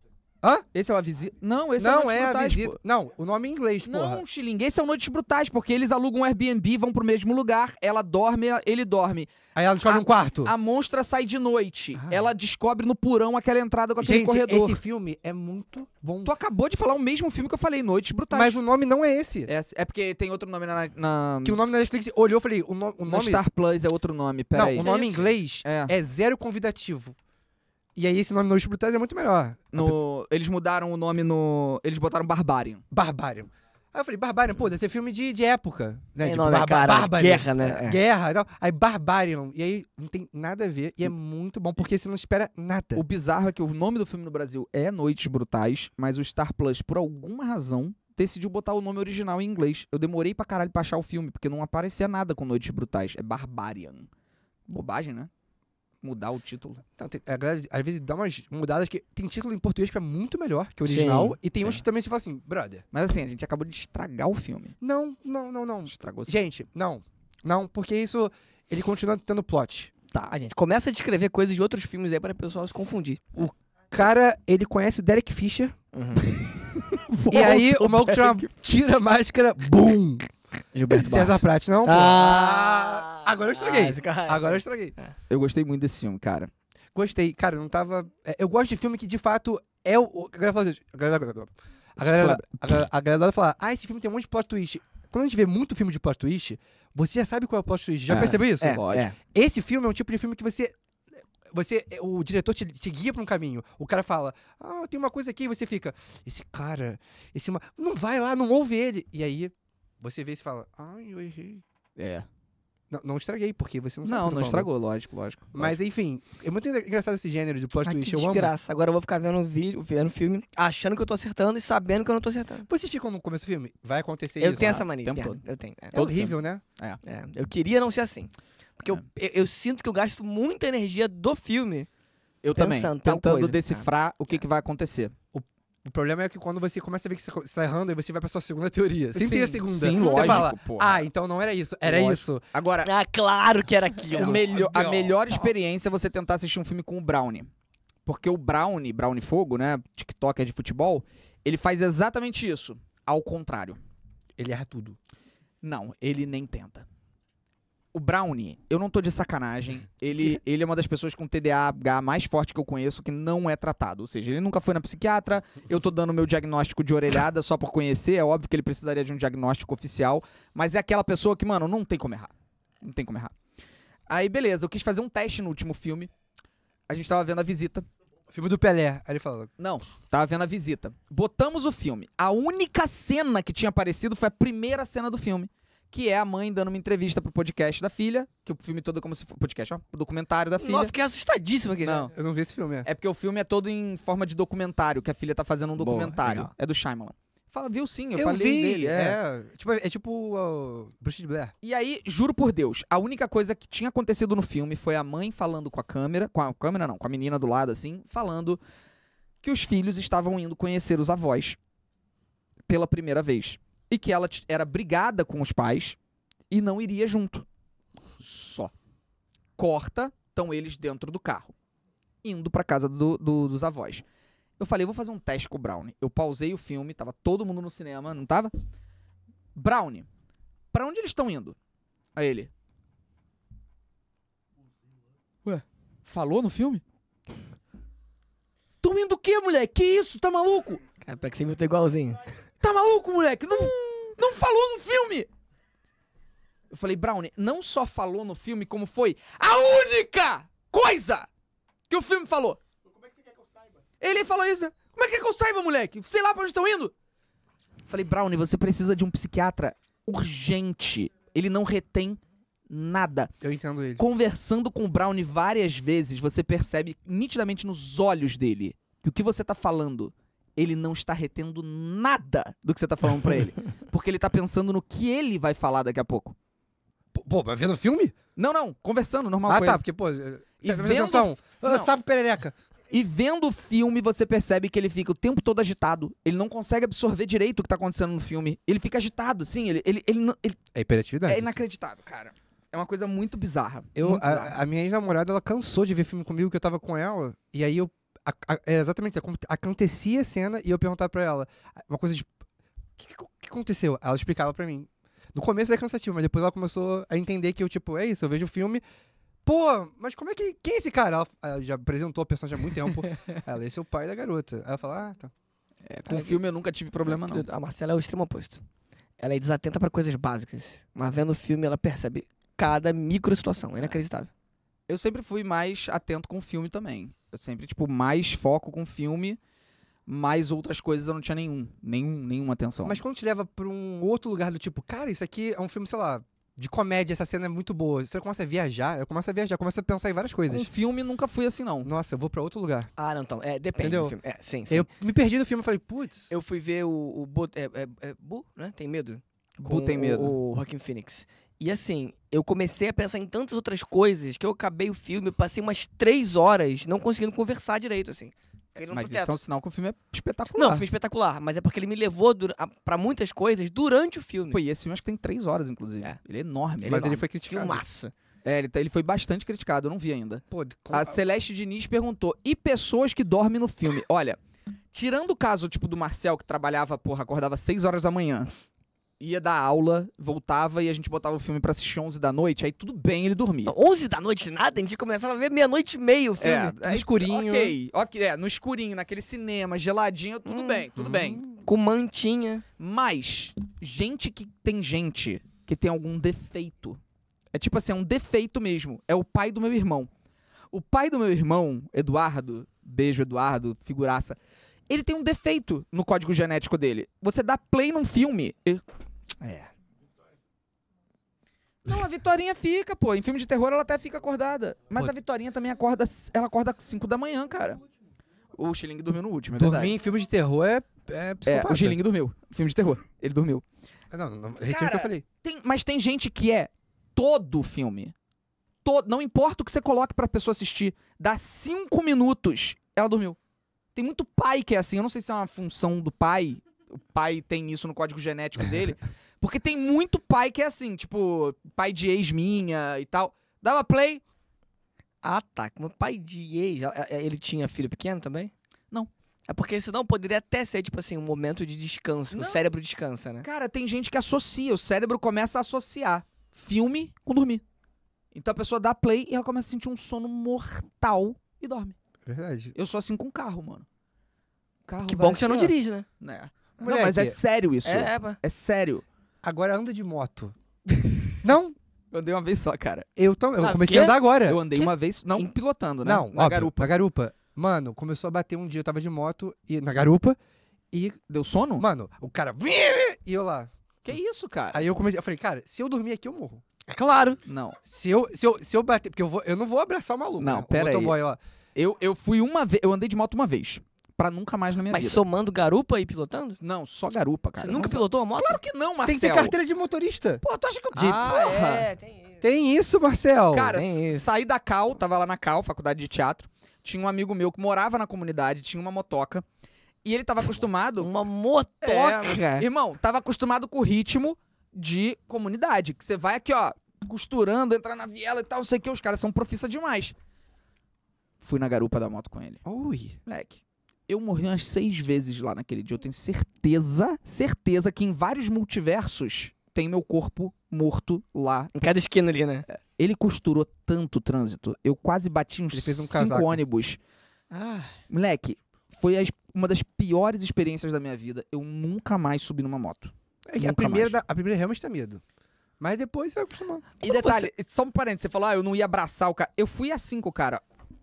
Hã? Esse é o A Visita? Não, esse é o Não, Noites é a Brutais, visita. pô. Não, o nome é em inglês, porra. Não, Xilingue, esse é o Noites Brutais, porque eles alugam um Airbnb, vão pro mesmo lugar, ela dorme, ele dorme. Aí ela descobre A- um quarto. A monstra sai de noite. Ah. Ela descobre no porão aquela entrada com aquele Gente, corredor. esse filme é muito bom. Tu acabou de falar o mesmo filme que eu falei, Noites Brutais. Mas o nome não é esse. É, é porque tem outro nome na... na... Que o nome da Netflix olhou e falei, o, no, o no nome... Star Plus é outro nome, Não, peraí. o nome em isso? inglês É. é Zero Convidativo. E aí esse nome Noites Brutais é muito melhor. No... Eles mudaram o nome no... Eles botaram Barbarian. Barbarian. Aí eu falei, Barbarian, pô, deve ser filme de, de época. Né? Tem Tipo, nome, Barba- cara, Barbarian. guerra, né? É. Guerra e tal. Aí Barbarian. E aí não tem nada a ver. E é muito bom, porque você não espera nada. O bizarro é que o nome do filme no Brasil é Noites Brutais, mas o Star Plus, por alguma razão, decidiu botar o nome original em inglês. Eu demorei pra caralho pra achar o filme, porque não aparecia nada com Noites Brutais. É Barbarian. Bobagem, né? Mudar o título. Então, tem- a galera, às vezes dá umas mudadas que tem título em português que é muito melhor que o original. Sim, e tem uns sim. que também se fala assim, brother. Mas assim, a gente acabou de estragar o filme. Não, não, não, não. Estragou sim. Gente, não. Não, porque isso. Ele continua tendo plot. Tá. A gente começa a descrever coisas de outros filmes aí para o pessoal se confundir. O cara, ele conhece o Derek Fisher. Uhum. E aí o maluco tira, tira a máscara, bum! Gilberto César Barros. Pratt, não? pô. Ah! agora eu estraguei. Ah, esse cara- Agora eu estraguei. Eu gostei muito desse filme, cara. Gostei. Cara, não tava. é, Eu gosto de filme que de fato é o. o- A galera fala assim, a galera, a galera, a galera, a galera, a galera fala, ah, esse filme tem um monte de plot twist. Quando a gente vê muito filme de plot twist, você já sabe qual é o plot twist. Já É, percebeu isso? É, Lógico. é. Esse filme é um tipo de filme que você. Você, o diretor te, te guia pra um caminho. O cara fala, ah, tem uma coisa aqui, e você fica, esse cara, esse ma- não vai lá, não ouve ele. E aí você vê e você fala, ai, eu errei. É. Não, não estraguei, porque você não sabe. Não, o que eu não tô falando. estragou, lógico, lógico. Mas enfim, é muito engraçado esse gênero de plot Ai, twist. que Eu amo. desgraça. Agora eu vou ficar vendo vídeo, vendo filme, achando que eu tô acertando e sabendo que eu não tô acertando. Vocês ficam no começo do filme? Vai acontecer Eu isso. tenho ah, essa mania. o tempo merda, todo. Eu tenho. É. É horrível, né? É, eu queria não ser assim. Porque eu, É. eu, eu sinto que eu gasto muita energia do filme. Eu também, Pensando, tal tentando coisa. decifrar o que, que vai acontecer. O problema é que quando você começa a ver que você está errando, aí você vai pra sua segunda teoria. Sempre tem a Sim, segunda. sim, Você lógico, fala, porra. ah, então não era isso, era Lógico. isso. Agora, Ah, claro que era aquilo. o melhor- a Não. melhor experiência é você tentar assistir um filme com o Brownie. Porque o Brownie, Brownie Fogo, né, TikToker de futebol, ele faz exatamente isso. Ao contrário. Ele erra tudo. Não, ele nem tenta. O Brownie, eu não tô de sacanagem, ele, ele é uma das pessoas com T D A H mais forte que eu conheço que não é tratado. Ou seja, ele nunca foi na psiquiatra, eu tô dando meu diagnóstico de orelhada só por conhecer, é óbvio que ele precisaria de um diagnóstico oficial, mas é aquela pessoa que, mano, não tem como errar. Não tem como errar. Aí, beleza, eu quis fazer um teste no último filme, a gente tava vendo A Visita. Filme do Pelé. Aí ele fala, Não, tava vendo A Visita. Botamos o filme. A única cena que tinha aparecido foi a primeira cena do filme, que é a mãe dando uma entrevista pro podcast da filha, que o filme todo é como se fosse podcast, ó, o documentário da filha. Nossa, fiquei assustadíssimo aqui já. Não, eu não vi esse filme. É. é porque o filme é todo em forma de documentário, que a filha tá fazendo um Boa, documentário. legal. É do Shyamalan. Fala, viu sim, eu, Eu falei vi, dele. É. é. Tipo, é tipo o Bruce de Blair. E aí, juro por Deus, a única coisa que tinha acontecido no filme foi a mãe falando com a câmera, com a câmera não, com a menina do lado assim, falando que os filhos estavam indo conhecer os avós pela primeira vez. E que ela t- era brigada com os pais e não iria junto. Só. Corta, estão eles dentro do carro, indo pra casa do- do- dos avós. Eu falei, vou fazer um teste com o Brownie. Eu pausei o filme, tava todo mundo no cinema, não tava? Brownie, pra onde eles estão indo? Aí ele. Ué, falou no filme? Tão indo o quê, moleque? Que isso? Tá maluco? Cara, pra que você me botou igualzinho. Tá maluco, moleque? Não, não falou no filme! Eu falei, Brownie, não só falou no filme, como foi a única coisa que o filme falou. Como é que você quer que eu saiba? Ele falou isso. Como é que quer que eu saiba, moleque? Sei lá pra onde estão indo. Eu falei, Brownie, você precisa de um psiquiatra urgente. Ele não retém nada. Eu entendo ele. Conversando com o Brownie várias vezes, você percebe nitidamente nos olhos dele que o que você tá falando, ele não está retendo nada do que você tá falando pra ele. Porque ele tá pensando no que ele vai falar daqui a pouco. Pô, Pô, mas vendo filme? Não, não, conversando normal Ah, com tá, ele. porque, pô. E E vendo. vendo- Atenção. Ah, Não. Sabe perereca. E vendo o filme, você percebe que ele fica o tempo todo agitado. Ele não consegue absorver direito o que tá acontecendo no filme. Ele fica agitado, sim. Ele, ele, ele, não- ele- É hiperatividade. é inacreditável, cara. É uma coisa muito bizarra. Eu, muito bizarra. a, a minha ex-namorada, ela cansou de ver filme comigo, que eu tava com ela. E aí eu. a- a- é exatamente isso. acon- Acontecia a cena e eu perguntava pra ela uma coisa de. O que, que, que aconteceu? Ela explicava pra mim. No começo era cansativo, mas depois ela começou a entender que eu, tipo, é isso, eu vejo o filme. Pô, mas como é que. Quem é esse cara? Ela, ela já apresentou a personagem há muito tempo. Ela, esse é o pai da garota. Aí eu falo, ah, tá. É, com filme eu nunca tive problema, não. A Marcela é o extremo oposto. Ela é desatenta pra coisas básicas. Mas vendo o filme, ela percebe cada micro situação. É inacreditável. Eu sempre fui mais atento com filme também. Eu sempre, tipo, mais foco com filme, mais outras coisas eu não tinha nenhum. Nenhum, nenhuma atenção. Mas quando te leva pra um outro lugar do tipo, cara, isso aqui é um filme, sei lá, de comédia, essa cena é muito boa. Você começa a viajar, eu começo a viajar, começo a pensar em várias coisas. com filme nunca fui assim, não. Nossa, eu vou pra outro lugar. Ah, não, então. É, depende Entendeu? do filme. É, sim, sim. Eu me perdi do filme e falei, putz. Eu fui ver o, o Bu, é, é, é, Bu, né? Tem medo? Bu Com Tem Medo. O, o Joaquin Phoenix. E assim, eu comecei a pensar em tantas outras coisas que eu acabei o filme, passei umas três horas não conseguindo conversar direito, assim. Querendo Mas pro isso é teto. um sinal que o filme é espetacular. Não, filme espetacular, mas é porque ele me levou dura- a- pra muitas coisas durante o filme. Pô, e esse filme acho que tem três horas, inclusive. É. Ele é enorme. Ele Mas é ele enorme. foi criticado. Filmaço. É, ele, tá- ele foi bastante criticado, eu não vi ainda. Pô, com- A Celeste Diniz perguntou, e pessoas que dormem no filme? Olha, tirando o caso, tipo, do Marcel, que trabalhava, porra, acordava seis horas da manhã, ia dar aula, voltava e a gente botava o filme pra assistir onze da noite, aí tudo bem, ele dormia. onze da noite, nada, a gente começava a ver meia-noite e meia o filme. É, no aí, escurinho. Ok, ok, é, no escurinho, naquele cinema, geladinho, tudo Hum, bem, tudo bem. Com mantinha. Mas, gente que tem gente que tem algum defeito. É tipo assim, é um defeito mesmo. É o pai do meu irmão. O pai do meu irmão, Eduardo, beijo Eduardo, figuraça, ele tem um defeito no código genético dele. Você dá play num filme. e- É. Não, a Vitorinha fica, pô. Em filme de terror ela até fica acordada. Mas Pô. a Vitorinha também acorda. Ela acorda às cinco da manhã, cara. O Xiling dormiu no último, é verdade. dormir em filme de terror é, é É, psicopata. o Xiling dormiu. Filme de terror. Ele dormiu. Não, não, não retiro o que Cara, eu falei. Tem- mas tem gente que é todo filme. Todo, não importa o que você coloque pra pessoa assistir. Dá cinco minutos, ela dormiu. Tem muito pai que é assim. Eu não sei se é uma função do pai. O pai tem isso no código genético dele. Porque tem muito pai que é assim. Tipo, pai de ex minha e tal. Dava play. Ah, tá. Como pai de ex, a- a- ele tinha filho pequeno também? Não. É porque senão poderia até ser, tipo assim, um momento de descanso. Não. O cérebro descansa, né? Cara, tem gente que associa. O cérebro começa a associar filme com dormir. Então a pessoa dá play e ela começa a sentir um sono mortal e dorme. Verdade. Eu sou assim com carro, mano. Carro Que vai bom que você não aqui, ó. dirige, né? Né? Não, Moleque, mas é sério isso. É, é, pá. É sério. Agora anda de moto. Não, Eu andei uma vez só, cara. eu, tam, eu Ah, comecei quê? a andar agora. Eu andei Que? uma vez, não Em- pilotando, né? Não, na óbvio, garupa. Na garupa. Mano, começou a bater um dia, eu tava de moto, e, na garupa, e, Deu sono? mano, o cara... E eu lá. Que isso, cara? Aí eu comecei, eu falei, cara, se eu dormir aqui, eu morro. É claro. Não. Se eu, se eu, se eu bater, porque eu, vou, eu não vou abraçar o maluco, Não, né? pera o aí. motoboy lá. Eu, eu fui uma vez, eu andei de moto uma vez. Pra nunca mais na minha Mas vida. somando garupa e pilotando? Não, só garupa, cara. Você nunca Não- pilotou uma moto? Claro que não, Marcel. Tem que ter carteira de motorista. Pô, tu acha que eu... De Porra! é, tem isso. Tem isso, Marcel. Cara, tem isso. saí da Cal, tava lá na Cal, faculdade de teatro. Tinha um amigo meu que morava na comunidade, tinha uma motoca. E ele tava acostumado... Uma motoca. É, irmão, tava acostumado com o ritmo de comunidade. Que você vai aqui, ó, costurando, entrar na viela e tal, não sei o que, os caras são profissa demais. Fui na garupa da moto com ele. Ui. Moleque, eu morri umas seis vezes lá naquele dia. Eu tenho certeza, certeza que em vários multiversos tem meu corpo morto lá. Em cada esquina ali, né? Ele costurou tanto o trânsito. Eu quase bati uns Ele fez um cinco casaco. ônibus. Ah, Moleque, foi as- uma das piores experiências da minha vida. Eu nunca mais subi numa moto. É que a Nunca primeira, mais. dá- a primeira realmente dá medo. Mas depois você vai acostumar. E detalhe, só um parênteses, você falou, ah, eu não ia abraçar o cara. Eu fui assim com o cara.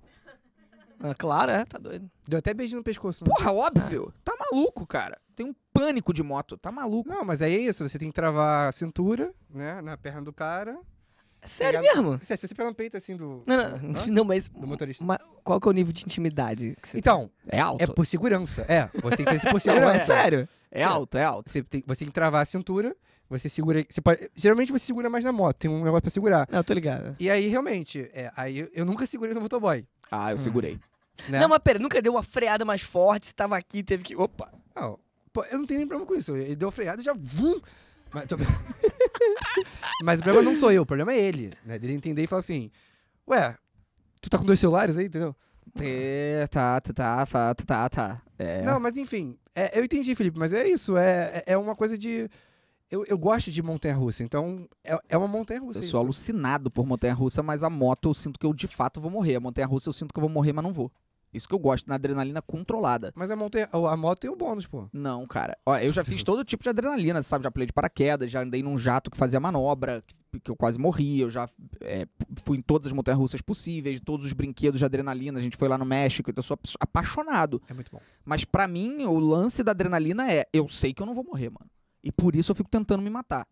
ah, claro, é, tá doido. Deu até beijinho no pescoço. né? Porra, óbvio. Tá maluco, cara. Tem um pânico de moto. Tá maluco. Não, mas aí é isso. Você tem que travar a cintura, né? Na perna do cara. Sério Pegar- mesmo? Se você pega no peito, assim, do, Não, não, Hã? não, mas, do motorista. mas qual que é o nível de intimidade que você Então, É alto. é por segurança. É, você tem que fazer isso por tem? Não, é segurança. sério. É alto, é alto. Você tem, você tem que travar a cintura, você segura... Você pode, geralmente você segura mais na moto, tem um negócio pra segurar. Não, eu tô ligado. E aí, realmente, é, aí eu, eu nunca segurei no motoboy, Ah, eu segurei. né? Não, mas pera, nunca deu uma freada mais forte, você tava aqui, teve que... Opa! Não, pô, eu não tenho nem problema com isso. Ele deu a freada e já... Vum, mas, tô- mas o problema não sou eu, o problema é ele. Né? Dele entender e falar assim, ué, tu tá com dois celulares aí, entendeu? É, tá, tá, tá, tá, tá, tá. É. Não, mas enfim, é, eu entendi, Felipe, mas é isso, é, é é uma coisa de... Eu, eu gosto de montanha-russa, então é, é uma montanha-russa Eu isso. sou alucinado por montanha-russa, mas a moto eu sinto que eu de fato vou morrer. A montanha-russa eu sinto que eu vou morrer, mas não vou. Isso que eu gosto, na adrenalina controlada. Mas a, montanha, a moto tem o bônus, pô. Não, cara. Ó, eu já fiz todo tipo de adrenalina, sabe? Já pulei de paraquedas, já andei num jato que fazia manobra, que, que eu quase morri. Eu já é, fui em todas as montanhas-russas possíveis, todos os brinquedos de adrenalina. A gente foi lá no México, então eu sou apaixonado. É muito bom. Mas pra mim, o lance da adrenalina é, eu sei que eu não vou morrer, mano. E por isso eu fico tentando me matar.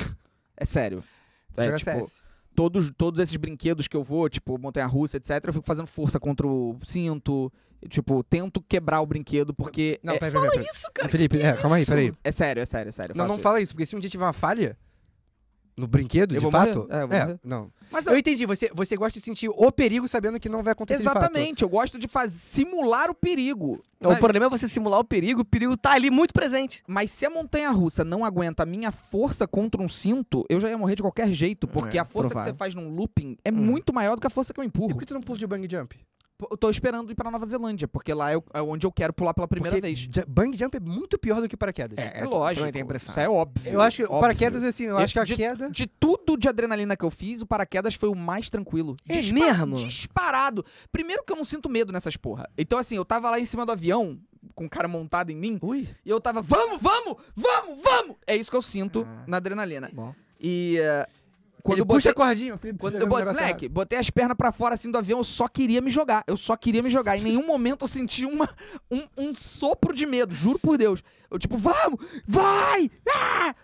É sério. É, Joga tipo, C S. todos, todos esses brinquedos que eu vou, tipo, montanha-russa, etcétera, eu fico fazendo força contra o cinto. Tipo, tento quebrar o brinquedo, porque... Não, é, peraí, peraí, peraí. Isso, cara. Felipe, que que é, calma aí, isso? peraí. é sério, é sério, é sério. eu Não, faço não fala isso, porque se um dia tiver uma falha no brinquedo, Eu de vou fato... morrer. É, eu vou morrer. não. Mas Eu entendi, você, você gosta de sentir o perigo sabendo que não vai acontecer de fato. exatamente, eu gosto de faz... simular o perigo. O Mas, problema é você simular o perigo, o perigo tá ali muito presente. mas se a montanha-russa não aguenta a minha força contra um cinto, eu já ia morrer de qualquer jeito, porque É, a força provável. que você faz num looping é muito maior do que a força que eu E empurro. por que tu não pula de bang jump? Eu tô esperando ir pra Nova Zelândia, porque lá é o- é onde eu quero pular pela primeira Porque vez. ju- bang jump é muito pior do que paraquedas. É, É, lógico. também tenho a impressão. Isso é óbvio. Eu acho que o óbvio. paraquedas, assim, eu acho que a de, queda... De tudo de adrenalina que eu fiz, o paraquedas foi o mais tranquilo. É mesmo? Disparado. Primeiro que eu não sinto medo nessas porra. Então, assim, eu tava lá em cima do avião, com o cara montado em mim, Ui. e eu tava, vamos, vamos, vamos, vamos! É isso que eu sinto Ah. na adrenalina. Bom. E uh, quando Ele eu botei... puxa a cordinha, o Felipe. Quando pegando eu o botei, negócio moleque, errado. botei as pernas pra fora assim do avião, eu só queria me jogar. Eu só queria me jogar. Em nenhum momento eu senti uma, um, um sopro de medo, juro por Deus. Eu tipo, vamos, vai! Ah!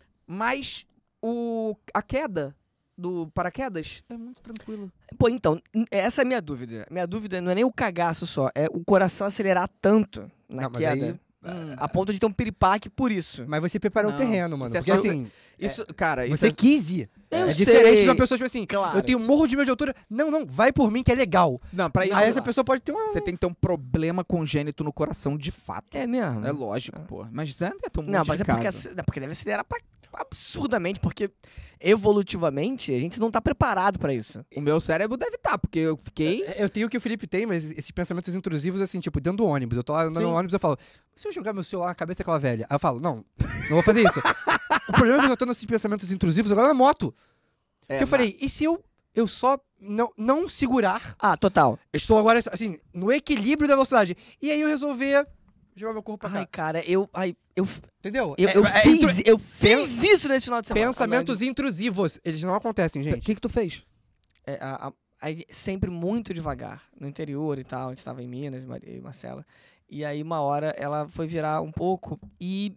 Mas o, a queda do paraquedas é muito tranquilo. Pô, então, n- essa é a minha dúvida. Minha dúvida não é nem o cagaço só, é o coração acelerar tanto na Não, mas queda, aí- Hum. a ponto de ter um piripaque por isso. Mas você preparou Não, o terreno, mano. isso é Porque só- assim, Isso, cara, isso você é... quis ir. Eu é sei. diferente de uma pessoa, tipo assim, Claro. eu tenho um morro de medo de altura. Não, não, vai por mim que é legal. Não, pra isso... Aí essa pessoa pode ter uma... Você tem que ter um problema congênito no coração de fato. É mesmo? É lógico, pô. Mas você não ia ter um monte Não, de mas é porque, casa. ace- não, porque deve acelerar pra, absurdamente, porque evolutivamente a gente não tá preparado pra isso. O meu cérebro deve estar, porque eu fiquei... Eu tenho o que o Felipe tem, mas esses pensamentos intrusivos, assim, tipo, dentro do ônibus. Eu tô lá andando no Sim. ônibus e eu falo, se eu jogar meu celular na cabeça daquela velha? Aí eu falo, não, não vou fazer isso. O problema é que eu tô tendo esses pensamentos intrusivos agora na moto. É, Porque eu falei, e se eu, eu só não, não segurar? Ah, total. Eu estou agora, assim, no equilíbrio da velocidade. E aí eu resolver jogar meu corpo pra Ai, cá. cara, eu, ai, eu, Entendeu? eu, É- eu é fiz, intru- eu fiz isso nesse final de semana. Pensamentos intrusivos. Eles não acontecem, O gente. que que tu fez? É, a- a- aí sempre muito devagar, no interior e tal, a gente tava em Minas, Maria e Marcela. E aí, uma hora, ela foi virar um pouco e...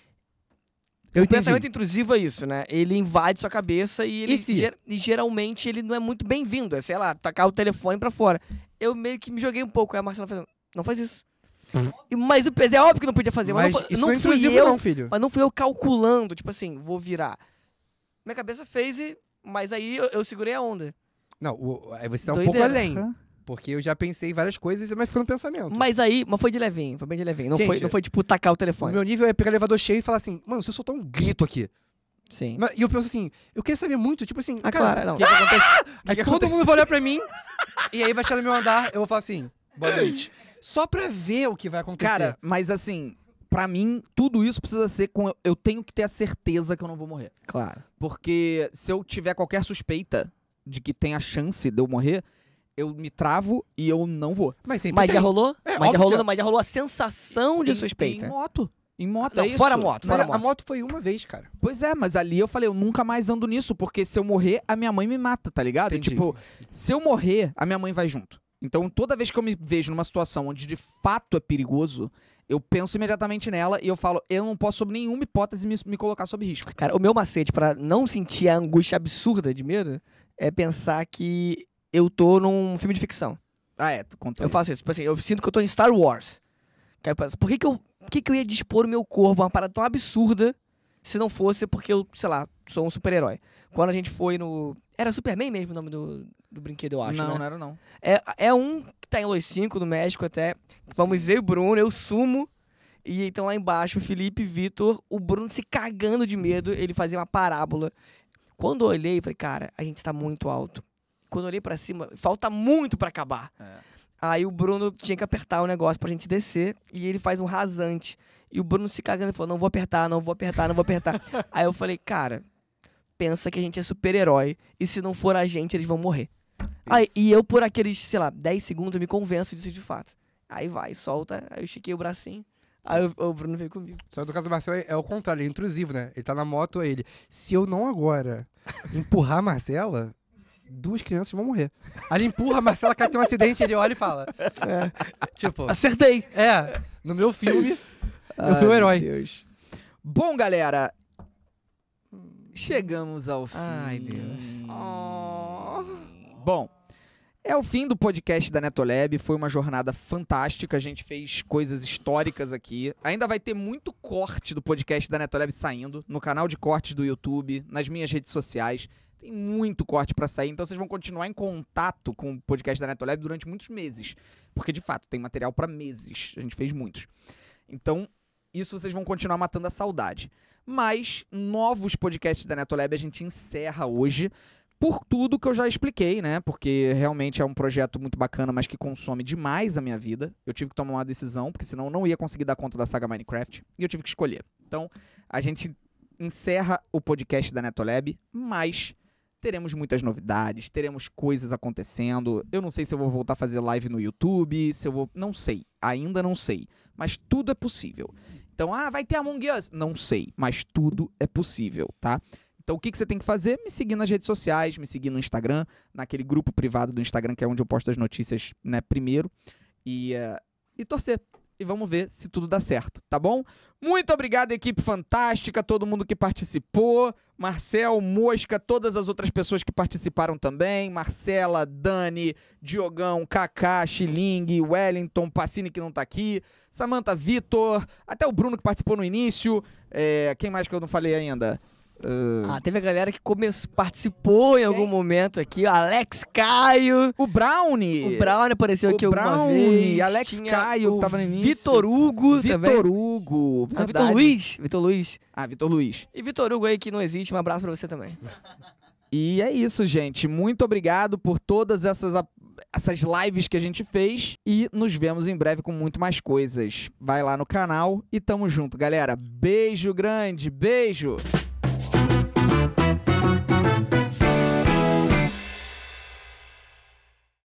Eu o entendi. pensamento intrusivo é isso, né? Ele invade sua cabeça e, ele, E se? ger- e geralmente ele não é muito bem-vindo. É, sei lá, tacar o telefone pra fora. Eu meio que me joguei um pouco. Aí a Marcela falou, não faz isso. E- mas o é óbvio que não podia fazer. Mas, Mas não, foi- isso não não é fui intrusivo eu, não, filho. mas não fui eu calculando, tipo assim, vou virar. Minha cabeça fez e... Mas aí eu, eu segurei a onda. Não, o- aí você tá um pouco Doideira. além. Porque eu já pensei em várias coisas, mas foi no pensamento. Mas aí, mas foi de levinho, foi bem de levinho. Não, Gente, foi, não foi tipo tacar o O telefone. meu nível é pegar o elevador cheio e falar assim, mano, se eu soltar um grito aqui. Sim. Mas- E eu penso assim, eu queria saber muito, tipo assim, Ah, cara, claro, não. O que que acontece? aí que todo acontece? mundo vai olhar pra mim, e aí vai chegar no meu andar, eu vou falar assim, boa noite. Só pra ver o que vai acontecer. Cara, mas assim, pra mim, tudo isso precisa ser com... Eu tenho que ter a certeza que eu não vou morrer. Claro. Porque se eu tiver qualquer suspeita de que tem a chance de eu morrer, eu me travo e eu não vou. mas sempre Mas tem. já rolou? É, mas, já óbvio rolou já. mas já rolou a sensação de Em- suspeita. Em moto. Em moto, Não, é isso. fora a moto, Mas fora a, a moto. moto foi uma vez, cara. Pois é, mas ali eu falei, eu nunca mais ando nisso, porque se eu morrer, a minha mãe me mata, tá ligado? E, Entendi. tipo, se eu morrer, a minha mãe vai junto. Então, toda vez que eu me vejo numa situação onde de fato é perigoso, eu penso imediatamente nela e eu falo, eu não posso, sob nenhuma hipótese, me, me colocar sob risco. Cara, o meu macete pra não sentir a angústia absurda de medo é pensar que eu tô num filme de ficção. Ah, é, tu conta Eu isso. faço isso. Tipo assim, eu sinto que eu tô em Star Wars. Que aí eu penso, por que que eu, por que que eu ia dispor o meu corpo a uma parada tão absurda se não fosse porque eu, sei lá, sou um super-herói? Quando a gente foi no... Era Superman mesmo o nome do, do brinquedo, eu acho, Não, né? não era não. É, é um que tá em Los cinco, no México até. Vamos eu e o Bruno, eu sumo. E então lá embaixo, o Felipe, Vitor, o Bruno se cagando de medo, ele fazia uma parábola. Quando eu olhei, eu falei, cara, a gente tá muito alto. Quando eu olhei pra cima, falta muito pra acabar. É. Aí o Bruno tinha que apertar o negócio pra gente descer e ele faz um rasante. E o Bruno se cagando e falou, não vou apertar, não vou apertar, não vou apertar. Aí eu falei, cara, pensa que a gente é super-herói e se não for a gente, eles vão morrer. Aí, e eu, por aqueles, sei lá, dez segundos, eu me convenço disso de fato. Aí vai, solta, aí eu estiquei o bracinho, aí o, o Bruno veio comigo. Só que no caso do Marcelo é, é o contrário, ele é intrusivo, né? Ele tá na moto, aí ele, se eu não agora empurrar a Marcela, duas crianças vão morrer. Aí ele empurra a Marcela, cai, tem um acidente, ele olha e fala. É, tipo, Acertei! é, no meu filme, eu Ai, fui o herói. meu Deus. Bom, galera, chegamos ao fim. Ai, Deus. Bom, é o fim do podcast da Netolab, foi uma jornada fantástica, a gente fez coisas históricas aqui. Ainda vai ter muito corte do podcast da Netolab saindo no canal de cortes do YouTube, nas minhas redes sociais. Tem muito corte pra sair, então vocês vão continuar em contato com o podcast da Netolab durante muitos meses. Porque, de fato, tem material pra meses, a gente fez muitos. Então, isso vocês vão continuar matando a saudade. Mas, novos podcasts da Netolab a gente encerra hoje. Por tudo que eu já expliquei, né? Porque realmente é um projeto muito bacana, mas que consome demais a minha vida. Eu tive que tomar uma decisão, porque senão eu não ia conseguir dar conta da saga Minecraft. E eu tive que escolher. Então, a gente encerra o podcast da Netolab, mas teremos muitas novidades, teremos coisas acontecendo. Eu não sei se eu vou voltar a fazer live no YouTube, se eu vou... Não sei, ainda não sei. Mas tudo é possível. Então, ah, vai ter Among Us? Não sei, mas tudo é possível, tá? Então, o que, que você tem que fazer? Me seguir nas redes sociais, me seguir no Instagram, naquele grupo privado do Instagram, que é onde eu posto as notícias, né, primeiro. E, uh, e torcer. E vamos ver se tudo dá certo, tá bom? Muito obrigado, equipe fantástica, todo mundo que participou. Marcel, Mosca, todas as outras pessoas que participaram também. Marcela, Dani, Diogão, Kaká, Xiling, Wellington, Pacini, que não tá aqui. Samantha, Vitor, até o Bruno que participou no início. É, quem mais que eu não falei ainda? Uh... Ah, teve a galera que começou, participou em algum momento aqui. O Alex Caio. O Brownie. O Brownie apareceu o aqui alguma Brownie, vez. Alex Tinha Caio, o que tava no início. Vitor Hugo também. Vitor Hugo. Ah, Vitor verdade. Luiz. Vitor Luiz. Ah, Vitor Luiz. E Vitor Hugo aí que não existe. Um abraço pra você também. E é isso, gente. Muito obrigado por todas essas, essas lives que a gente fez. E nos vemos em breve com muito mais coisas. Vai lá no canal e tamo junto, galera. Beijo grande. Beijo.